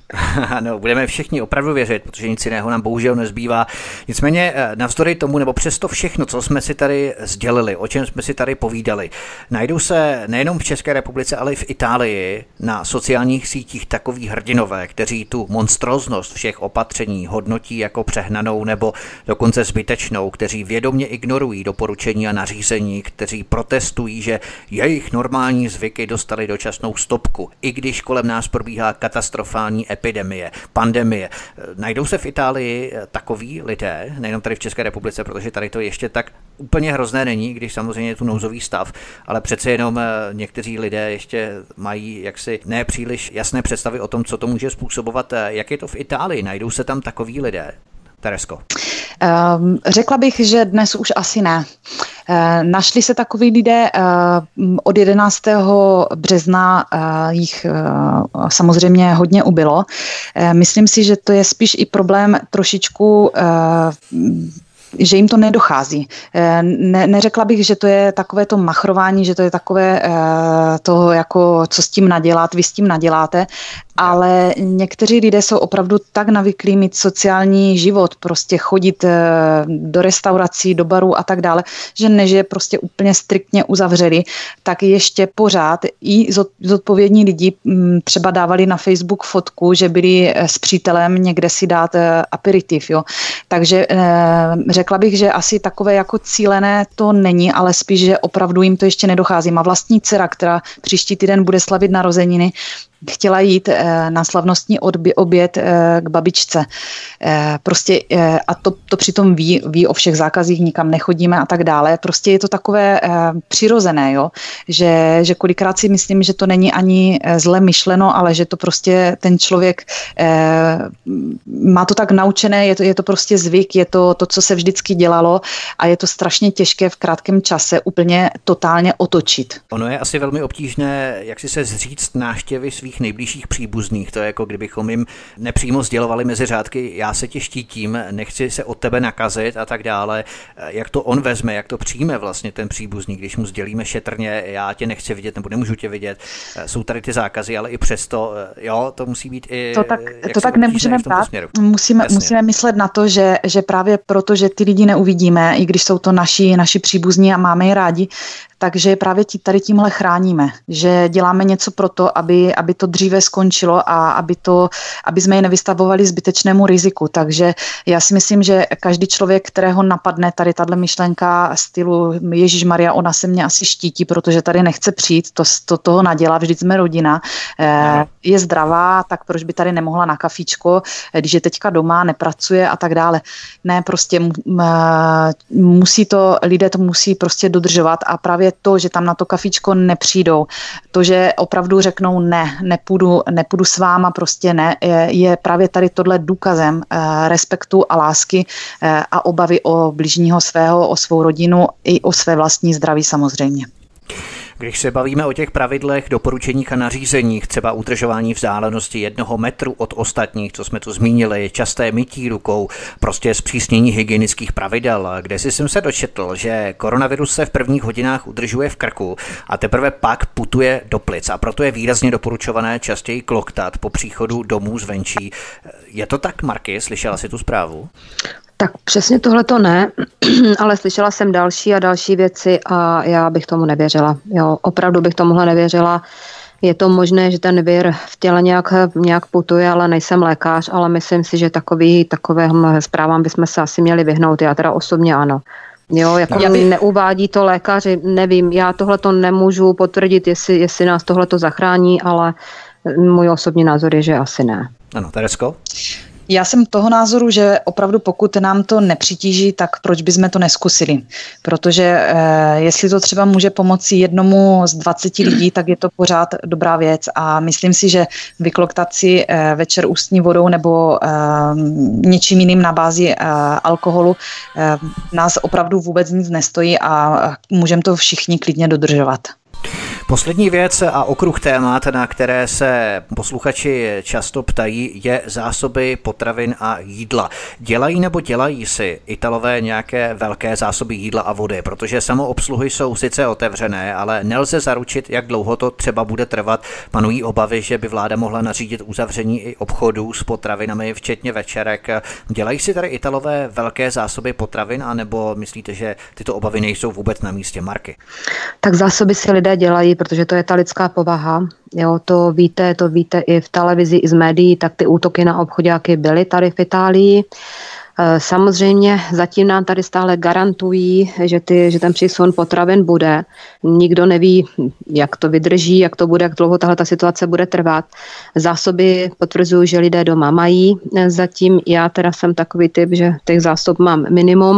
Ano, budeme všichni opravdu věřit, protože nic jiného nám bohužel nezbývá. Nicméně navzdory tomu, nebo přesto všechno, co jsme si tady sdělili, o čem jsme si tady povídali, najdou se nejenom v České republice, ale i v Itálii na sociálních sítích takoví hrdinové, kteří tu monstróznost všech opatření hodnotí jako přehnanou nebo dokonce zbytečnou, kteří vědomě ignorují doporučení a nařízení, kteří protestují, že jejich normální zvyky dostali dočasnou stopku, i když kolem nás probíhá katastrofální epidemie, pandemie. Najdou se v Itálii takoví lidé, nejenom tady v České republice, protože tady to ještě tak úplně hrozné není, když samozřejmě je tu nouzový stav, ale přece jenom někteří lidé ještě mají jaksi nepříliš jasné představy o tom, co to může způsobovat. Jak je to v Itálii? Najdou se tam takoví lidé? Teresko. Um, řekla bych, že dnes už asi ne. Uh, našli se takoví lidé uh, od jedenáctého března, uh, jich uh, samozřejmě hodně ubylo. Uh, myslím si, že to je spíš i problém trošičku uh, že jim to nedochází. Ne, neřekla bych, že to je takové to machrování, že to je takové to, jako co s tím nadělat, vy s tím naděláte, ale někteří lidé jsou opravdu tak navyklí mít sociální život, prostě chodit do restaurací, do barů a tak dále, že než je prostě úplně striktně uzavřeli, tak ještě pořád i zodpovědní lidi třeba dávali na Facebook fotku, že byli s přítelem někde si dát aperitiv, jo. Takže řekla bych, že asi takové jako cílené to není, ale spíš, že opravdu jim to ještě nedochází. Má vlastní dcera, která příští týden bude slavit narozeniny, chtěla jít na slavnostní oběd k babičce. Prostě a to, to přitom ví, ví o všech zákazích, nikam nechodíme a tak dále. Prostě je to takové přirozené, jo? Že, že kolikrát si myslím, že to není ani zle myšleno, ale že to prostě ten člověk má to tak naučené, je to, je to prostě zvyk, je to to, co se vždycky dělalo a je to strašně těžké v krátkém čase úplně totálně otočit. Ono je asi velmi obtížné, jak si se zříct návštěvy svých nejbližších příbuzných. To je jako kdybychom jim nepřímo sdělovali mezi řádky, já se tě štítím, nechci se od tebe nakazit a tak dále. Jak to on vezme, jak to přijme vlastně ten příbuzný, když mu sdělíme šetrně, já tě nechci vidět nebo nemůžu tě vidět. Jsou tady ty zákazy, ale i přesto, jo, to musí být i to tak, to tak nemůžeme brát. Musíme, musíme myslet na to, že, že právě proto, že ty lidi neuvidíme, i když jsou to naši, naši příbuzní a máme je rádi, takže právě tí, tady tímhle chráníme, že děláme něco pro to, aby, aby to dříve skončilo a aby, to, aby jsme je nevystavovali zbytečnému riziku. Takže já si myslím, že každý člověk, kterého napadne tady tato myšlenka stylu Ježišmarja, ona se mě asi štítí, protože tady nechce přijít, to, to toho nadělá, vždyť jsme rodina, eh, je zdravá, tak proč by tady nemohla na kafíčko, když je teďka doma, nepracuje a tak dále. Ne, prostě musí to, lidé to musí prostě dodržovat a právě to, že tam na to kafíčko nepřijdou, to, že opravdu řeknou ne, nepůjdu, nepůjdu s váma, prostě ne, je, je právě tady tohle důkazem eh, respektu a lásky eh, a obavy o bližního svého, o svou rodinu i o své vlastní zdraví samozřejmě. Když se bavíme o těch pravidlech, doporučeních a nařízeních, třeba udržování vzdálenosti jednoho metru od ostatních, co jsme tu zmínili, časté mytí rukou, prostě zpřísnění hygienických pravidel, kde si jsem se dočetl, že koronavirus se v prvních hodinách udržuje v krku a teprve pak putuje do plic a proto je výrazně doporučované častěji kloktat po příchodu domů zvenčí. Je to tak, Marky? Slyšela jsi tu zprávu? Tak přesně tohle to ne, ale slyšela jsem další a další věci a já bych tomu nevěřila. Jo, opravdu bych tomuhle nevěřila. Je to možné, že ten vir v těle nějak, nějak putuje, ale nejsem lékař, ale myslím si, že takový, takovým zprávám bychom se asi měli vyhnout. Já teda osobně ano. Jo, jako já bych... neuvádí to lékaři, nevím, já tohle to nemůžu potvrdit, jestli, jestli nás tohle to zachrání, ale můj osobní názor je, že asi ne. Ano, Teresko? Já jsem toho názoru, že opravdu pokud nám to nepřitíží, tak proč bychom to neskusili? Protože eh, jestli to třeba může pomoci jednomu z dvaceti lidí, tak je to pořád dobrá věc a myslím si, že vykloktat si eh, večer ústní vodou nebo eh, něčím jiným na bázi eh, alkoholu eh, nás opravdu vůbec nic nestojí a můžeme to všichni klidně dodržovat. Poslední věc a okruh témat, na které se posluchači často ptají, je zásoby potravin a jídla. Dělají nebo dělají si Italové nějaké velké zásoby jídla a vody? Protože samoobsluhy jsou sice otevřené, ale nelze zaručit, jak dlouho to třeba bude trvat. Panují obavy, že by vláda mohla nařídit uzavření i obchodů s potravinami, včetně večerek. Dělají si tady Italové velké zásoby potravin, anebo myslíte, že tyto obavy nejsou vůbec na místě? Marky? Tak zásoby si lidé dělají, protože to je ta lidská povaha. Jo, to víte, to víte i v televizi, i z médií, tak ty útoky na obchoďáky byly tady v Itálii. Samozřejmě zatím nám tady stále garantují, že, ty, že ten přísun potravin bude. Nikdo neví, jak to vydrží, jak to bude, jak dlouho tahle ta situace bude trvat. Zásoby potvrzují, že lidé doma mají. Zatím já teda jsem takový typ, že těch zásob mám minimum.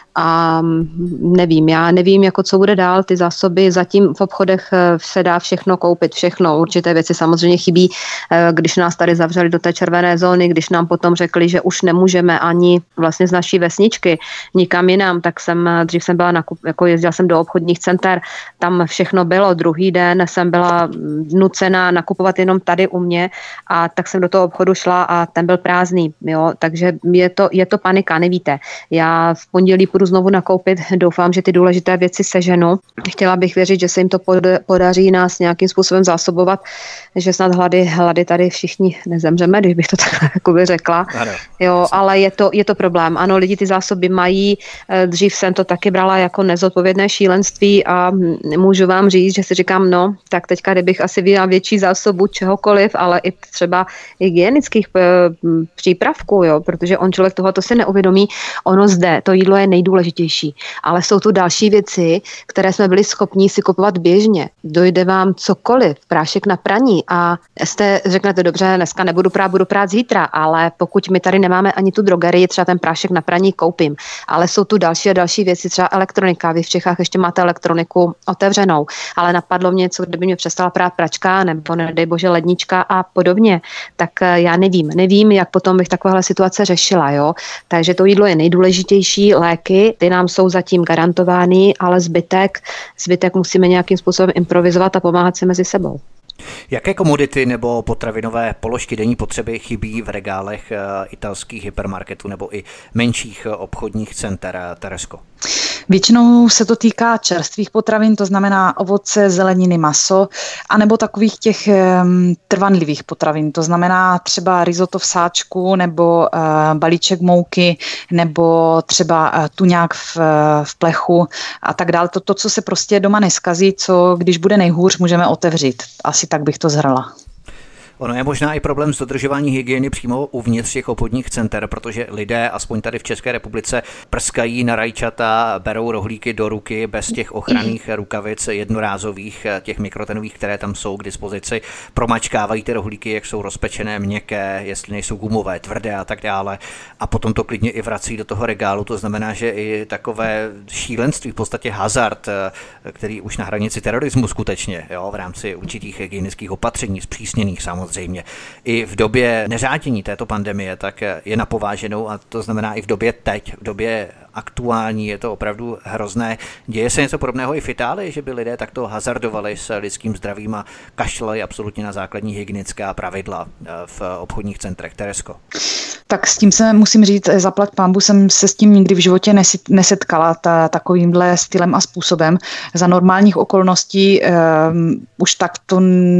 A nevím, já nevím, jako co bude dál, ty zásoby, zatím v obchodech se dá všechno koupit, všechno, určité věci samozřejmě chybí, když nás tady zavřeli do té červené zóny, když nám potom řekli, že už nemůžeme ani vlastně z naší vesničky nikam jinam, tak jsem, dřív jsem byla, nakup, jako jezdila jsem do obchodních center, tam všechno bylo, druhý den jsem byla nucená nakupovat jenom tady u mě a tak jsem do toho obchodu šla a ten byl prázdný, jo, takže je to, je to panika, nevíte, já v pondělí znovu nakoupit. Doufám, že ty důležité věci seženu. Chtěla bych věřit, že se jim to podaří nás nějakým způsobem zásobovat, že snad hlady, hlady tady všichni nezemřeme, když bych to tak jakoby řekla. Jo, ale je to, je to problém. Ano, lidi ty zásoby mají. Dřív jsem to taky brala jako nezodpovědné šílenství a můžu vám říct, že si říkám, no, tak teďka, kdybych asi viděla větší zásobu čehokoliv, ale i třeba hygienických přípravků, jo, protože on člověk tohoto si neuvědomí. Ono zde, to jídlo je nejdůležitější důležitější. Ale jsou tu další věci, které jsme byli schopni si kupovat běžně. Dojde vám cokoliv, prášek na praní a jste řeknete, dobře, dneska nebudu prát, budu prát zítra, ale pokud my tady nemáme ani tu drogerii, třeba ten prášek na praní koupím. Ale jsou tu další a další věci, třeba elektronika. Vy v Čechách ještě máte elektroniku otevřenou, ale napadlo mě něco, kdyby mě přestala prát pračka nebo nedej bože lednička a podobně. Tak já nevím, nevím, jak potom bych takovéhle situace řešila, jo. Takže to jídlo je nejdůležitější, léky, ty nám jsou zatím garantovány, ale zbytek, zbytek musíme nějakým způsobem improvizovat a pomáhat si mezi sebou. Jaké komodity nebo potravinové položky denní potřeby chybí v regálech italských hypermarketů nebo i menších obchodních center, Teresko? Většinou se to týká čerstvých potravin, to znamená ovoce, zeleniny, maso, anebo takových těch um, trvanlivých potravin, to znamená třeba risotto v sáčku, nebo uh, balíček mouky, nebo třeba uh, tuňák v, uh, v plechu a tak dále. To, to, co se prostě doma neskazí, co když bude nejhůř, můžeme otevřít. Asi tak bych to shrnula. Ono je možná i problém s dodržování hygieny přímo uvnitř těch obchodních center, protože lidé, aspoň tady v České republice, prskají na rajčata, berou rohlíky do ruky bez těch ochranných rukavic jednorázových, těch mikrotenových, které tam jsou k dispozici, promačkávají ty rohlíky, jak jsou rozpečené, měkké, jestli nejsou gumové, tvrdé a tak dále. A potom to klidně i vrací do toho regálu. To znamená, že i takové šílenství, v podstatě hazard, který už na hranici terorismu skutečně, jo, v rámci určitých hygienických opatření, zpřísněných samozřejmě, Samozřejmě. I v době neřádění této pandemie tak je napováženou a to znamená i v době teď, v době aktuální je to opravdu hrozné. Děje se něco podobného i v Itálii, že by lidé takto hazardovali s lidským zdravím a kašlali absolutně na základní hygienická pravidla v obchodních centrech? Teresko? Tak s tím se musím říct, zaplať pánbu, jsem se s tím nikdy v životě nesetkala ta, takovýmhle stylem a způsobem. Za normálních okolností um, už tak to,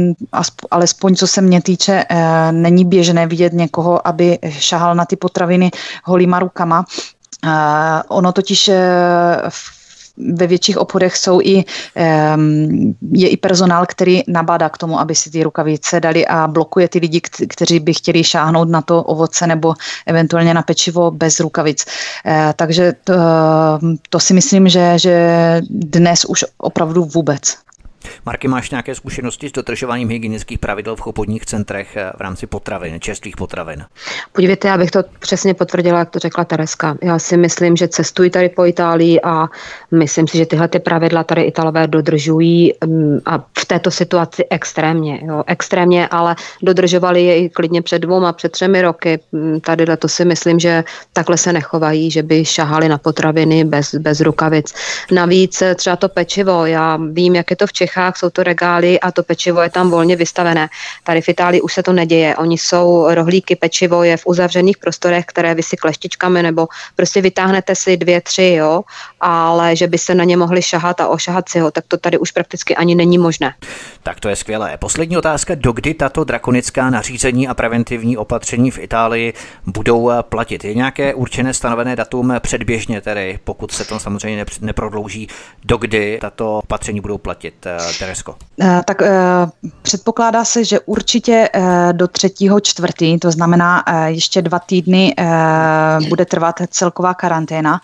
alespoň co se mě týče, uh, není běžné vidět někoho, aby šahal na ty potraviny holýma rukama. Uh, ono totiž uh, ve větších obchodech jsou i, je i personál, který nabádá k tomu, aby si ty rukavice dali a blokuje ty lidi, kteří by chtěli šáhnout na to ovoce nebo eventuálně na pečivo bez rukavic. Takže to, to si myslím, že, že dnes už opravdu vůbec. Marky, máš nějaké zkušenosti s dodržováním hygienických pravidel v obchodních centrech v rámci potravin, čerstvých potravin? Podívejte, já bych to přesně potvrdila, jak to řekla Tereska. Já si myslím, že cestuji tady po Itálii a myslím si, že tyhle ty pravidla tady Italové dodržují a v této situaci extrémně. Jo, extrémně, ale dodržovali je i klidně před dvouma, před třemi roky. Tady to si myslím, že takhle se nechovají, že by šahali na potraviny bez, bez rukavic. Navíc třeba to pečivo, já vím, jak je to v Čechách, jsou to regály a to pečivo je tam volně vystavené. Tady v Itálii už se to neděje. Oni jsou rohlíky, pečivo je v uzavřených prostorech, které vy si kleštičkami nebo prostě vytáhnete si dvě, tři, jo, ale že by se na ně mohli šahat a ošahat si ho, tak to tady už prakticky ani není možné. Tak to je skvělé. Poslední otázka, dokdy tato drakonická nařízení a preventivní opatření v Itálii budou platit? Je nějaké určené stanovené datum předběžně, tedy pokud se to samozřejmě neprodlouží, dokdy tato opatření budou platit? Teresko. Tak předpokládá se, že určitě do třetího čtvrtý, to znamená ještě dva týdny bude trvat celková karanténa.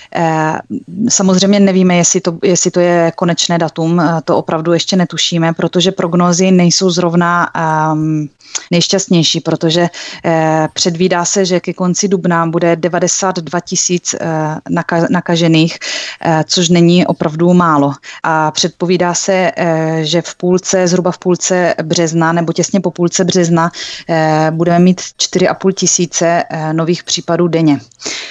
Samozřejmě nevíme, jestli to, jestli to je konečné datum, to opravdu ještě netušíme, protože prognózy nejsou zrovna nejšťastnější, protože předvídá se, že ke konci dubna bude devadesát dva tisíc nakažených, což není opravdu málo. A předpovídá se, že v půlce, zhruba v půlce března nebo těsně po půlce března budeme mít čtyři a půl tisíce nových případů denně.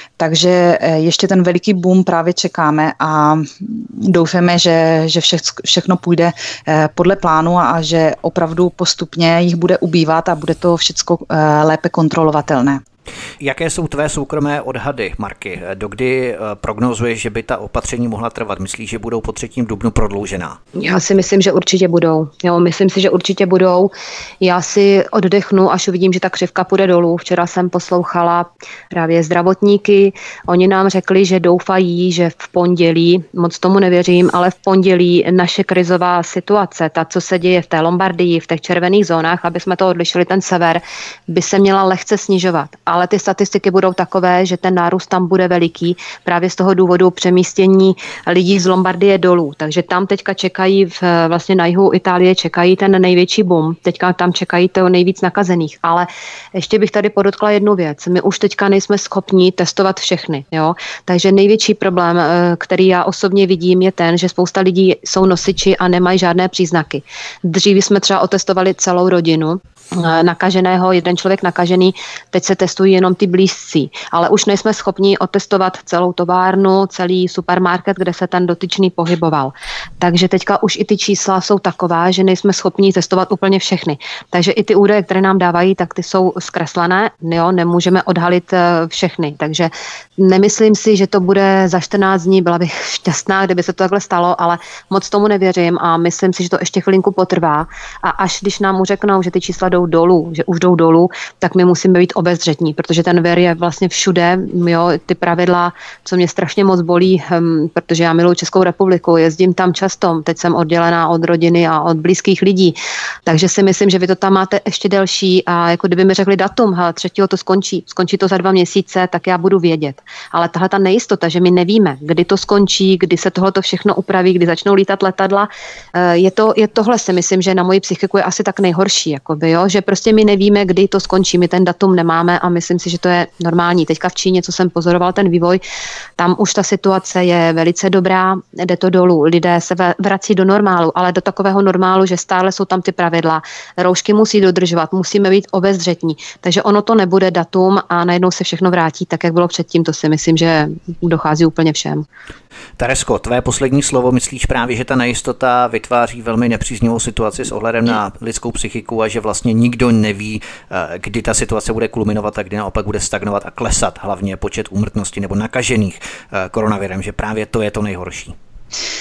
Takže ještě ten veliký boom právě čekáme a doufáme, že, že vše, všechno půjde podle plánu a že opravdu postupně jich bude ubývat a bude to všechno lépe kontrolovatelné. Jaké jsou tvé soukromé odhady, Marky? Dokdy prognozuješ, že by ta opatření mohla trvat? Myslíš, že budou po třetím dubnu prodloužená? Já si myslím, že určitě budou. Jo, myslím si, že určitě budou. Já si oddechnu, až uvidím, že ta křivka půjde dolů. Včera jsem poslouchala právě zdravotníky. Oni nám řekli, že doufají, že v pondělí, moc tomu nevěřím, ale v pondělí naše krizová situace, ta, co se děje v té Lombardii, v těch červených zónách, aby jsme to odlišili, ten sever, by se měla lehce snižovat. Ale ty statistiky budou takové, že ten nárůst tam bude veliký právě z toho důvodu přemístění lidí z Lombardie dolů. Takže tam teďka čekají, v, vlastně na jihu Itálie čekají ten největší boom. Teďka tam čekají to nejvíc nakazených. Ale ještě bych tady podotkla jednu věc. My už teďka nejsme schopni testovat všechny. Jo? Takže největší problém, který já osobně vidím, je ten, že spousta lidí jsou nosiči a nemají žádné příznaky. Dřív jsme třeba otestovali celou rodinu nakaženého, jeden člověk nakažený, teď se testují jenom ty blízcí, ale už nejsme schopni otestovat celou továrnu, celý supermarket, kde se ten dotyčný pohyboval. Takže teďka už i ty čísla jsou taková, že nejsme schopni testovat úplně všechny. Takže i ty údaje, které nám dávají, tak ty jsou zkreslené, jo, nemůžeme odhalit všechny. Takže nemyslím si, že to bude za čtrnáct dní, byla bych šťastná, kdyby se to takhle stalo, ale moc tomu nevěřím a myslím si, že to ještě chvilinku potrvá a až když nám uřeknou, že ty čísla jdou dolů, že už jdou dolů, tak my musíme být obezřetní, protože ten vir je vlastně všude, jo, ty pravidla, co mě strašně moc bolí, hm, protože já miluji Českou republiku, jezdím tam často, teď jsem oddělená od rodiny a od blízkých lidí, takže si myslím, že vy to tam máte ještě delší a jako kdyby mi řekli datum, hele, třetího to skončí, skončí to za dva měsíce, tak já budu vědět. Ale tahle ta nejistota, že my nevíme, kdy to skončí, kdy se tohoto všechno upraví, kdy začnou lítat letadla, je to, je tohle si myslím, že na moji psychiku je asi tak nejhorší, jakoby, jo, že prostě my nevíme, kdy to skončí, my ten datum nemáme a myslím si, že to je normální. Teďka v Číně, co jsem pozoroval ten vývoj, tam už ta situace je velice dobrá, jde to dolů, lidé se vrací do normálu, ale do takového normálu, že stále jsou tam ty pravidla, roušky musí dodržovat, musíme být obezřetní, takže ono to nebude datum a najednou se všechno vrátí tak, jak bylo předtím, to si myslím, že dochází úplně všem. Teresko, tvé poslední slovo, myslíš právě, že ta nejistota vytváří velmi nepříznivou situaci s ohledem na lidskou psychiku a že vlastně nikdo neví, kdy ta situace bude kulminovat a kdy naopak bude stagnovat a klesat hlavně počet úmrtnosti nebo nakažených koronavirem, že právě to je to nejhorší?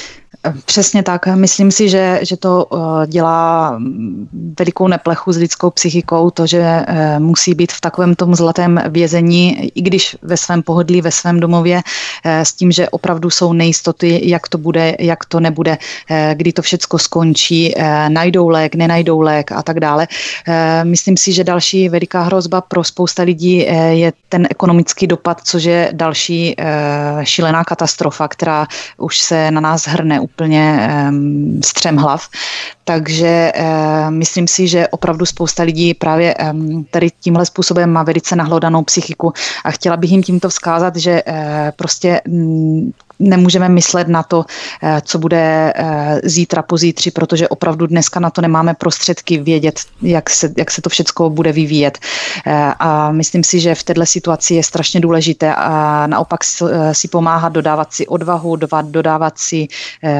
Přesně tak. Myslím si, že, že to dělá velikou neplechu s lidskou psychikou, to, že musí být v takovém tom zlatém vězení, i když ve svém pohodlí, ve svém domově, s tím, že opravdu jsou nejistoty, jak to bude, jak to nebude, kdy to všecko skončí, najdou lék, nenajdou lék a tak dále. Myslím si, že další veliká hrozba pro spousta lidí je ten ekonomický dopad, což je další šílená katastrofa, která už se na nás hrne úplně střem hlav. Takže myslím si, že opravdu spousta lidí právě tady tímhle způsobem má velice nahlodanou psychiku a chtěla bych jim tímto vzkázat, že prostě nemůžeme myslet na to, co bude zítra, pozítří, protože opravdu dneska na to nemáme prostředky vědět, jak se, jak se to všecko bude vyvíjet. A myslím si, že v této situaci je strašně důležité a naopak si pomáhat, dodávat si odvahu, dodávat si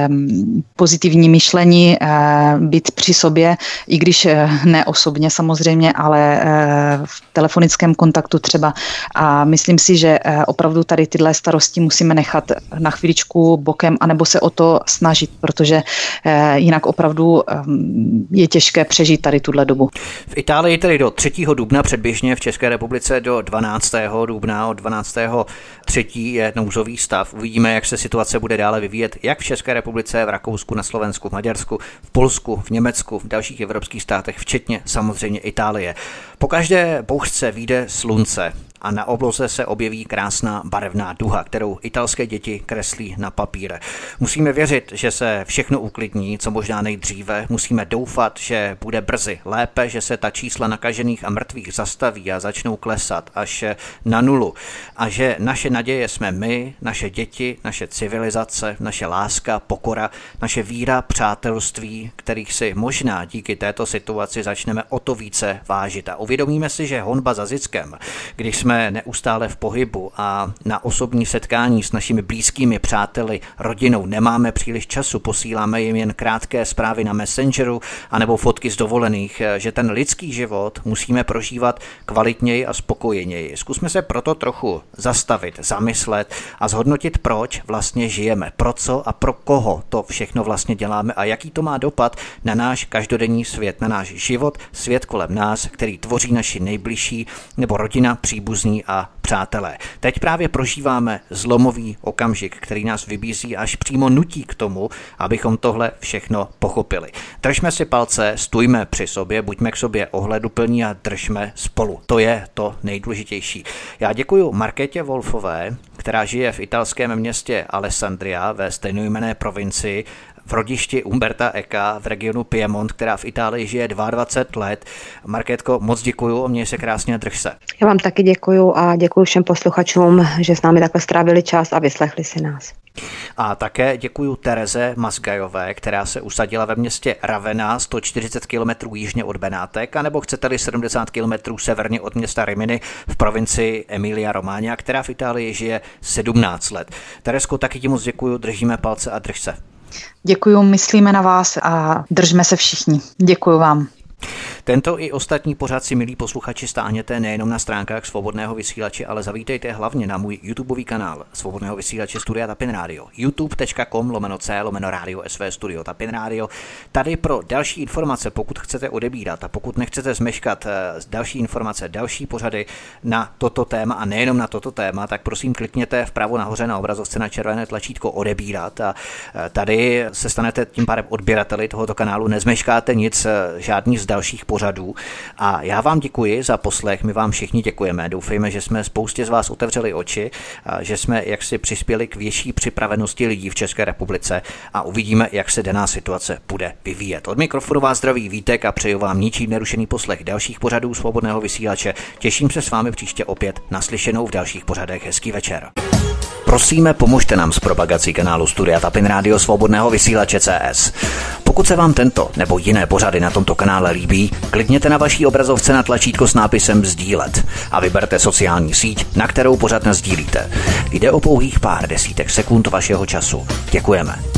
pozitivní myšlení, být při sobě, i když ne osobně samozřejmě, ale v telefonickém kontaktu třeba. A myslím si, že opravdu tady tyhle starosti musíme nechat na chvíličku bokem, anebo se o to snažit, protože eh, jinak opravdu eh, je těžké přežít tady tuhle dobu. V Itálii tedy do třetího dubna, předběžně v České republice do dvanáctého dubna, od dvanáctého třetího je nouzový stav. Uvidíme, jak se situace bude dále vyvíjet, jak v České republice, v Rakousku, na Slovensku, v Maďarsku, v Polsku, v Německu, v dalších evropských státech, včetně samozřejmě Itálie. Po každé bouřce vyjde slunce a na obloze se objeví krásná barevná duha, kterou italské děti kreslí na papír. Musíme věřit, že se všechno uklidní, co možná nejdříve. Musíme doufat, že bude brzy lépe, že se ta čísla nakažených a mrtvých zastaví a začnou klesat až na nulu. A že naše naděje jsme my, naše děti, naše civilizace, naše láska, pokora, naše víra, přátelství, kterých si možná díky této situaci začneme o to více vážit. A uvědomíme si, že honba za ziskem, když jsme jsme neustále v pohybu a na osobní setkání s našimi blízkými přáteli, rodinou nemáme příliš času, posíláme jim jen krátké zprávy na Messengeru anebo fotky z dovolených, že ten lidský život musíme prožívat kvalitněji a spokojeněji. Zkusme se proto trochu zastavit, zamyslet a zhodnotit, proč vlastně žijeme, pro co a pro koho to všechno vlastně děláme a jaký to má dopad na náš každodenní svět, na náš život, svět kolem nás, který tvoří naši nejbližší nebo rodina, příbuzní a přátelé. Teď právě prožíváme zlomový okamžik, který nás vybízí, až přímo nutí k tomu, abychom tohle všechno pochopili. Držme si palce, stůjme při sobě, buďme k sobě ohleduplní a držme spolu. To je to nejdůležitější. Já děkuji Markétě Wolfové, která žije v italském městě Alessandria ve stejnojmenné provincii, v rodišti Umberta Eka v regionu Piemont, která v Itálii žije dvacet dva let. Markétko, moc děkuju a měj se krásně a drž se. Já vám taky děkuju a děkuju všem posluchačům, že s námi takhle strávili čas a vyslechli si nás. A také děkuju Tereze Mazgajové, která se usadila ve městě Ravenna, sto čtyřicet kilometrů jižně od Benátek, anebo chcete-li sedmdesát kilometrů severně od města Rimini v provincii Emilia Romagna, která v Itálii žije sedmnáct let. Teresko, taky ti moc děkuju, držíme palce a drž se. Děkuju, myslíme na vás a držme se všichni. Děkuju vám. Tento i ostatní pořad si, milí posluchači, stáhněte nejenom na stránkách Svobodného vysílače, ale zavítejte hlavně na můj YouTubeový kanál Svobodného vysílače Studia Tapin Radio. youtube tečka com lomeno c lomeno rádio sv Studio Tapin Radio. Tady pro další informace, pokud chcete odebírat a pokud nechcete zmeškat další informace, další pořady na toto téma a nejenom na toto téma, tak prosím klikněte vpravo nahoře na obrazovce na červené tlačítko odebírat a tady se stanete tím pádem odběrateli tohoto kanálu, nezmeškáte nic, žádný z dalších pořadů. A já vám děkuji za poslech, my vám všichni děkujeme. Doufejme, že jsme spoustě z vás otevřeli oči, a že jsme jaksi přispěli k větší připravenosti lidí v České republice a uvidíme, jak se daná situace bude vyvíjet. Od mikrofonu vás zdraví Vítek a přeju vám ničí nerušený poslech dalších pořadů Svobodného vysílače. Těším se s vámi příště opět naslyšenou v dalších pořadech. Hezký večer. Prosíme, pomožte nám s propagací kanálu Studia Tapin Radio Svobodného vysílače C S. Pokud se vám tento nebo jiné pořady na tomto kanále líbí, klikněte na vaší obrazovce na tlačítko s nápisem sdílet a vyberte sociální síť, na kterou pořad nasdílíte. Jde o pouhých pár desítek sekund vašeho času. Děkujeme.